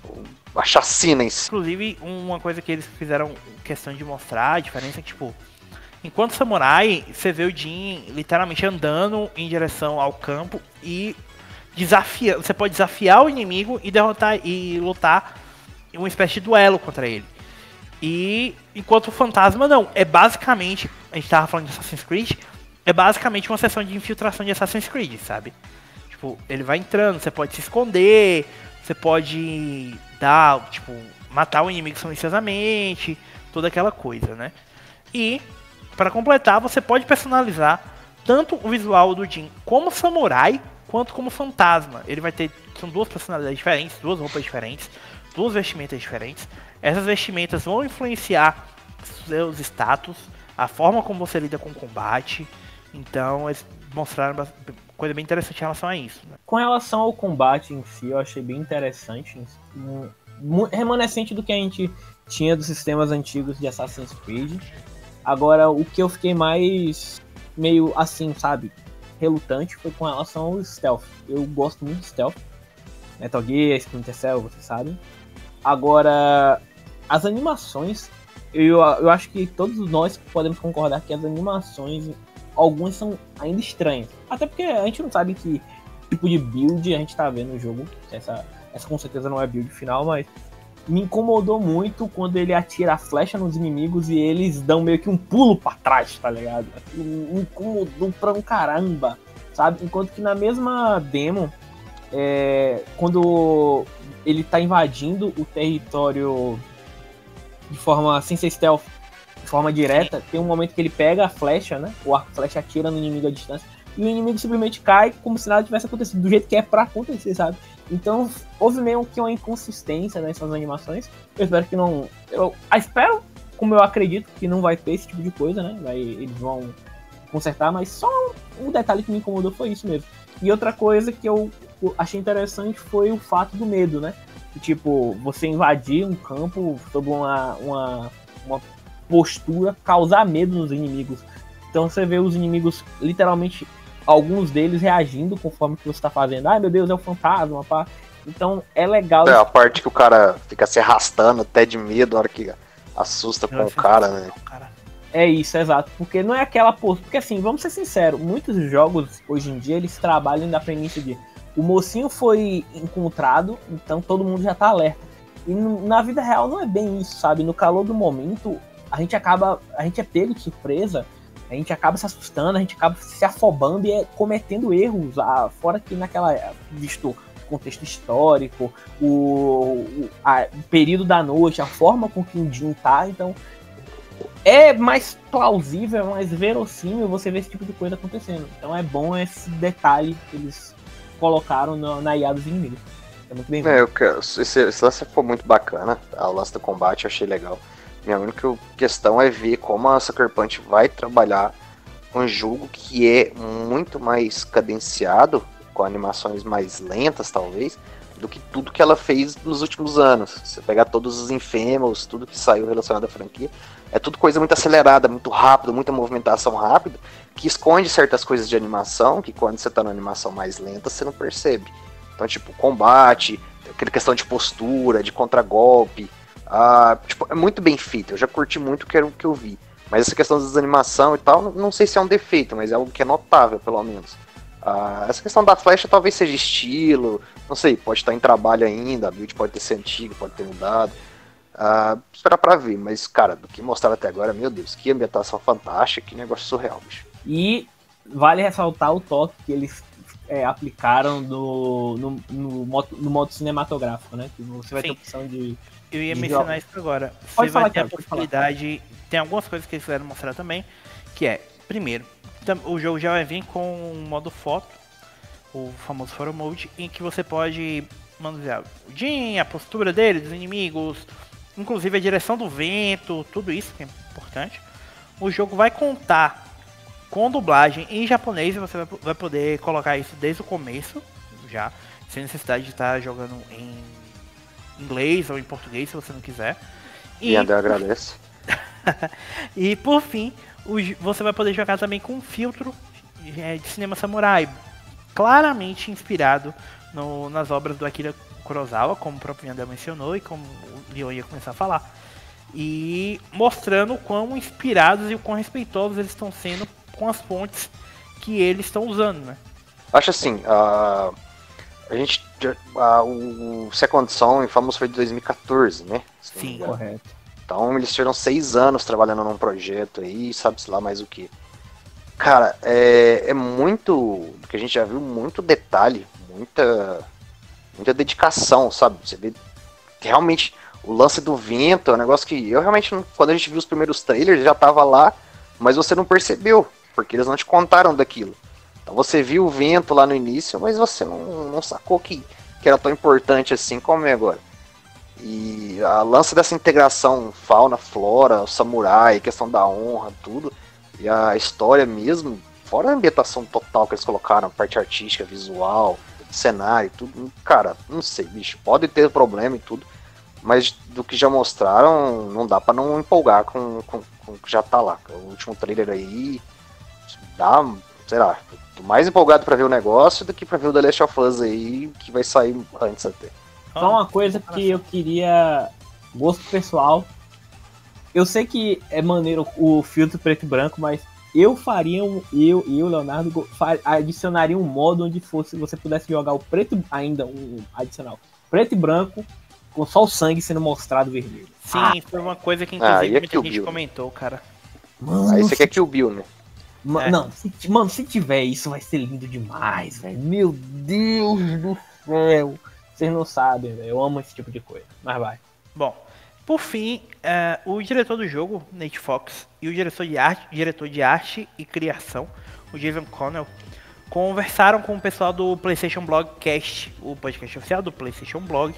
a chacina em si. Inclusive, uma coisa que eles fizeram questão de mostrar, a diferença é que, tipo, enquanto samurai, você vê o Jin literalmente andando em direção ao campo e você pode desafiar o inimigo e derrotar e lutar em uma espécie de duelo contra ele. E enquanto o fantasma não, é basicamente, a gente tava falando de Assassin's Creed, é basicamente uma sessão de infiltração de Assassin's Creed, sabe? Tipo, ele vai entrando, você pode se esconder, você pode matar o inimigo silenciosamente, toda aquela coisa, né? E, para completar, você pode personalizar tanto o visual do Jin como samurai, quanto como fantasma. Ele vai ter, são duas personalidades diferentes, duas roupas diferentes, duas vestimentas diferentes. Essas vestimentas vão influenciar seus status, a forma como você lida com o combate. Então, eles mostraram coisa bem interessante em relação a isso, né? Com relação ao combate em si, eu achei bem interessante. Remanescente do que a gente tinha dos sistemas antigos de Assassin's Creed. Agora, o que eu fiquei mais meio assim, sabe, relutante foi com relação ao stealth. Eu gosto muito de stealth. Metal Gear, Splinter Cell, vocês sabem. Agora, as animações, eu acho que todos nós podemos concordar que as animações, algumas são ainda estranhas. Até porque a gente não sabe que tipo de build a gente tá vendo no jogo. Essa com certeza não é build final, mas me incomodou muito quando ele atira a flecha nos inimigos e eles dão meio que um pulo pra trás, tá ligado? Me incomodou pra um caramba, sabe? Enquanto que na mesma demo, quando ele tá invadindo o território de forma sem ser stealth, forma direta, tem um momento que ele pega a flecha, né? O arco flecha atira no inimigo à distância e o inimigo simplesmente cai como se nada tivesse acontecido, do jeito que é pra acontecer, sabe? Então, houve meio que uma inconsistência nessas animações. Eu espero que não... espero, como eu acredito, que não vai ter esse tipo de coisa, né? Eles vão consertar, mas só um detalhe que me incomodou foi isso mesmo. E outra coisa que eu achei interessante foi o fato do medo, né? Tipo, você invadir um campo sob uma postura, causar medo nos inimigos. Então você vê os inimigos, literalmente, alguns deles reagindo conforme que você tá fazendo. Ai, meu Deus, é o fantasma, pá. Então é legal. É a parte que o cara fica se arrastando até de medo, na hora que assusta com o cara, né? É isso, exato. Porque não é aquela postura. Porque assim, vamos ser sinceros, muitos jogos hoje em dia eles trabalham na premissa de o mocinho foi encontrado, então todo mundo já tá alerta. E na vida real não é bem isso, sabe? No calor do momento, a gente é pego de surpresa, a gente acaba se assustando, a gente acaba se afobando e cometendo erros. Fora que visto o contexto histórico, o período da noite, a forma com que o Jim tá, então é mais plausível, é mais verossímil você ver esse tipo de coisa acontecendo. Então é bom esse detalhe que eles colocaram na IA dos inimigos. É muito bem. Esse lance ficou muito bacana. O lance do combate eu achei legal. Minha única questão é ver como a Sucker Punch vai trabalhar um jogo que é muito mais cadenciado, com animações mais lentas, talvez, do que tudo que ela fez nos últimos anos. Você pegar todos os Infamous, tudo que saiu relacionado à franquia, é tudo coisa muito acelerada, muito rápido, muita movimentação rápida, que esconde certas coisas de animação, que quando você tá numa animação mais lenta, você não percebe. Então, tipo, combate, aquela questão de postura, de contragolpe, é muito bem feito. Eu já curti muito o que eu vi. Mas essa questão das animação e tal, não sei se é um defeito, mas é algo que é notável, pelo menos. Essa questão da flecha talvez seja estilo, não sei, pode estar em trabalho ainda, a build pode ter sido antiga, pode ter mudado. Esperar pra ver, mas, cara, do que mostraram até agora, meu Deus, que ambientação fantástica, que negócio surreal, bicho. E vale ressaltar o toque que eles aplicaram no modo cinematográfico, né? Que você vai ter a opção de... Eu ia mencionar isso agora. Pode você falar, vai ter a possibilidade... Tem algumas coisas que eles quiseram mostrar também, que é, primeiro, o jogo já vai vir com um modo foto, o famoso Photo Mode, em que você pode manusear o Jin, a postura dele, dos inimigos, inclusive a direção do vento, tudo isso que é importante. O jogo vai contar com dublagem em japonês e você vai poder colocar isso desde o começo, já, sem necessidade de estar jogando em inglês ou em português, se você não quiser. E André agradece. E por fim, você vai poder jogar também com um filtro de cinema samurai, claramente inspirado nas obras do Akira Kurosawa, como o próprio Yandel mencionou e como o Leon ia começar a falar, e mostrando o quão inspirados e o quão respeitosos eles estão sendo com as fontes que eles estão usando, né? Acho assim, o Second Son Infamous foi de 2014, né? Sim, correto. Então eles tiveram 6 anos trabalhando num projeto aí, sabe-se lá mais o que. Cara, é muito, do que a gente já viu, muito detalhe, muita dedicação, sabe? Você vê realmente o lance do vento, é um negócio que eu realmente, quando a gente viu os primeiros trailers, já tava lá, mas você não percebeu, porque eles não te contaram daquilo. Então você viu o vento lá no início, mas você não sacou que era tão importante assim como é agora. E a lance dessa integração fauna, flora, samurai, questão da honra, tudo, e a história mesmo, fora a ambientação total que eles colocaram, a parte artística, visual, cenário, tudo, cara, não sei, bicho, pode ter problema e tudo, mas do que já mostraram, não dá pra não empolgar com o que já tá lá. O último trailer aí dá, sei lá, tô mais empolgado pra ver o negócio do que pra ver o The Last of Us aí, que vai sair antes até. Só uma coisa que eu queria, gosto pessoal, eu sei que é maneiro o filtro preto e branco, mas eu faria Leonardo, adicionaria um modo onde você pudesse jogar o preto, ainda um adicional, preto e branco, com só o sangue sendo mostrado vermelho. Sim, foi uma coisa que inclusive muita gente comentou, cara. Mano, aí você quer Kill Bill, né? Não, se tiver isso vai ser lindo demais, velho. Meu Deus do céu. Vocês não sabem, velho. Eu amo esse tipo de coisa. Mas vai. Bom, Por fim, o diretor do jogo, Nate Fox, e o diretor de arte e criação, o Jason Connell, conversaram com o pessoal do PlayStation Blogcast, o podcast oficial do PlayStation Blog,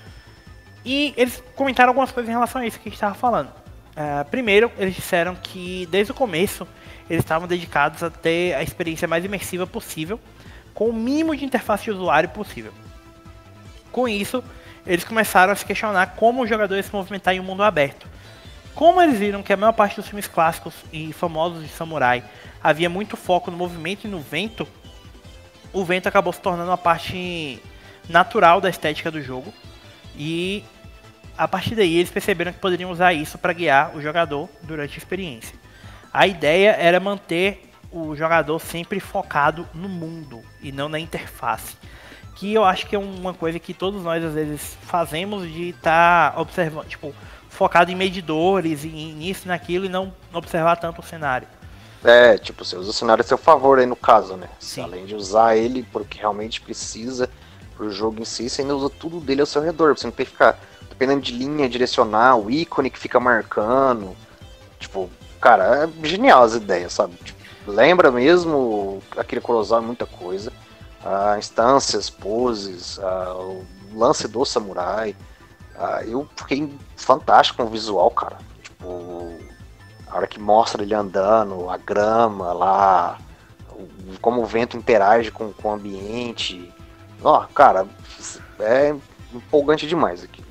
e eles comentaram algumas coisas em relação a isso que a gente estava falando. Primeiro, eles disseram que desde o começo eles estavam dedicados a ter a experiência mais imersiva possível, com o mínimo de interface de usuário possível. Com isso, eles começaram a se questionar como o jogador ia se movimentar em um mundo aberto. Como eles viram que a maior parte dos filmes clássicos e famosos de samurai havia muito foco no movimento e no vento, o vento acabou se tornando uma parte natural da estética do jogo. E a partir daí eles perceberam que poderiam usar isso para guiar o jogador durante a experiência. A ideia era manter o jogador sempre focado no mundo e não na interface. Que eu acho que é uma coisa que todos nós às vezes fazemos, de estar observando, tipo, focado em medidores, e nisso e naquilo, e não observar tanto o cenário. Tipo, você usa o cenário a seu favor aí no caso, né? Sim. Além de usar ele porque realmente precisa pro jogo em si, você ainda usa tudo dele ao seu redor. Você não tem que ficar dependendo de linha direcional, o ícone que fica marcando. Tipo, cara, é genial as ideias, sabe? Tipo, lembra mesmo aquele Kurosawa muita coisa. Instâncias, poses, o lance do samurai. Eu fiquei fantástico com o visual, cara. Tipo, a hora que mostra ele andando, a grama lá, como o vento interage com o ambiente. Cara, é empolgante demais aqui.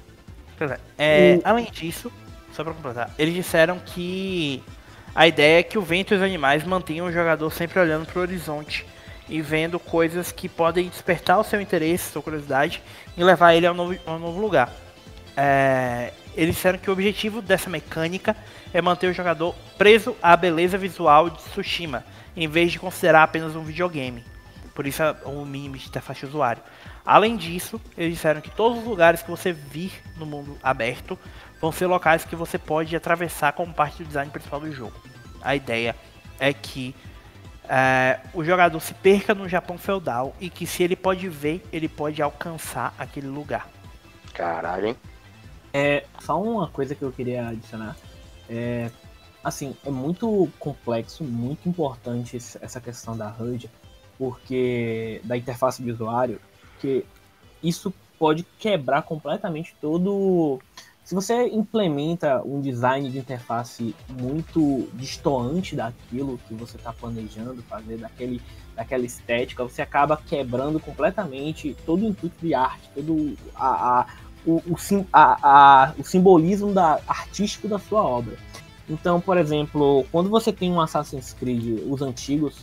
Além disso, só pra completar, eles disseram que a ideia é que o vento e os animais mantenham o jogador sempre olhando pro horizonte e vendo coisas que podem despertar o seu interesse, sua curiosidade, e levar ele a um novo lugar. Eles disseram que o objetivo dessa mecânica é manter o jogador preso à beleza visual de Tsushima, em vez de considerar apenas um videogame. Por isso é o mínimo de interface de usuário. Além disso, eles disseram que todos os lugares que você vir no mundo aberto vão ser locais que você pode atravessar como parte do design principal do jogo. A ideia é que o jogador se perca no Japão feudal e que, se ele pode ver, ele pode alcançar aquele lugar. Caralho, hein? Só uma coisa que eu queria adicionar. Assim, é muito complexo, muito importante essa questão da HUD, porque da interface de usuário, que isso pode quebrar completamente todo. Se você implementa um design de interface muito destoante daquilo que você está planejando fazer, daquela estética, você acaba quebrando completamente todo o intuito de arte, todo o simbolismo artístico da sua obra. Então, por exemplo, quando você tem um Assassin's Creed, os antigos,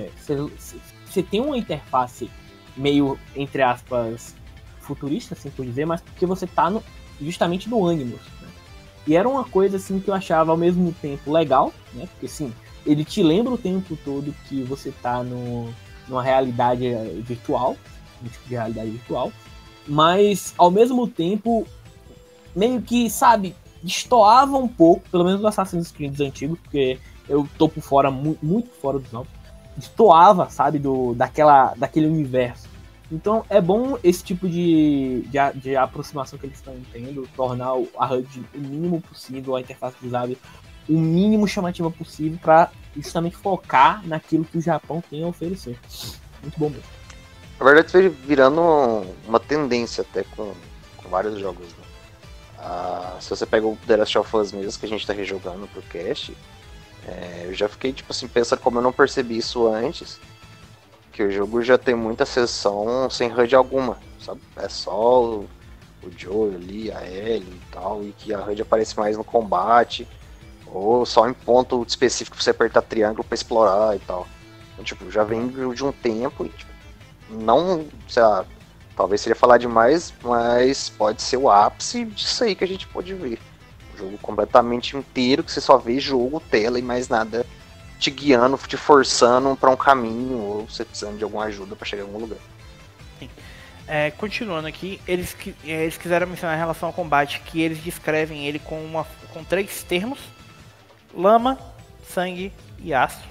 você tem uma interface meio, entre aspas, futurista, assim por dizer, mas porque você está justamente no Animus, né? E era uma coisa assim que eu achava ao mesmo tempo legal, né? Porque assim, ele te lembra o tempo todo que você tá numa realidade virtual, um tipo de realidade virtual, mas ao mesmo tempo meio que, sabe, destoava um pouco, pelo menos do Assassin's Creed antigos, porque eu tô por fora, muito fora dos novos, destoava, sabe, daquele universo. Então é bom esse tipo de aproximação que eles estão tendo, tornar a HUD o mínimo possível, a interface usável o mínimo chamativa possível, para justamente focar naquilo que o Japão tem a oferecer. Muito bom mesmo. Na verdade, foi virando uma tendência até com vários jogos, né? Se você pega o The Last of Us mesmo, que a gente tá rejogando pro cast, eu já fiquei tipo assim, pensando como eu não percebi isso antes, que o jogo já tem muita seção sem HUD alguma, sabe? É só o Joel ali, a Ellie e tal, e que a HUD aparece mais no combate, ou só em ponto específico pra você apertar triângulo pra explorar e tal. Então, tipo, já vem de um tempo e, tipo, não, sei lá, talvez seria falar demais, mas pode ser o ápice disso aí que a gente pode ver. Um jogo completamente inteiro, que você só vê jogo, tela e mais nada te guiando, te forçando pra um caminho, ou você precisando de alguma ajuda pra chegar em algum lugar. Sim. Continuando aqui, eles quiseram mencionar em relação ao combate, que eles descrevem ele com 3 termos: lama, sangue e aço.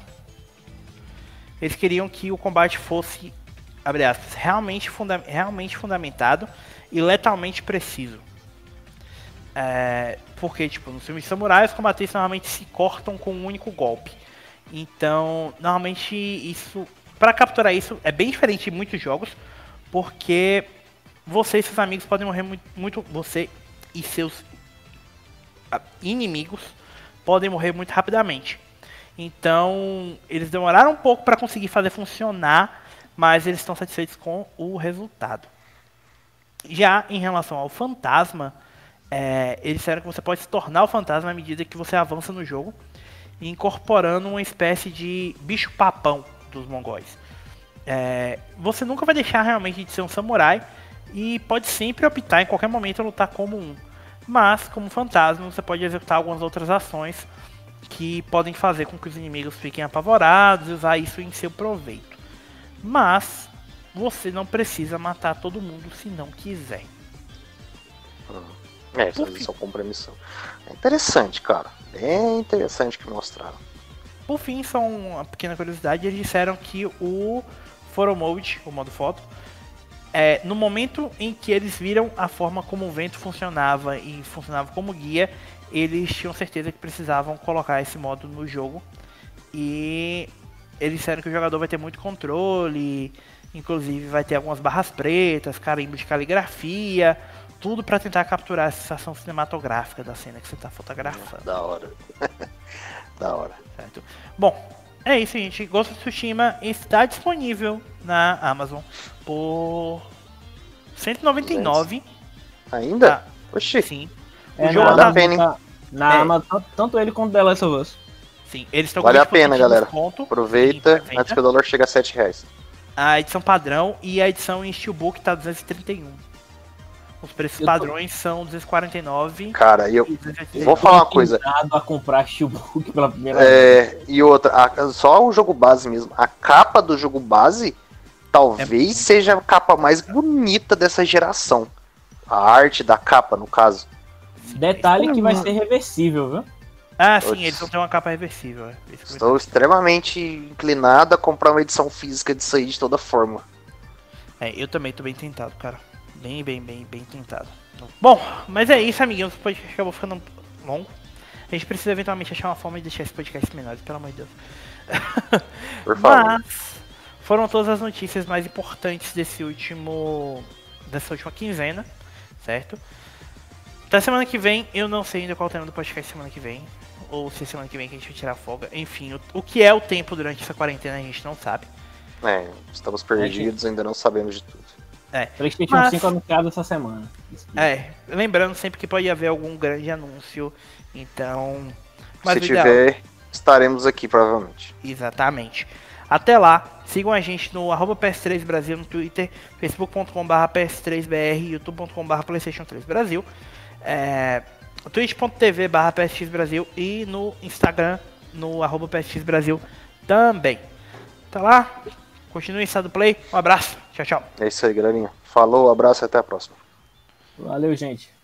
Eles queriam que o combate fosse, abre aspas, realmente fundamentado e letalmente preciso. Porque, tipo, no filme de samurai, os combatentes normalmente se cortam com um único golpe. Então, normalmente, pra capturar isso, é bem diferente em muitos jogos, porque você e seus amigos podem morrer muito. Você e seus inimigos podem morrer muito rapidamente. Então, eles demoraram um pouco para conseguir fazer funcionar, mas eles estão satisfeitos com o resultado. Já em relação ao fantasma, eles disseram que você pode se tornar o fantasma à medida que você avança no jogo, incorporando uma espécie de bicho-papão dos mongóis. Você nunca vai deixar realmente de ser um samurai e pode sempre optar em qualquer momento a lutar como um. Mas, como fantasma, você pode executar algumas outras ações que podem fazer com que os inimigos fiquem apavorados e usar isso em seu proveito. Mas você não precisa matar todo mundo se não quiser. Só cumpre a missão. É interessante, cara. Bem interessante que mostraram. Por fim, só uma pequena curiosidade, eles disseram que o Photo Mode, o modo foto, no momento em que eles viram a forma como o vento funcionava e funcionava como guia, eles tinham certeza que precisavam colocar esse modo no jogo. E eles disseram que o jogador vai ter muito controle, inclusive vai ter algumas barras pretas, carimbo de caligrafia, tudo para tentar capturar a sensação cinematográfica da cena que você está fotografando. Da hora. Da hora. Certo. Bom, é isso, gente. Ghost of Tsushima está disponível na Amazon por R$199. Ainda? Oxi. Sim. O jogo vale a pena, hein? Na Amazon, tanto ele quanto The Last of Us. Sim, eles estão vale a pena, galera. Desconto. Aproveita antes que o dólar chegue a R$7. A edição padrão e a edição em Steelbook tá 231. Os preços padrões são 249. Cara, eu vou falar uma coisa. A comprar Steelbook pela primeira vez. E outra, só o jogo base mesmo. A capa do jogo base talvez seja a capa mais bonita dessa geração. A arte da capa, no caso. Detalhe que vai ser reversível, viu? Ah, sim, eles vão ter uma capa reversível. Estou extremamente inclinado a comprar uma edição física disso aí de toda forma. Eu também tô bem tentado, cara. Bem tentado. Bom, mas é isso, amiguinhos. O podcast acabou ficando longo. A gente precisa eventualmente achar uma forma de deixar esse podcast menor, pelo amor de Deus. Por favor. Mas foram todas as notícias mais importantes dessa última quinzena, certo? Da semana que vem, eu não sei ainda qual é o tema do podcast semana que vem. Ou se é semana que vem que a gente vai tirar folga. Enfim, o que é o tempo durante essa quarentena a gente não sabe. Estamos perdidos, ainda não sabemos de tudo. PlayStation 5 anunciado essa semana. Lembrando sempre que pode haver algum grande anúncio. Então. Se tiver, estaremos aqui provavelmente. Exatamente. Até lá, sigam a gente no @PS3 Brasil no Twitter, facebook.com/PS3BR, youtube.com/, PlayStation 3 Brasil, twitch.tv/PSX Brasil e no Instagram no @PSX Brasil também. Tá lá, continue em estado play, um abraço, tchau, tchau. É isso aí, galerinha. Falou, abraço e até a próxima. Valeu, gente.